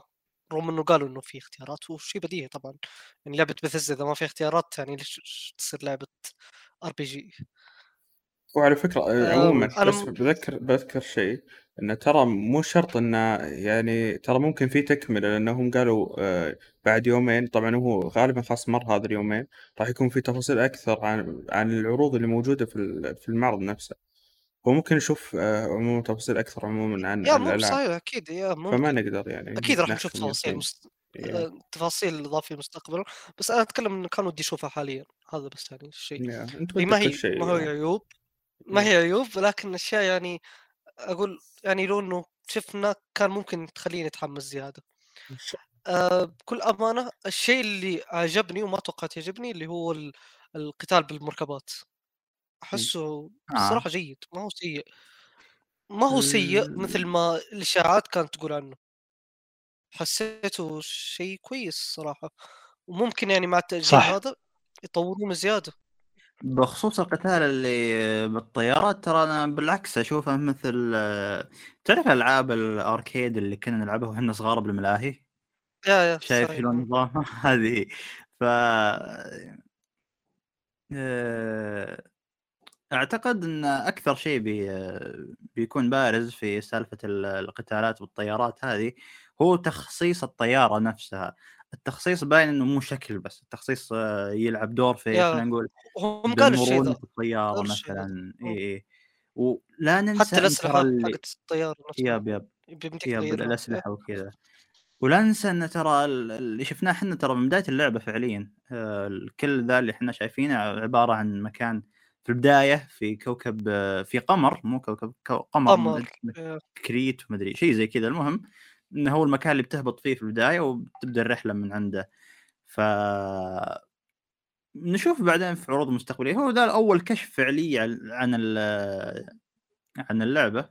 رغم انه قالوا انه في اختيارات وشيء بديهي طبعا، يعني لعبه بثزدا اذا ما في اختيارات يعني ليش تصير لعبه ار بي جي؟ وعلى فكرة آه، عموما انا بس م... بذكر بذكر شيء، انه ترى مو شرط انه يعني ترى ممكن في تكملة، لانهم قالوا آه، بعد يومين، طبعا هو غالبا خلاص مر هذا اليومين، راح يكون في تفاصيل اكثر عن عن العروض اللي موجودة في ال- في المعرض نفسه، وممكن نشوف آه، عموما تفاصيل اكثر عموما عن يا عن مو الالعاب. صحيح اكيد يا فما ممكن، نقدر يعني اكيد راح نشوف نحكم تفاصيل يقين. مست... يا آه، تفاصيل اضافيه مستقبلا، بس انا اتكلم انه كان ودي اشوفها حاليا، هذا بس يعني الشيء. يا انت هي ما ودك كل هي ما هو شيء. عيوب، ما يا هي عيوب، لكن اشياء يعني اقول يعني لو انه شفنا كان ممكن تخليني اتحمس زياده. أه بكل امانه الشيء اللي عجبني وما توقعت يعجبني اللي هو ال- القتال بالمركبات، احسه اه الصراحه جيد، ما هو سيء، ما هو سيء مثل ال- ما الاشاعات كانت تقول عنه. حسيته شيء كويس صراحه، وممكن يعني مع التاجيل صح. هذا يطورونه زياده. بخصوص القتال اللي بالطيارات، ترى انا بالعكس اشوفه مثل آه، تعرف العاب الاركيد اللي كنا نلعبها واحنا صغار بالملاهي. يا يا شايف صحيح. شلون نظامها هذه؟ ف آه، اعتقد ان اكثر شيء بي بيكون بارز في سالفه ال- القتالات والطيارات هذه هو تخصيص الطياره نفسها. التخصيص باين انه مو شكل بس، التخصيص آه، يلعب دور في، يا خلينا نقول، هم قالوا الشيء بمرونه ذا، الطياره قالوا الشيء هذا. مثلا. اي أوه. اي ولا ننسى حتى ان ترى الاسلحه اللي حقت الطياره نفسها ياب ياب بيمديك ياب تغيرها. إيه. الاسلحه وكذا. ولا ننسى ان ترى ال- اللي شفناه احنا ترى من بدايه اللعبه فعليا، آه، الكل ذا اللي احنا شايفينه عباره عن مكان في البدايه في كوكب، آه، في قمر، مو كوكب، كو- قمر قمر. م- إيه. كريت ومدري شيء زي كذا. المهم انه هو المكان اللي بتهبط فيه في البدايه وبتبدا الرحله من عنده. ف نشوف بعدين في عروض مستقبليه. هو ذا اول كشف فعلي عن عن ال- عن اللعبه.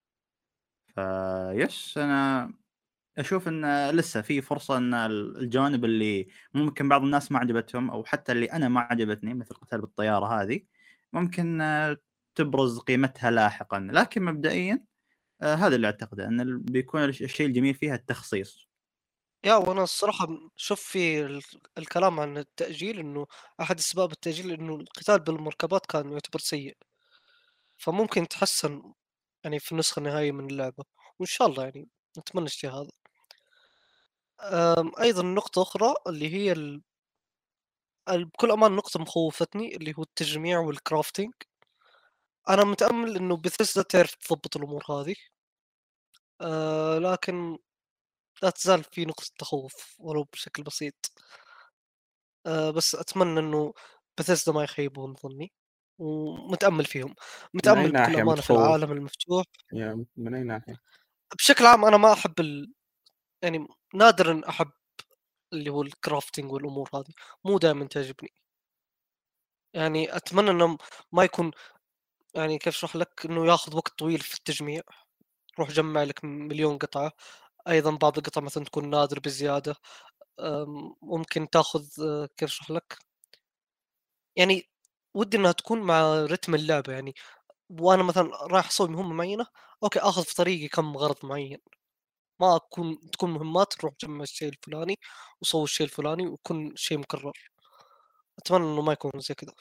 فيس انا اشوف ان لسه في فرصه ان الجوانب اللي ممكن بعض الناس ما عجبتهم، او حتى اللي انا ما عجبتني، مثل قتال بالطياره هذه، ممكن آه، تبرز قيمتها لاحقا. لكن مبدئيا آه، هذا اللي اعتقده، ان ال- بيكون الش- الشيء الجميل فيها التخصيص. يا وانا الصراحه شوف في ال- الكلام عن التاجيل انه احد اسباب التاجيل انه القتال بالمركبات كان يعتبر سيء، فممكن يتحسن يعني في النسخه النهائيه من اللعبه، وان شاء الله يعني نتمنى الشيء هذا. أم، ايضا نقطه اخرى اللي هي ال... ال- بكل امان نقطه مخوفتني اللي هو التجميع والكرافتنج. انا متامل انه بثيسدا تعرف تضبط الامور هذه، أه لكن لا تزال في نقطه تخوف ولو بشكل بسيط. أه بس اتمنى انه بثيسدا ما يخيبون ظني، ومتامل فيهم، من اي متامل بكل ناحيه امانه في متخوف؟ العالم المفتوح. يا من اي ناحيه؟ بشكل عام انا ما احب ال... يعني نادرا احب اللي هو الكرافتنج والامور هذه، مو دائما تعجبني. يعني اتمنى انه ما يكون يعني كيف اشرح لك انه ياخذ وقت طويل في التجميع، روح جمع لك مليون قطعه. ايضا بعض القطع مثلا تكون نادر بزياده، أم، ممكن تاخذ أه، كيف اشرح لك، يعني ودي انها تكون مع رتم اللعبه يعني. وانا مثلا رايح اسوي مهمه معينه، اوكي اخذ في طريقي كم غرض معين، ما اكون تكون مهمات تروح تجمع الشيء الفلاني وسوي الشيء الفلاني ويكون شيء مكرر. اتمنى انه ما يكون زي كذا،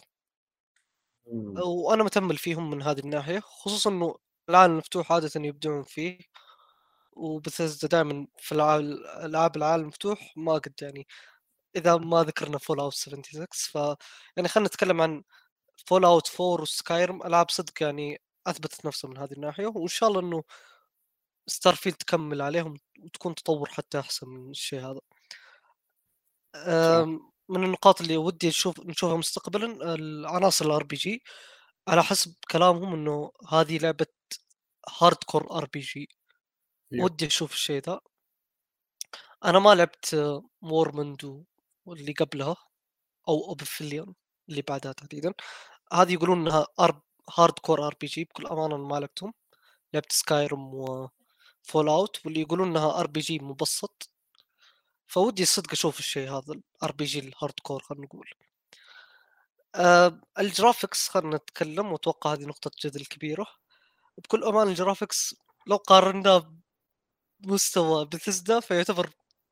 وانا متامل فيهم من هذه الناحيه، خصوصا انه العالم المفتوح عاده يبدعون فيه، وبثزدا دائما في العاب العاب العالم المفتوح ما قد يعني، اذا ما ذكرنا فول اوت ستة وسبعين ف يعني خلينا نتكلم عن فول اوت فور وسكايرم، العاب صدق يعني اثبتت نفسها من هذه الناحيه، وان شاء الله انه ستارفيلد تكمل عليهم وتكون تطور حتى احسن من الشيء هذا. صح. أم، من النقاط اللي ودي نشوف نشوفها مستقبلا العناصر الار بي جي، على حسب كلامهم انه هذه لعبه هارد كور ار بي جي، يب. ودي اشوف الشيء ذا. انا ما لعبت مورموند واللي قبلها او اوبفيليون اللي بعدها تحديدا، هذه يقولون انها أرب... هارد كور ار بي جي. بكل امانه أنا ما لعبتهم، لعبت سكايرم وفول اوت واللي يقولون انها ار بي جي مبسط، فودي الصدق اشوف الشيء هذا الار بي جي الهارد كور خلينا نقول. أه الجرافيكس خلينا نتكلم، واتوقع هذه نقطه جدل كبيره. بكل امان الجرافيكس لو قارناه بمستوى بثزدا فيعتبر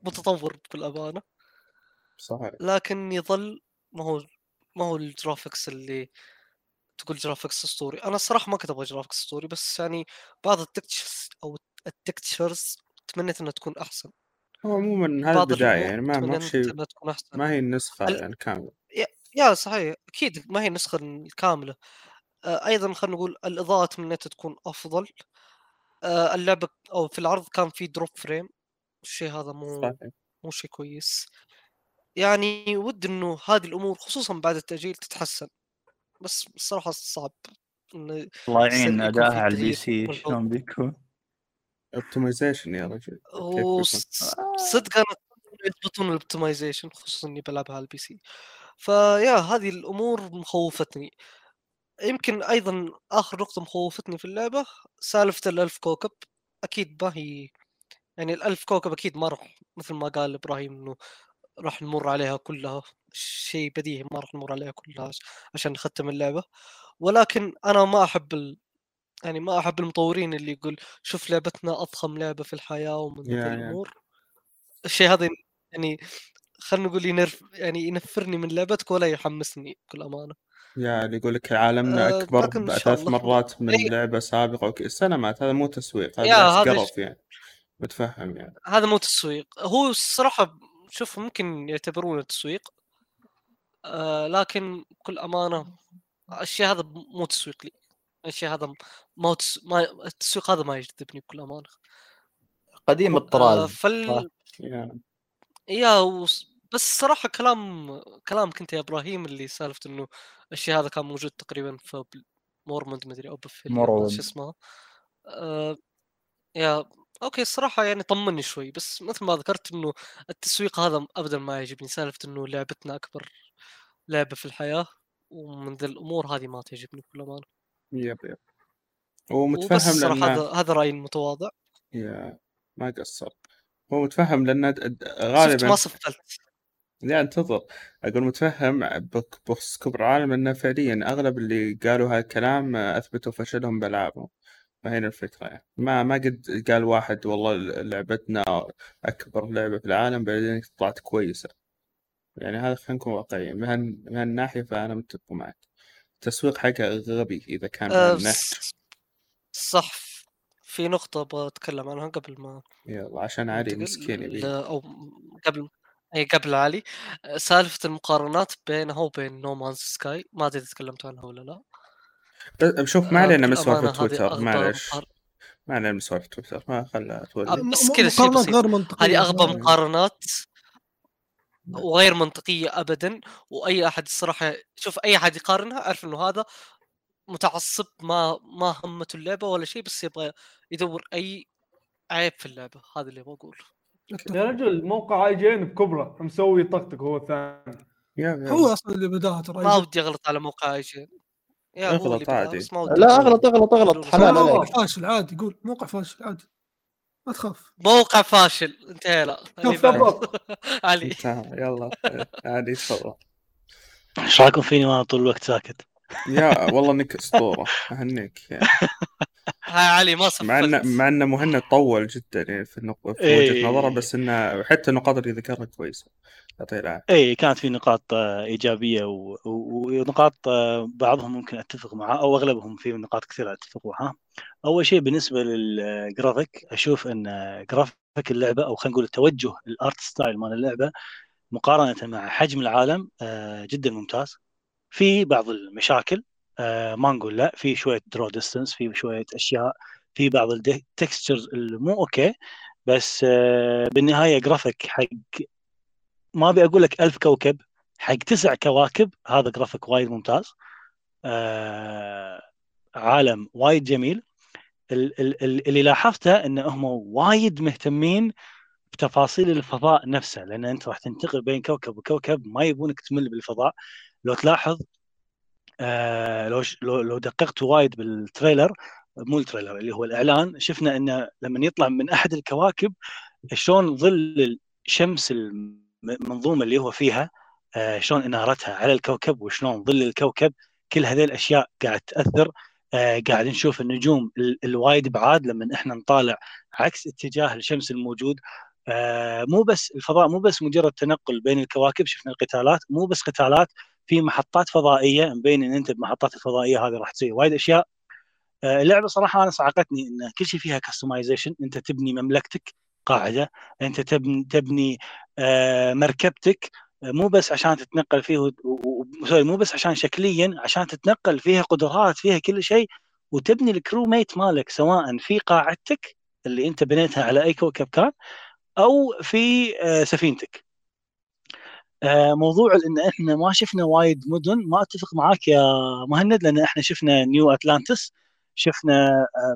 متطور بالامانه، صحيح. لكن يظل ما هو ما هو الجرافيكس اللي تقول جرافيكس اسطوري. انا الصراحه ما كنت ابغى جرافيكس اسطوري، بس يعني بعض التكتشرز او التكتشرز تمنيت انها تكون احسن. هو عموما هذا بعض البداية، الامور يعني ما ما في تمنيت شيء، انها تكون احسن. ما هي النسخة ال... يعني كاملة. يا يا صحيح اكيد ما هي النسخه الكامله. آه، ايضا خلينا نقول الاضاءه تمنيت تكون افضل. آه، اللعبه او في العرض كان في دروب فريم، الشيء هذا مو صحيح. مو شيء كويس. يعني ود انه هذه الامور خصوصا بعد التاجيل تتحسن، بس الصراحه صعب انه الله يصير يعين يكون اداها في على البي تغيير سي ملحوظ. شلون بيكون. اوبتمايزيشن يا رجل كيف بيكون؟ وصدق انا يضبطون الاوبتمايزيشن، خصوصا اني بلعبها على البي سي. فيا هذه الامور مخوفتني. يمكن ايضا اخر نقطه مخوفتني في اللعبه سالفه الالف كوكب. اكيد ما هي يعني الالف كوكب اكيد ما راح مثل ما قال ابراهيم انه راح نمر عليها كلها، شيء بديهي ما راح نمر عليها كلها عش- عشان نختم اللعبه. ولكن انا ما احب ال... يعني ما احب المطورين اللي يقول شوف لعبتنا اضخم لعبه في الحياه ومن ذي يا يا الامور. الشيء هذا يعني خلينا نقول ينرف يعني ينفرني من لعبتك ولا يحمسني بكل امانه. يا اللي يقول لك عالمنا أه أكبر لكن ان شاء بثلاث الله. مرات من إيه، لعبة سابقة وكذا. سلامات، هذا مو تسويق، هذا يا بالعكس هذا قرف يعني. متفهم يعني. هذا مو تسويق. هو الصراحه شوف ممكن يعتبرونه تسويق، أه لكن بكل امانه الشيء هذا مو تسويق لي. الشيء هذا ما هو تس... ما التسويق هذا ما يجذبني بكل امانه. قديم أه الطراز. فال يا يا وس... بس صراحه كلام كلامك انت يا ابراهيم اللي سالفه انه الشيء هذا كان موجود تقريبا في مورموند مدري او بفيليا ولا شو مورود. اسمها. أه يا اوكي الصراحه يعني طمني شوي، بس مثل ما ذكرت انه التسويق هذا ابدا ما يعجبني. سالفه انه لعبتنا اكبر لعبه في الحياه ومن ذي الامور هذه ما تعجبني بكل امانه. يب يب وبس ومتفهم الصراحه لأنه هذا هذا رايي المتواضع. يا ما قصر. هو متفهم لأنه د- د- شفت ما غالبا سفلت. لا انتظر. أقول متفهم بك- بخصوص كبر العالم، لأنه فعليا أغلب اللي قالوا هالكلام أثبتوا فشلهم بألعابهم. فهنا الفكرة يعني. ما ما قد قال واحد والله لعبتنا أكبر لعبة في العالم بعدين طلعت كويسة. يعني هذا خلينا نكون واقعيين من هال- من هالناحية، فأنا متفق معك. التسويق حقه غبي إذا كان أه بهالنهج. س- صح. في نقطة أبغى أتكلم عنها قبل ما يلا عشان علي ننتقل مسكين ل... يبي. أو قبل أي قبل علي. أه، سالفة المقارنات بينها وبين نو مانز سكاي، ما أدري إذا تكلمت عنها ولا لا. بس- شوف، ما أه علينا من بكل سوالف أمانة هذه تويتر، أغبى معلش. مقار... ما علينا من سوالف تويتر، ما خلها أه تولي. بس م- كذا شيء مقارنات بسيط. غير منطقيه هذه أغبى صراحه. مقارنات وغير منطقية أبدا. وأي أحد الصراحة شوف أي أحد يقارنها أعرف إنه هذا متعصب ما ما همته اللعبة ولا شيء، بس يبغى يدور أي عيب في اللعبة. هذا اللي بقوله. أتفق. يا رجل موقع اي جي ان بكبره مسوي طقطق هو الثاني. يا يا هو اصلا اللي بداها ترى ما أي ودي أغلط على موقع اي جي. يا هو اللي اغلط بدأ عادي. بس ما ودي لا أقول اغلط اغلط اغلط يقولون حلال لا، موقع عليك. فاشل عادي، يقول موقع فاشل عادي، ما تخاف. موقع فاشل انتهينا. اللي شوف، بعد. بالضبط. علي انتهى. يلا عادي تفضل. ايش رايكم فيني وانا طول الوقت ساكت؟ يا والله انك اسطوره، اهنيك يعني. هاي علي ما مع ان سفلت. مع ان مهند طول جدا يعني في النق... في وجهه نظره، اي بس انه حتى النقاط اللي ذكرها كويسه. يعطيه العافيه. اي كانت في نقاط آه، ايجابيه و- و- ونقاط آه، بعضهم ممكن اتفق معها او اغلبهم في نقاط كثيره اتفق معها. اول شيء بالنسبه للجرافيك، اشوف ان جرافيك اللعبه او خلينا نقول التوجه الارت ستايل مال اللعبه مقارنه مع حجم العالم آه، جدا ممتاز. في بعض المشاكل آه، ما نقول لا، في شويه درو ديستنس، في شويه اشياء، في بعض التكستشرز اللي مو اوكي، بس آه، بالنهايه جرافيك حق ما ابي اقول لك ألف كوكب، حق تسع كواكب هذا جرافيك وايد ممتاز. آه عالم وايد جميل. ال- ال- ال- اللي لاحظته ان هم وايد مهتمين بتفاصيل الفضاء نفسه، لان انت راح تنتقل بين كوكب وكوكب، ما يبونك تمل بالفضاء. لو تلاحظ آه لو ش- لو لو دققت وايد بالتريلر، مو التريلر اللي هو الاعلان، شفنا انه لما يطلع من احد الكواكب شلون ظل الشمس المنظومه اللي هو فيها آه شلون انارتها على الكوكب، وشلون ظل الكوكب، كل هذه الاشياء قاعد تاثر. آه قاعد نشوف النجوم ال- الوايد بعاد لما احنا نطالع عكس اتجاه الشمس الموجود. آه مو بس الفضاء، مو بس مجرد تنقل بين الكواكب، شفنا القتالات، مو بس قتالات، في محطات فضائيه مبين ان انت بمحطات الفضائيه هذه راح تسوي وايد اشياء. آه اللعبه صراحه انا صعقتني ان كل شيء فيها كستمايزيشن، انت تبني مملكتك قاعده، انت تبني تبني آه مركبتك، آه، مو بس عشان تتنقل فيه و... و... سوري مو بس عشان شكليا، عشان تتنقل فيها قدرات، فيها كل شيء، وتبني الكرو ميت مالك سواء في قاعدتك اللي انت بنيتها على اي كوكب كان، او في آه، سفينتك. آه، موضوع ان احنا ما شفنا وايد مدن، ما اتفق معاك يا مهند، لان احنا شفنا نيو اتلانتس، شفنا آه،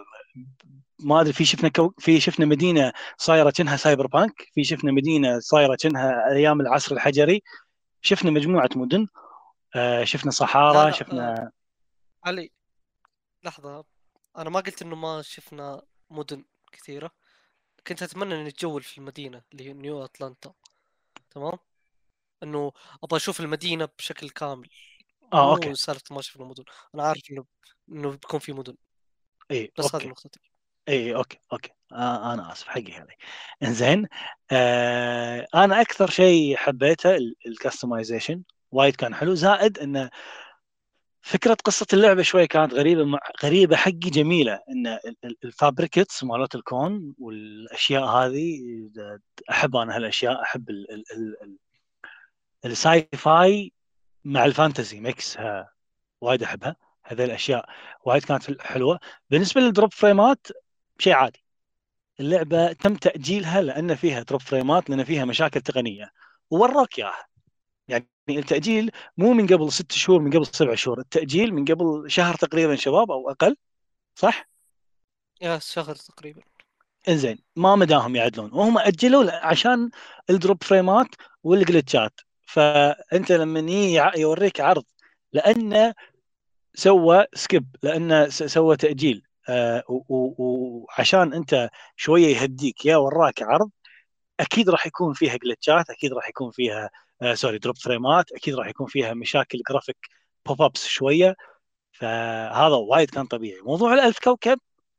ما ادري، في شفنا كو في شفنا مدينه صايره كأنها سايبر بانك، في شفنا مدينه صايره كأنها ايام العصر الحجري، شفنا مجموعه مدن، آه، شفنا لا صحارى، لا آه شفنا. علي، لحظة. أنا ما قلت إنه ما شفنا مدن كثيرة، كنت أتمنى إني أتجول في المدينة اللي هي نيو أتلانتا. تمام، إنه أبغى أشوف المدينة بشكل كامل، اه اوكي. مو سالفة ما شفنا مدن. أنا عارف إنه إنه بيكون في مدن، اي بس هذه اوكي. نقطتي. اي اوكي اوكي آه انا اسف حقي هذه. انزين، آه انا اكثر شيء حبيته الكستمايزيشن، وايد كان حلو، زائد انه فكره قصه اللعبه شوي كانت غريبه، مع غريبه حقي جميله، ان الفابريكتس مالت الكون والاشياء هذه، احب انا هالاشياء، احب ال- ال- ال- ال- الساي فاي مع الفانتزي ميكس، ها وايد احبها. هذه الاشياء وايد كانت حلوه. بالنسبه للدروب فريمات شيء عادي، اللعبه تم تاجيلها لان فيها دروب فريمات، لان فيها مشاكل تقنيه، ووروك اياها. يعني التاجيل مو من قبل ست شهور، من قبل سبع شهور، التاجيل من قبل شهر تقريبا شباب او اقل، صح؟ يا شهر تقريبا. انزين، ما مداهم يعدلون، وهم اجلوا عشان الدروب فريمات والجلتشات. فانت لما يجي يوريك عرض لانه سوى سكيب، لانه س- سوى تاجيل، آه، و- و- وعشان انت شويه يهديك، يا وراك عرض اكيد راح يكون فيها جلتشات، اكيد راح يكون فيها آه سوري دروب فريمات، اكيد راح يكون فيها مشاكل جرافيك، بوب ابس شويه. فهذا وايد كان طبيعي. موضوع الألف كوكب،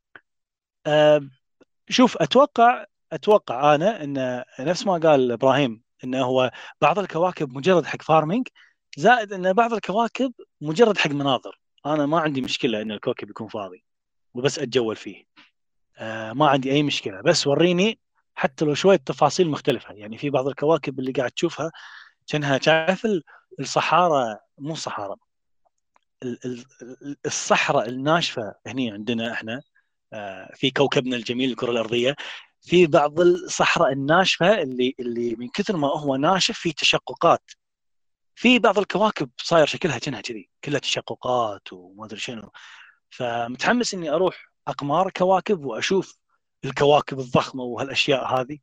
آه شوف، اتوقع اتوقع انا ان نفس ما قال ابراهيم، انه هو بعض الكواكب مجرد حق فارمينج، زائد ان بعض الكواكب مجرد حق مناظر. انا ما عندي مشكله ان الكوكب يكون فاضي وبس اتجول فيه، آه ما عندي اي مشكله، بس وريني حتى لو شويه تفاصيل مختلفه. يعني في بعض الكواكب اللي قاعد تشوفها كانها تعرف ال- الصحارى، مو صحارى، ال- ال- الصحراء الناشفه هني عندنا احنا، آه في كوكبنا الجميل الكره الارضيه، في بعض الصحراء الناشفه اللي اللي من كثر ما هو ناشف في تشققات. في بعض الكواكب صاير شكلها كأنها كذي، كلها تشققات وما ادري شنو. فمتحمس اني اروح اقمار كواكب واشوف الكواكب الضخمه وهالاشياء هذه.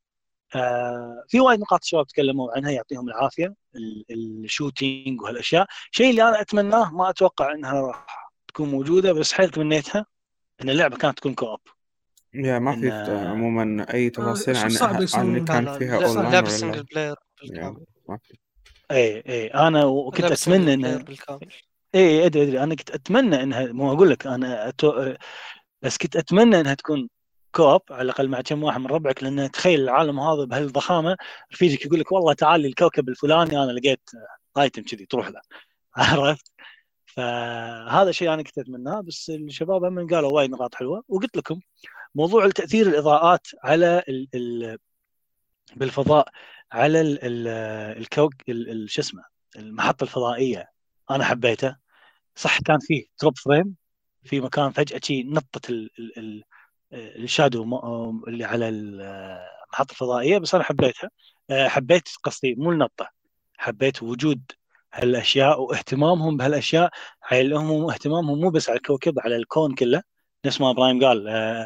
آه في وايد نقاط الشباب تكلموا عنها، يعطيهم العافيه، ال- الشوتينج وهالاشياء، شيء اللي انا اتمناه، ما اتوقع انها راح تكون موجوده، بس حيل تمنيتها ان اللعبه كانت تكون كوب. يا ما ان في ت- عموما أي آه، تفاصيل عن صعب عن يسوون. لا كان لا فيها لا- أونلاين لعبة ولا سنجل لا. بلاير يا بالكامل. ما في. اي اي انا وكنت لعبة سنجل اتمنى بلاير ان بالكامل. اي ادري ادري انا كنت اتمنى انها، مو اقول لك انا أتو... بس كنت اتمنى انها تكون كوب على الاقل مع كم واحد من ربعك، لان تخيل العالم هذا بهالضخامه، رفيجك يقول لك والله تعال لي الكوكب الفلاني انا لقيت ايتم كذي تروح له. عرفت؟ فهذا شيء انا كنت اتمناه. بس الشباب هم قالوا وايد نقاط حلوه، وقلت لكم موضوع التاثير الاضاءات على ال ال بالفضاء، على ال ال الكوك ال- ال- شو اسمه، المحطه الفضائيه، انا حبيته. صح كان فيه دروب فريم في مكان، فجاه شي نطت ال ال ال الشادو م- اللي على المحطه الفضائيه، بس انا حبيتها. أه، حبيت قصدي مو النطه، حبيت وجود هالاشياء واهتمامهم بهالاشياء، على هم اهتمامهم مو بس على الكوكب، على الكون كله. نفس ما ابراهيم قال، أه،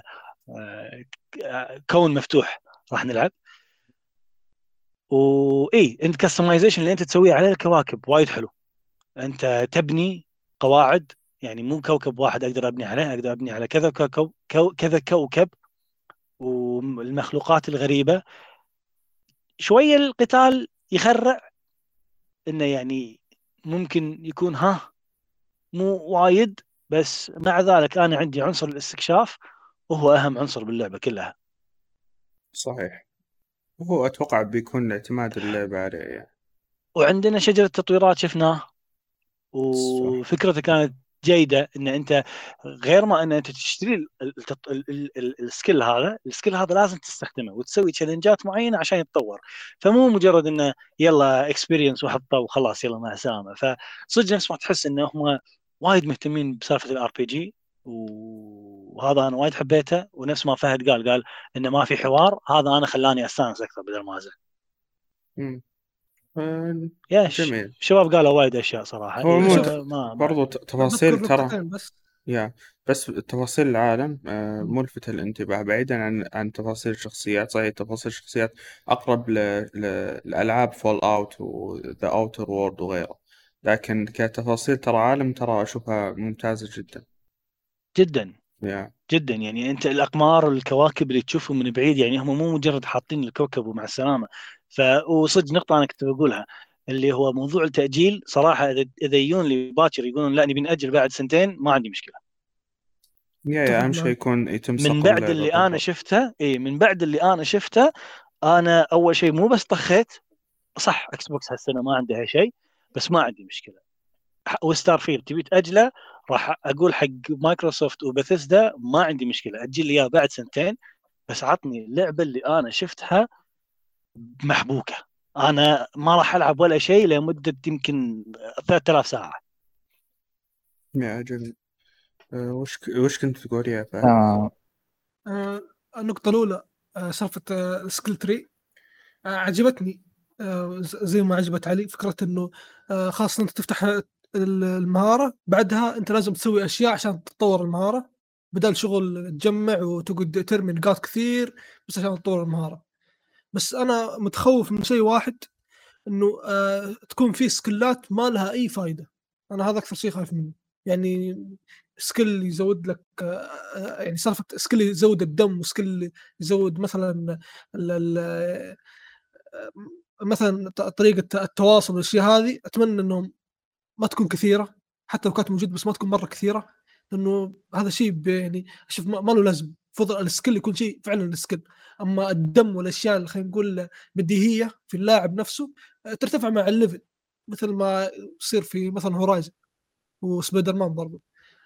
أه، كون مفتوح راح نلعب. واي انت كستمايزيشن اللي انت تسويه على الكواكب وايد حلو، انت تبني قواعد، يعني مو كوكب واحد اقدر ابني عليه، اقدر ابني على كذا كوكب، كذا كوكب، والمخلوقات الغريبه. شويه القتال يخرع، انه يعني ممكن يكون ها مو وايد، بس مع ذلك انا عندي عنصر الاستكشاف وهو اهم عنصر باللعبه كلها. صحيح. هو أتوقع بيكون اعتماد اللعبة عليه يعني. وعندنا شجرة تطويرات شفناه، صح. وفكرته كانت جيدة، ان انت غير ما ان انت تشتري ال- التط- ال- ال- ال- السكيل هذا السكيل هذا لازم تستخدمه وتسوي تشالنجات معينة عشان يتطور. فمو مجرد انه يلا اكسبيرينس وحطه وخلاص يلا مع السلامة. فصدق نفس ما تحس ان هم وايد مهتمين بسالفة الار بي جي، وهذا انا وايد حبيته. ونفس ما فهد قال قال انه ما في حوار، هذا انا خلاني استانس اكثر بدل ما ازعل. مم. آه، يا ش- جميل. الشباب قالوا وايد اشياء صراحة. هو إيه، مو شوف، ما ما برضو ت- تفاصيل بذكر ترى نقطتين بس. يا بس تفاصيل العالم آه، مم. ملفتة للانتباه بعيدا عن عن تفاصيل الشخصيات. صحيح تفاصيل الشخصيات أقرب ل... ل... لألعاب فول أوت وذا أوتر وورد وغيره، لكن كتفاصيل ترى عالم ترى أشوفها ممتازة جدا. جدا يا جدا. يعني انت الاقمار والكواكب اللي تشوفهم من بعيد، يعني هم مو مجرد حاطين الكوكب ومع السلامه. ف وصدق نقطه انا كنت بقولها، اللي هو موضوع التاجيل. صراحه اذا اذا يجون لي باكر يقولون لا نبي ناجل بعد سنتين، ما عندي مشكله. يا يا اتفق أهم شيء معك. يكون يتم من صقل بعد اللعبة اللي انا بالضبط. شفته اي من بعد اللي انا شفته انا اول شيء مو بس طخيت. صح اكس بوكس هالسنه ما عندها شيء، بس ما عندي مشكله. وستار فيلد تبي تاجله، راح اقول حق مايكروسوفت وبثيسدا ما عندي مشكله، اجل لي اياه بعد سنتين، بس عطني اللعبه اللي انا شفتها محبوكه. انا ما راح العب ولا شيء لمده يمكن ثلاثة آلاف ساعه. يا جميل. أه وش ك... وش كنت تقول يا فهد؟ آه. آه، النقطة الأولى، آه، سالفة آه، السكيل تري، آه، عجبتني. آه، ز- زي ما عجبت علي فكرة إنه آه، خاصة أنت تفتح ال- المهارة، بعدها أنت لازم تسوي أشياء عشان تطور المهارة، بدل شغل تجمع وتقعد ترمي نقاط كثير بس عشان تطور المهارة. بس أنا متخوف من شيء واحد، إنه آه، تكون في سكيلات ما لها أي فايدة. أنا هذا أكثر شيء خايف منه. يعني سكيل يزود لك آه، آه، يعني سالفة سكيل يزود الدم، وسكيل يزود مثلا ال- ال- مثلا ط- طريقة التواصل والاشياء هذه، اتمنى انهم ما تكون كثيرة، حتى لو كانت موجودة بس ما تكون مرة كثيرة، لانه هذا شيء ب- يعني اشوف ما ما له لازم. فضل السكيل يكون شيء فعلا السكيل، اما الدم والاشياء اللي خلينا نقول بديهية في اللاعب نفسه آه، ترتفع مع الليفل، مثل ما يصير في مثلا هورايزن وسبايدر مان برضو.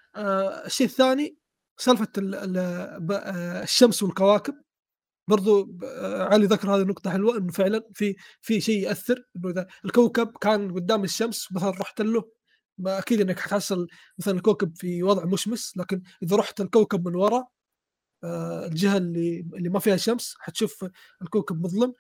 آه الشيء الثاني سالفة ال- ال- ب- آه، الشمس والكواكب. برضو ب- آه، علي ذكر هذه النقطة حلوة، انه فعلا في في شيء يأثر، انه اذا الكوكب كان قدام الشمس مثلا رحت له، ما اكيد انك حتحصل مثلا الكوكب في وضع مشمس، لكن اذا رحت الكوكب من وراء آه، الجهة اللي اللي ما فيها شمس حتشوف الكوكب مظلم.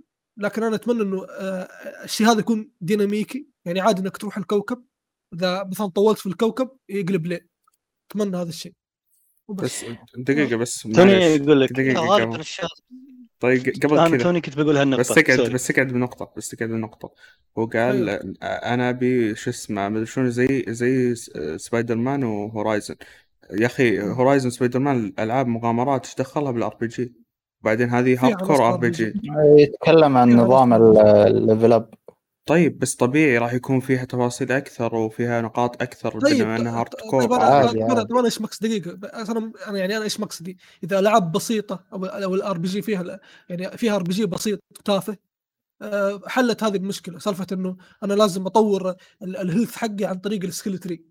لكن انا اتمنى انه آه، الشيء هذا يكون ديناميكي، يعني عادي انك تروح الكوكب، اذا مثلا طولت في الكوكب يقلب ليل. اتمنى هذا الشيء وبس. بس دقيقة بس توني معلش اقول لك، لا، دقيقة غالبا قبل. الشيء طيب قبل انا كذا توني كنت بقول بس هالنقطه تقعد سوري. بس تقعد بنقطة بس تقعد بنقطة. هو قال ايوه آه، أنا أبي شو اسمه مدري شنو زي زي س- آه، سبايدر مان وهورايزن. يا أخي هورايزن سبايدر مان ألعاب مغامرات إيش دخلها بالار بي جي؟ وبعدين هذه في هارد كور عناصر ار ار بي بي جي، جي. يتكلم عن في نظام عناصر. الليفل اب. طيب بس طبيعي راح يكون فيها تفاصيل أكثر وفيها نقاط أكثر طيب بما ط- أنها هارد ط- طيب كور انا ار بي طيب جي. عادي انا عادي طيب انا ايش مقصدي دقيقه، بس انا انا يعني انا ايش مقصدي، اذا العاب بسيطه او او الار بي جي فيها يعني فيها ار بي جي بسيط تافه، آه، حلت هذه المشكله، سالفه انه انا لازم اطور ال- الهيلث حقي عن طريق السكيل تري.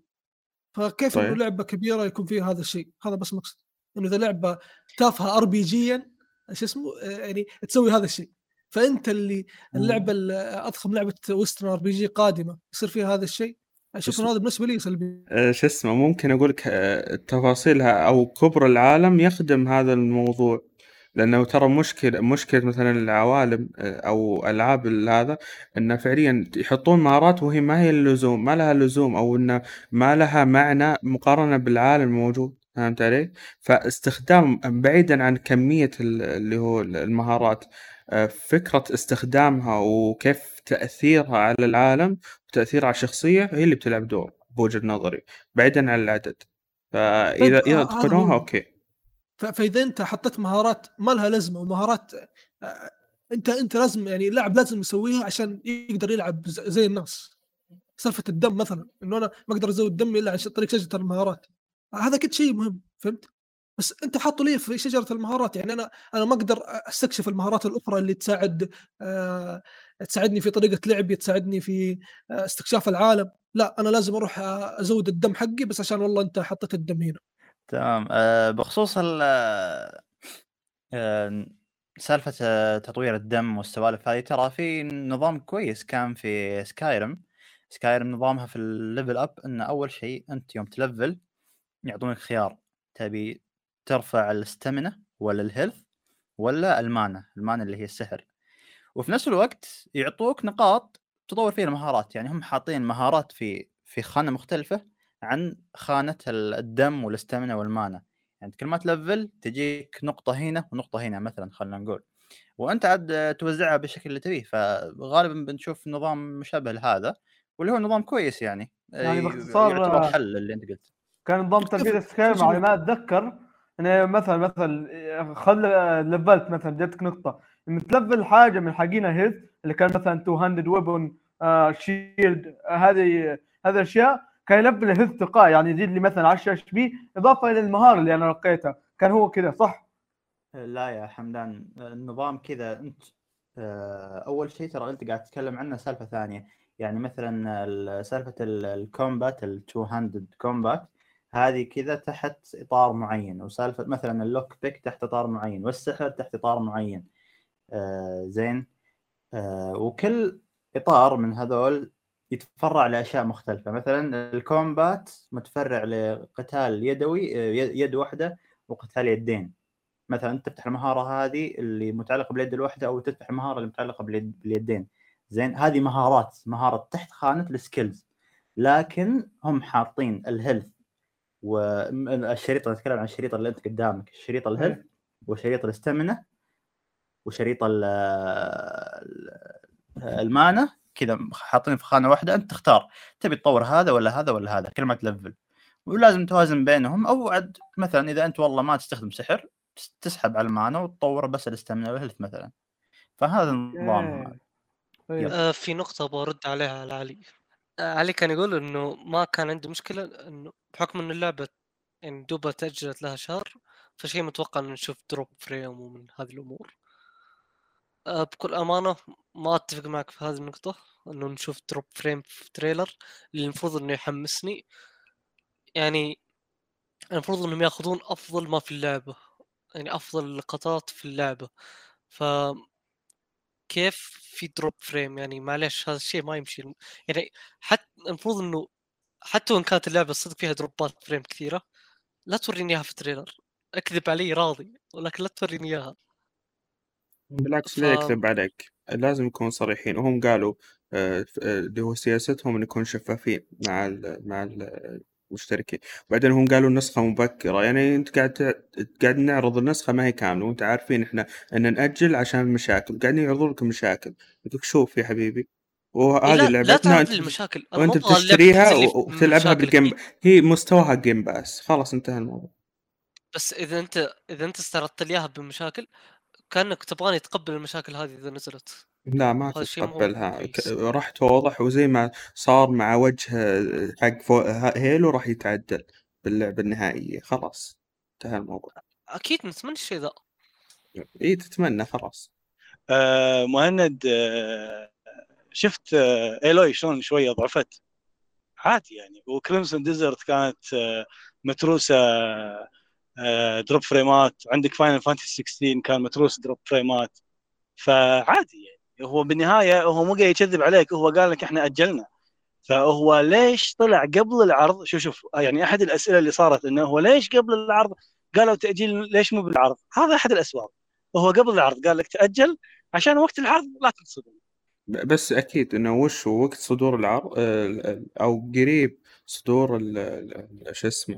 فكيف انه طيب لعبه كبيره يكون فيها هذا الشيء؟ هذا بس مقصد، انه اذا لعبه تافهه ار بي جيا ايش اسمه آه، يعني تسوي هذا الشيء. فانت اللي اللعبه ال- اضخم لعبه ويسترن ار بي جي قادمه يصير فيها هذا الشيء، اشوف بس ان هذا بالنسبه لي سلبي. آه، شو اسمه ممكن أقول لك آه، تفاصيلها أو كبر العالم يخدم هذا الموضوع، لأنه ترى مشكلة مشكلة مثلا العوالم آه، أو ألعاب هذا، إنه فعليا يحطون مهارات وهي ما هي اللزوم ما لها لزوم، أو إنه ما لها معنى مقارنة بالعالم الموجود. فهمت علي؟ فاستخدام بعيدا عن كمية ال- اللي هو المهارات، آه، فكرة استخدامها وكيف تأثيرها على العالم وتأثيرها على الشخصية هي اللي بتلعب دور بوجهة نظري، بعيدا عن العدد. طيب فإذا إذا آه، هذا تقنوها هو. أوكي. ف- فاذا انت حطيت مهارات ما لها لازمه، ومهارات آه، انت انت لازم يعني اللاعب لازم يسويها عشان يقدر يلعب ز- زي الناس. سالفه الدم مثلا، انه انا ما اقدر ازود دمي الا عن طريق شجره المهارات، هذا كل شيء مهم. فهمت؟ بس انت حاطه لي في شجره المهارات، يعني انا انا ما اقدر استكشف المهارات الاخرى اللي تساعد آه تساعدني في طريقه لعبي، تساعدني في آه استكشاف العالم. لا انا لازم اروح آه، ازود الدم حقي بس عشان والله انت حطيت الدم هنا. تمام. أه بخصوص ال أه سالفة آه، تطوير الدم والسوالف هذه، ترى في نظام كويس كان في سكايرم. سكايرم نظامها في الليفل اب ان اول شيء انت يوم تلفل يعطونك خيار، تبي ترفع الاستامينا ولا الهيلث ولا المانا، المانا اللي هي السحر، وفي نفس الوقت يعطوك نقاط تطور فيها المهارات. يعني هم حاطين مهارات في في خانة مختلفة عن خانة الدم والاستامينا والمانا. يعني كل ما تلفل تجيك نقطة هنا ونقطة هنا مثلا، خلينا نقول، وانت عاد توزعها بالشكل اللي تبيه. فغالبا بنشوف نظام مشابه لهذا، واللي هو نظام كويس يعني، يعني باختصار يعتبر آه، حل اللي انت قلت. كان نظام كيف تلفيل كيف سكايرم على جميل. ما اتذكر انه مثلا مثلا خل لفلت مثلا جاتك نقطه لما تلفل حاجه من حقينا هيلث اللي كان مثلا مئتين ويبون آه شيلد آه هذه هذه الاشياء، كان يلفل الهيلث تلقائي، يعني يزيد لي مثلا عشرة اتش بي اضافه الى المهاره اللي انا لقيتها. كان هو كذا صح؟ لا يا حمدان، النظام كذا انت آه، اول شيء ترى انت قاعد تتكلم عنه سالفه ثانيه. يعني مثلا ال- سالفه ال- الكومبات، التو هاندد كومبات هذه كذا تحت اطار معين، وسالفه مثلا اللوك بيك تحت اطار معين، والسحر تحت اطار معين. آه، زين. آه، وكل اطار من هذول يتفرع لاشياء مختلفه. مثلا الكومبات متفرع لقتال يدوي، آه، يد يد واحده وقتال يدين. مثلا انت تفتح المهاره هذه اللي متعلقه باليد الواحده، او تفتح المهاره اللي متعلقه باليد باليدين. زين، هذه مهارات مهاره تحت خانه السكيلز، لكن هم حاطين الهيلث والشريط. انا اتكلم عن الشريط اللي انت قدامك، شريط الهيلث وشريط الاستامينا وشريط ال- المانا، كذا حاطين في خانه واحده. انت تختار تبي تطور هذا ولا هذا ولا هذا كل ما تلفل، ولازم توازن بينهم. او عاد مثلا اذا انت والله ما تستخدم سحر، تسحب على المانا وتطور بس الاستامينا والهيلث مثلا. فهذا النظام. إيه. يب. طيب آه في نقطة برد عليها على علي. آه علي كان يقول انه ما كان عنده مشكلة انه بحكم انه اللعبة يعني دوبها تأجلت لها شهر، فشيء متوقع ان نشوف دروب فريم ومن هذه الامور. آه بكل امانة ما اتفق معك في هذه النقطة، انه نشوف دروب فريم في تريلر اللي المفروض انه يحمسني. يعني المفروض انهم ياخذون افضل ما في اللعبة، يعني افضل اللقطات في اللعبة. ف كيف في دروب فريم؟ يعني معلش هذا الشيء ما يمشي. يعني حتى المفروض انه حتى وان كانت اللعبه الصدق فيها دروبات فريم كثيره، لا توريني اياها في تريلر. اكذب علي راضي، ولكن لا توريني اياها. بالعكس ف ليه يكذب عليك؟ لازم يكونوا صريحين. وهم قالوا آه، ف- آه، اللي هو سياستهم إن يكونوا شفافين مع ال مع ال- المشتركين. بعدين هم قالوا النسخة مبكرة، يعني أنت قاعد تع- قاعد نعرض النسخة ما هي كاملة، وأنت عارفين إحنا إن نأجل عشان المشاكل، قاعدين يعرضون لك المشاكل. أنت شوف يا حبيبي، إيه وهذه لا لا لعبتنا، تعرض أنت لي بت... المشاكل، انا ما وأنت ابغى اللعبه بتشتريها تنزل لي و- وتلعبها بمشاكل بالجيم، اكيد. هي مستواها جيم باس، خلاص انتهى الموضوع. بس اذا انت اذا انت استعرضت لي اياها بمشاكل، كانك تبغاني اتقبل المشاكل هذه اذا نزلت، لا ما وهذا الشيء ما هو تتقبلها. ك- كويس. راح توضح، وزي ما صار مع وجه حق فو- هيلو راح يتعدل باللعبة النهائية. خلاص انتهى الموضوع. اكيد نتمنى الشيء ذا. اي تتمنى خلاص. آه مهند، آه شفت آه ايلوي شلون شويه ضعفت؟ عادي يعني. وكريمسون ديزرت كانت آه متروسه آه دروب فريمات. عندك فاينل فانتسي ستة عشر كان متروس دروب فريمات. فعادي يعني. هو بالنهايه هو مو قاعد يكذب عليك، هو قال لك احنا اجلنا. فهو ليش طلع قبل العرض؟ شوف شوف يعني احد الاسئله اللي صارت انه هو ليش قبل العرض قالوا تاجيل، ليش مو بالعرض؟ هذا احد الاسباب. وهو قبل العرض قال لك تاجل عشان وقت العرض لا تنصدم. ب- بس اكيد انه وش هو وقت صدور العرض، آه، ال- ال- او قريب صدور ال- ال- شو اسمه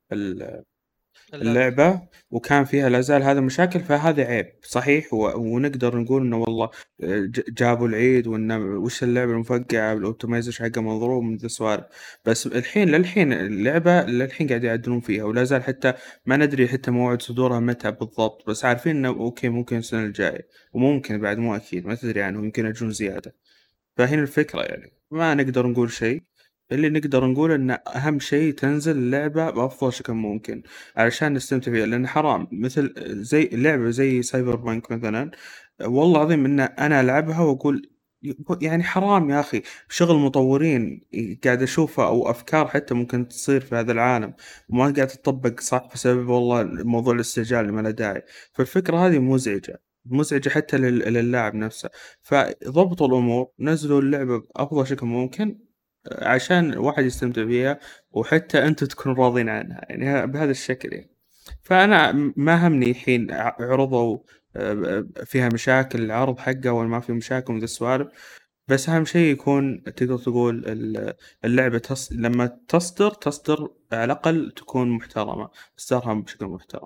اللعبه اللعبة، وكان فيها لازال هذا مشاكل، فهذا عيب صحيح. و... ونقدر نقول انه والله ج- جابوا العيد، وان وش اللعبة المفقعة والاوبتمايزيشن حقها مضروب من ذي السوالف. بس الحين للحين اللعبة للحين قاعد يعدلون فيها، ولا زال حتى ما ندري حتى موعد صدورها متى بالضبط، بس عارفين انه اوكي ممكن السنة الجاية، وممكن بعد مو اكيد ما تدري عنه، يمكن يجون زيادة. فهنا الفكرة، يعني ما نقدر نقول شيء اللي نقدر نقول إن أهم شيء تنزل اللعبة بأفضل شكل ممكن علشان نستمتع فيها، لأن حرام مثل زي لعبة زي سايبر بانك مثلا، والله العظيم إن أنا ألعبها وأقول يعني حرام يا أخي، شغل مطورين قاعد أشوفها أو أفكار حتى ممكن تصير في هذا العالم وما قاعد تطبق صح بسبب والله موضوع الاستعجال اللي ما له داعي. فالفكرة هذه مزعجة مزعجة حتى لل- للاعب نفسه. فضبطوا الأمور، نزلوا اللعبة بأفضل شكل ممكن عشان الواحد يستمتع فيها وحتى أنت تكون راضين عنها، يعني ه- بهذا الشكل يعني. فأنا م- ما همني حين ع- عرضوا آه، فيها مشاكل العرض حقه ولا ما في مشاكل من ذي السوالف، بس أهم شيء يكون تقدر تقول ال- اللعبة تص... لما تصدر تصدر على الأقل تكون محترمة، تصدرها بشكل محترم.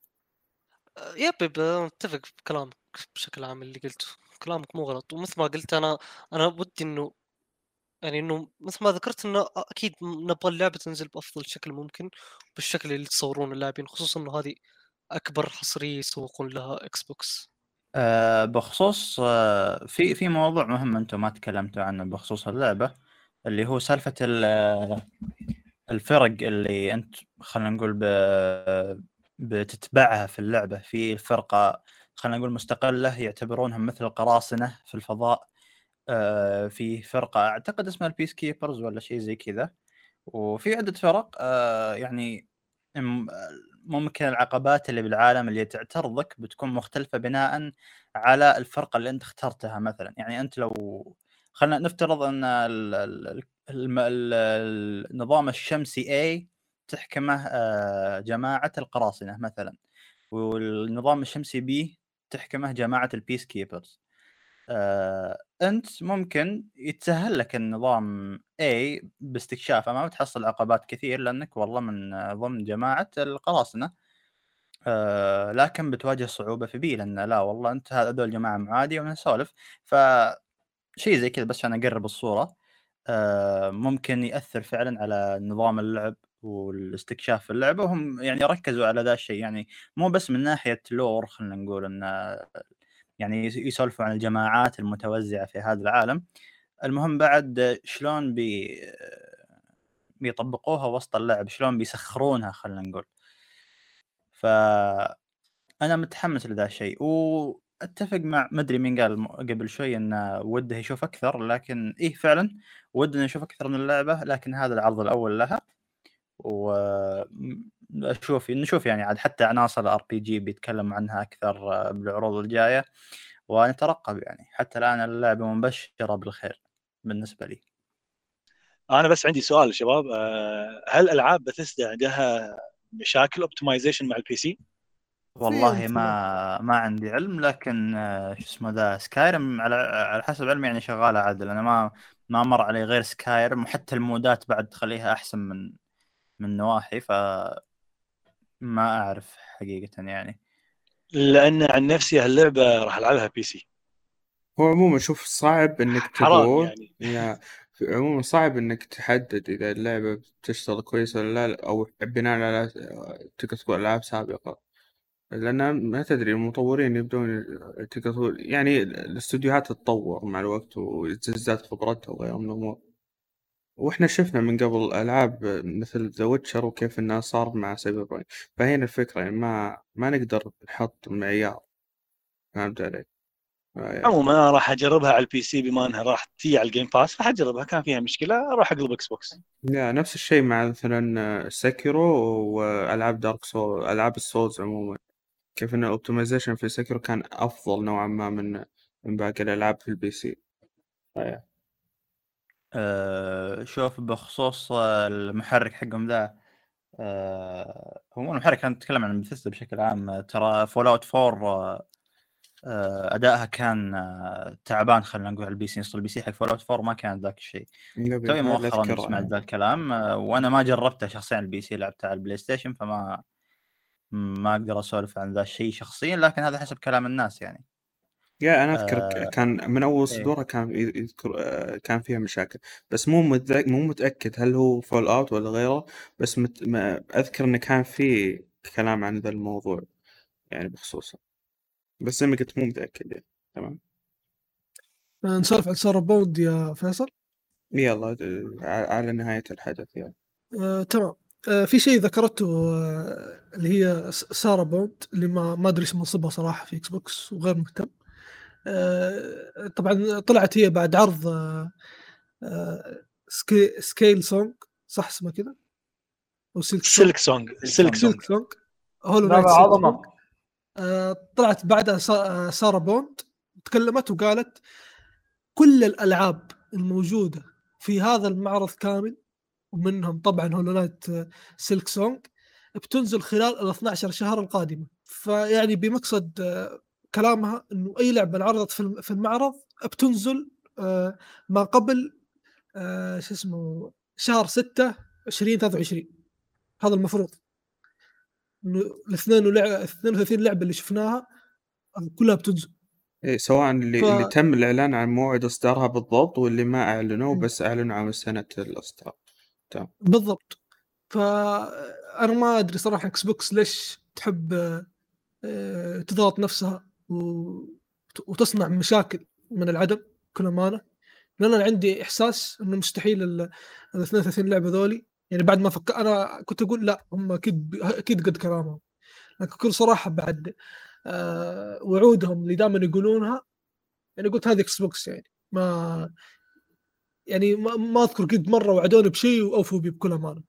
آه، يب يب أنا اتفق بكلامك بشكل عام اللي قلته. كلامك مو غلط، ومثل ما قلت انا انا ودي انه يعني انه مثل ما ذكرت انه اكيد نبغى اللعبه تنزل بافضل شكل ممكن بالشكل اللي تصورون اللاعبين، خصوصا انه هذه اكبر حصريه يسوقون لها اكس بوكس. آه بخصوص آه في في موضوع مهم انتم ما تكلمتوا عنه بخصوص اللعبه، اللي هو سالفه ال- آه، الفرق اللي انت خلينا نقول ب- بتتبعها في اللعبه. في الفرقه خلينا نقول مستقله يعتبرونهم مثل القراصنه في الفضاء. آه في فرقه اعتقد اسمها البيس كيبرز ولا شيء زي كذا. وفي عدة فرق آه يعني م- ممكن العقبات اللي بالعالم اللي تعترضك بتكون مختلفة بناء على الفرقة اللي أنت اخترتها. مثلا يعني أنت لو خلينا نفترض أن ال- ال- الم- ال- النظام الشمسي A تحكمه آه جماعة القراصنة مثلا، والنظام الشمسي B تحكمه جماعة البيس كيبرز. آه، أنت ممكن يتسهل لك النظام A باستكشافه، ما بتحصل عقبات كثير لأنك والله من آه، ضمن جماعة القراصنة. آه، لكن بتواجه صعوبة في B لأن لا والله أنت هذول جماعة معادية ونسولف. فشيء زي كذا بس عشان أقرب الصورة. آه، ممكن يأثر فعلا على نظام اللعب والاستكشاف في اللعبة، وهم يعني ركزوا على ذا الشيء. يعني مو بس من ناحية لور خلينا نقول أن يعني يسولفوا عن الجماعات المتوزعة في هذا العالم، المهم بعد شلون بي بيطبقوها وسط اللعب، شلون بيسخرونها خلينا نقول. فأنا متحمس لذا الشيء، واتفق مع مدري مين قال قبل شوي انه وده يشوف اكثر، لكن ايه فعلا ودنا نشوف اكثر من اللعبة، لكن هذا العرض الاول لها. واشوف نشوف يعني عاد حتى عناصر الار بي جي بيتكلم عنها اكثر بالعروض الجايه، ونترقب يعني. حتى الان اللعبه مبشره بالخير بالنسبه لي. انا بس عندي سؤال شباب، آه، هل العاب بثيسدا عندها مشاكل اوبتمايزيشن مع البي سي؟ والله فيهم ما ما عندي علم، لكن آه، شو اسمه ذا سكايرم على على حسب علمي يعني شغاله عدل. انا ما ما مر علي غير سكايرم، وحتى المودات بعد تخليها احسن من من نواحي، فما اعرف حقيقه يعني. لان عن نفسي هاللعبه راح العبها بي سي. هو عموما شوف صعب انك حرام تقول يعني. يا في- عموما صعب انك تحدد اذا اللعبة بتشتغل كويس ولا لا، او بناء على تقدر تقول العاب سابقة، لان ما تدري المطورين يبدون تقدر تقول يعني الاستديوهات تتطور مع الوقت وتزداد خبرتها وغيرها من الامور. واحنا شفنا من قبل العاب مثل ذا ويتشر وكيف انها صار مع سايبر بانك. فهنا الفكرة يعني ما ما نقدر نحط معيار، فهمت علي؟ آه، عموما انا راح اجربها على البي سي بما انها راح تجي على الجيم باس، راح اجربها. كان فيها مشكله اروح اقلب اكس بوكس. لا نفس الشيء مع مثلا سكيرو والعاب دارك سول، العاب السولز عموما، كيف ان الاوبتمايزيشن في سكيرو كان افضل نوعا ما من من باقي الالعاب في البي سي. طيب. أه شوف بخصوص آه، المحرك حقهم ذا. أه هو المحرك كان نتكلم عن بثيسدا بشكل عام. آه، ترى فول اوت فور أه آه، ادائها كان أه تعبان خلينا نقول على البي سي. نص البي سي حق فول اوت فور ما كان ذاك الشيء. نبي توي هذا مؤخرا اذكره سمعت انا. ذا الكلام. أه وانا ما جربته شخصيا على البي سي، لعبته على البلاي ستيشن، فما ما اقدر اسولف عن ذا الشيء شخصيا، لكن هذا حسب كلام الناس يعني. يا انا اذكر ك- أه كان من اول إيه. صدورها كان ي- يذكر آه، كان فيها مشاكل، بس مو متذك مو متاكد هل هو فول اوت ولا غيره. بس مت... ما اذكر انه كان في كلام عن ذا الموضوع يعني بخصوصه، بس زي ما قلت مو متاكد يعني. تمام. نسولف عن سارة بوند يا فيصل. يلا ع- على نهاية الحدث يلا. آه، تمام. آه، في شيء ذكرته آه، اللي هي س- سارة بوند اللي ما ما ادري ايش منصبها صراحه في اكس بوكس وغير مهتم. آه، طبعا طلعت هي بعد عرض آه، آه، سكي سكيل سونج، صح اسمه كذا، او سيلك سونج. سلك سونج سلك سونج. سونج سيلك سونج، هولو نايت لعبه سيلك سونج. عظمه. آه، طلعت بعدها سا- آه، سارة بوند تكلمت وقالت كل الالعاب الموجوده في هذا المعرض كامل، ومنهم طبعا هولو نايت سيلك سونج، بتنزل خلال ال اثنا عشر شهر القادمه. فيعني بمقصد آه، كلامها انه اي لعبه انعرضت في الم- في المعرض بتنزل آه، ما قبل آه، شو اسمه شهر ستة ألفين وثلاثة وعشرين. هذا المفروض انه الاثنين ولع- اثنين وثلاثين لعبه اللي شفناها آه، كلها بتنزل. إيه، سواء ف اللي اللي تم الإعلان عن موعد إصدارها بالضبط واللي ما أعلنوا م. بس أعلنوا عن سنة الإصدار. تمام. بالضبط. فانا ما ادري صراحه اكس بوكس ليش تحب آه، تضغط نفسها و- وتصنع مشاكل من العدم كل امانه. لان انا عندي احساس انه مستحيل ال ال اثنين وثلاثين لعبه ذولي، يعني بعد ما فكر انا كنت اقول لا هم اكيد اكيد قد كلامهم، لكن بكل صراحه بعد آه، وعودهم اللي دائما يقولونها، يعني قلت هذه اكس بوكس، يعني ما يعني ما, ما اذكر قد مره وعدوني بشيء واوفوا به بكل امانه.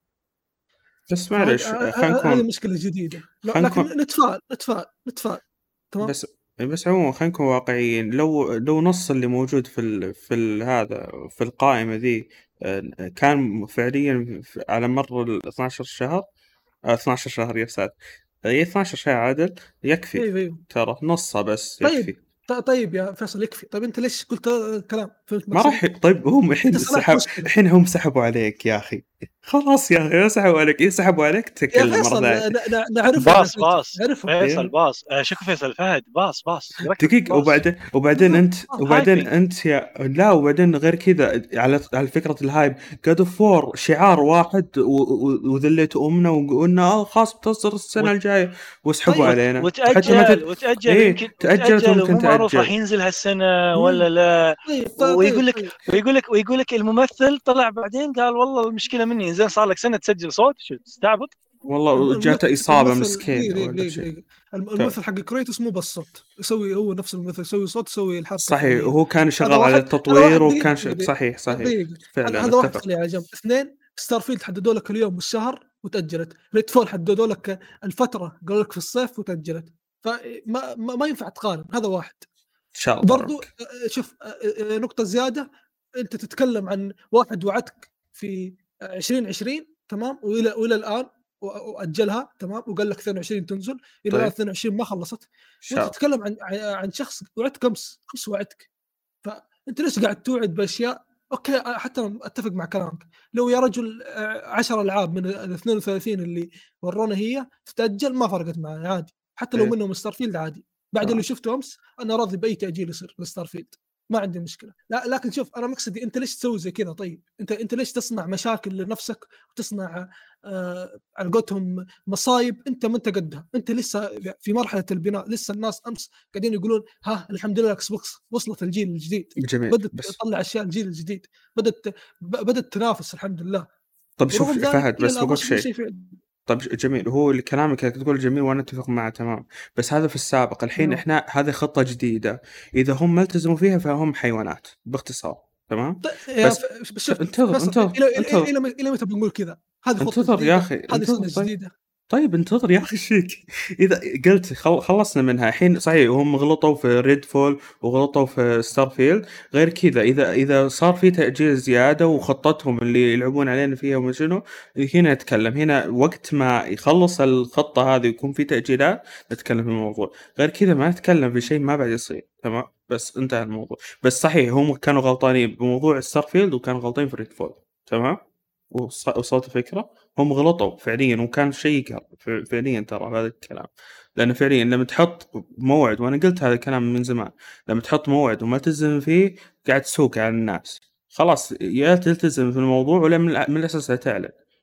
بس فهذه معلش ه- خلينا ه- هذه نكون مشكله جديده، لا- خلينا لكن نكون نتفائل نتفائل نتفائل. تمام. بس بس عموما خلينا نكون واقعيين. لو لو نص اللي موجود في ال في ال هذا في القائمة ذي آه، كان فعليا في- على مر ال اثنا عشر شهر، آه، اثنا عشر شهر يا ساتر، هي اثنا عشر شهر عادل يكفي. ايوه ايوه. ترى نصه بس طيب يكفي. ط- طيب يا فيصل يكفي. طيب انت ليش قلت هذا الكلام؟ فهمت ما راح. مقصدي؟ طيب هم انت الحين صنعت سحب مشكله الحين هم سحبوا عليك يا اخي. خلاص يا اخي سحبوا عليك. إيه سحبوا عليك يا تكلم مرة فيصل. ثانية. ن- ن- نعرفهم يا باص فيصل، باص نعرفهم. فيصل إيه. باص آه، شكو فيصل فهد باص باص ركز دقيقة. باص وبعدين وبعدين بالضبط. انت آه. وبعدين هايبينج. انت يا لا وبعدين غير كذا على على فكرة الهايب جاد اوف فور شعار واحد و- و- وذليت امنا وقلنا اه خلاص بتصدر السنة وت... الجاية واسحبوا طيب علينا حتى ما وتأجل تت... وتأجل ايه ويمكن تأجلت وتأجل وممكن ومو معروف راح تأجل. ينزل هالسنة مم. ولا لا. طيب ط- طيب ويقول لك طيب ويقول لك ويقول لك الممثل طلع بعدين قال والله المشكلة مني، زين صار لك سنة تسجل صوت، شو تستعبط؟ والله الم- جاته الممثل إصابة الممثل مسكين دقيقة ولا دقيقة شيء. دقيقة. الم- ت- الممثل حق كريتوس مو بس صوت، يسوي هو نفس الممثل، يسوي صوت، يسوي الحبكة صحيح الفعلية. وهو كان هذا شغال على واحد هذا التطوير واحد وكان دقيقة ش... دقيقة صحيح صحيح دقيقة. هذا فعلا هذا واحد اتفق. خليه على جنب. اثنين، ستار فيلد حددوا لك اليوم والشهر وتأجلت. ريد فول حددوا لك الفترة قالوا لك في الصيف وتأجلت. فما ما, ما ينفع تقارن. هذا واحد. ان شاء الله برضو ضربك. آه، شوف آه، آه، نقطة زيادة. انت تتكلم عن واحد وعدك في عشرين عشرين، تمام، والى والى الان و- واجلها، تمام، وقال لك اثنين وعشرين تنزل، الى الان طيب اثنين وعشرين ما خلصت. ان وانت شاء الله. تتكلم عن عن شخص وعدك امس امس وعدك. فانت ليش قاعد توعد باشياء؟ اوكي حتى انا اتفق مع كلامك، لو يا رجل آه، عشر العاب من ال اثنين وثلاثين اللي ورونا هي تتاجل ما فرقت معي عادي، حتى لو إيه. منهم ستار فيلد عادي. بعد تمام. اللي شفته امس انا راضي باي تاجيل يصير لستار فيلد، ما عندي مشكله. لا لكن شوف انا مقصدي انت ليش تسوي زي كذا؟ طيب انت انت ليش تصنع مشاكل لنفسك وتصنع آه على قولتهم مصايب انت ما انت قدها؟ انت لسه في مرحله البناء، لسه الناس امس قاعدين يقولون ها الحمد لله اكس بوكس وصلت الجيل الجديد، جميل بدت بس تطلع اشياء الجيل الجديد، بدت ب- بدت تنافس الحمد لله. طب شوف ورغم ذلك فهد الى بس الان ما بقول شفنا شيء. شيء فعلي. طب جميل هو اللي كلامك انك تقول جميل وانا اتفق معه تمام. بس هذا في السابق. الحين تمام. احنا هذه خطة جديدة اذا هم ما التزموا فيها فهم حيوانات باختصار. تمام. طيب يا بس ف- شوف انتظر فيصل، انتظر الى الى انتظر الى الى الى متى بنقول كذا؟ هذه خطه انتظر يا جديده، اخي هذه انتظر. سنه طيب جديده. طيب انتظر يا اخي شيك. اذا قلت خل... خلصنا منها الحين صحيح هم غلطوا في ريد فول وغلطوا في ستار فيلد. غير كذا اذا اذا صار في تاجيل زياده وخطتهم اللي يلعبون علينا فيها وما شنو هنا نتكلم. هنا وقت ما يخلص الخطه هذه ويكون في تاجيلات نتكلم في الموضوع. غير كذا ما نتكلم في شيء ما بعد يصير. تمام بس انتهى الموضوع. بس صحيح هم كانوا غلطانين بموضوع ستار فيلد وكانوا غلطانين في ريد فول. تمام وص- وصلت الفكره. هم غلطوا فعليا وكان شيء يقهر فعليا ترى هذا الكلام. لأنه فعليا لما تحط موعد وأنا قلت هذا الكلام من زمان لما تحط موعد وما تلتزم فيه قاعد تسوق على الناس. خلاص يا تلتزم في الموضوع ولا من, من الأساس لا تعلن.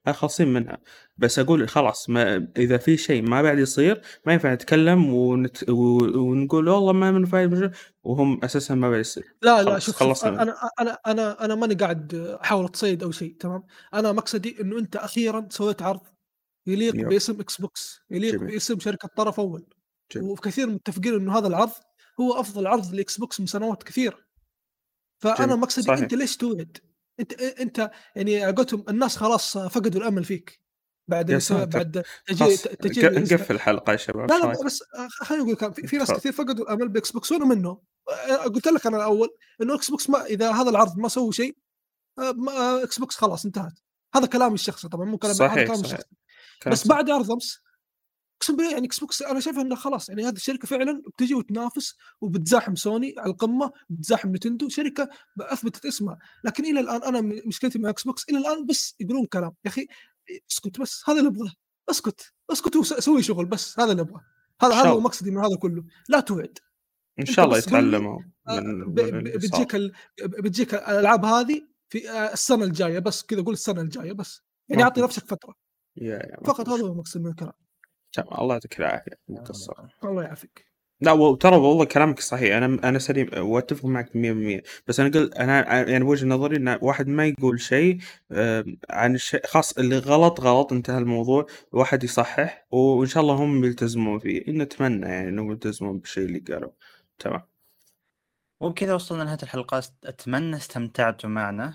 هاي خالصين منها. بس اقول خلاص، ما اذا في شيء ما بعد يصير ما ينفع نتكلم ونت... و- ونقول والله ما من فايد، وهم اساسا ما بعد يصير. لا لا خلاص شوف شوف خلصنا منه. انا انا انا انا ماني قاعد احاول اتصيد او شيء، تمام. انا مقصدي انه انت اخيرا سويت عرض يليق يب. باسم اكس بوكس، يليق جميل. باسم شركه طرف اول، جميل. وكثير متفقين انه هذا العرض هو افضل عرض لاكس بوكس من سنوات كثير. فانا جميل. مقصدي صحيح. انت ليش توعد؟ انت انت يعني قلتهم الناس خلاص فقدوا الامل فيك بعد يا اللي سوى ساتر، بعد تجي خلاص تجي نق- نقفل الحلقة يا شباب، لا ايش لا رايك؟ بس خليني اقول لك، في, في ناس تفضل. كثير فقدوا الامل باكس بوكس وانا منهم. قلت لك انا الاول انه اكس بوكس ما اذا هذا العرض ما سووا شيء، ما- اكس بوكس خلاص انتهت. هذا كلامي الشخصي طبعا، مو كلام، هذا صحيح كلامي صحيح، الشخصي. كلام بس صح. بعد عرض امس اقسم بالله يعني اكس بوكس انا شايف انه خلاص، يعني هذه الشركه فعلا بتجي وتنافس وبتزاحم سوني على القمه، بتزاحم نتندو، شركه اثبتت اسمها. لكن الى الان انا م- مشكلتي مع اكس بوكس الى الان بس يقولون كلام. يا اخي اسكت بس، هذا اللي ابغاه. اسكت اسكت وسوي شغل بس، هذا اللي ابغاه. هذا ان هذا شاء هو الله، مقصدي من هذا كله. لا توعد، ان انت شاء الله بس قل لي يتعلموا آه، من ب- من ب- اللي بتجيك صار. ال- بتجيك الالعاب هذه في آه، السنه الجايه، بس كذا قول السنه الجايه بس، يعني ما اعطي في نفسك مشكلة. فتره يا يا ما في فقط. هذا مشكلة. هو المقصد من الكلام. تمام، الله يعطيك العافية مقصر. الله يعافيك. لا وترى والله كلامك صحيح، انا انا سليم واتفق معك مية بالمية. بس انا قلت انا يعني بوجهة نظري ان واحد ما يقول شيء آه، عن الشيء خاص اللي غلط غلط، انتهى الموضوع، واحد يصحح وان شاء الله هم يلتزمون فيه. نتمنى يعني انهم يلتزمون بالشيء اللي قالوا. تمام. وبكذا وصلنا لنهاية الحلقة. أتمنى استمتعتوا معنا،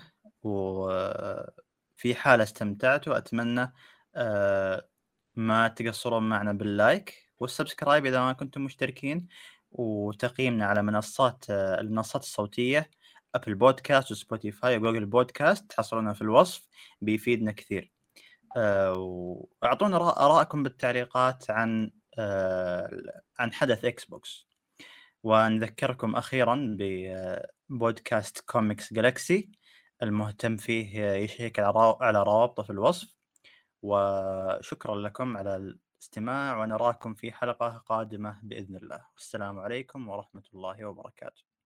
وفي حالة استمتعتوا أتمنى آه، ما تقصرون معنا باللايك والسبسكرايب إذا ما كنتم مشتركين، وتقييمنا على منصات آه، المنصات الصوتية أبل بودكاست وسبوتيفاي وجوجل بودكاست، تحصلونها في الوصف، بيفيدنا كثير. آه، وأعطونا آراء- آراءكم بالتعليقات عن آه، عن حدث إكس بوكس. ونذكركم أخيرا ببودكاست كوميكس جالاكسي، المهتم فيه يشيك على را- على روابطه في الوصف. وشكرا لكم على الاستماع، ونراكم في حلقة قادمة بإذن الله. والسلام عليكم ورحمة الله وبركاته.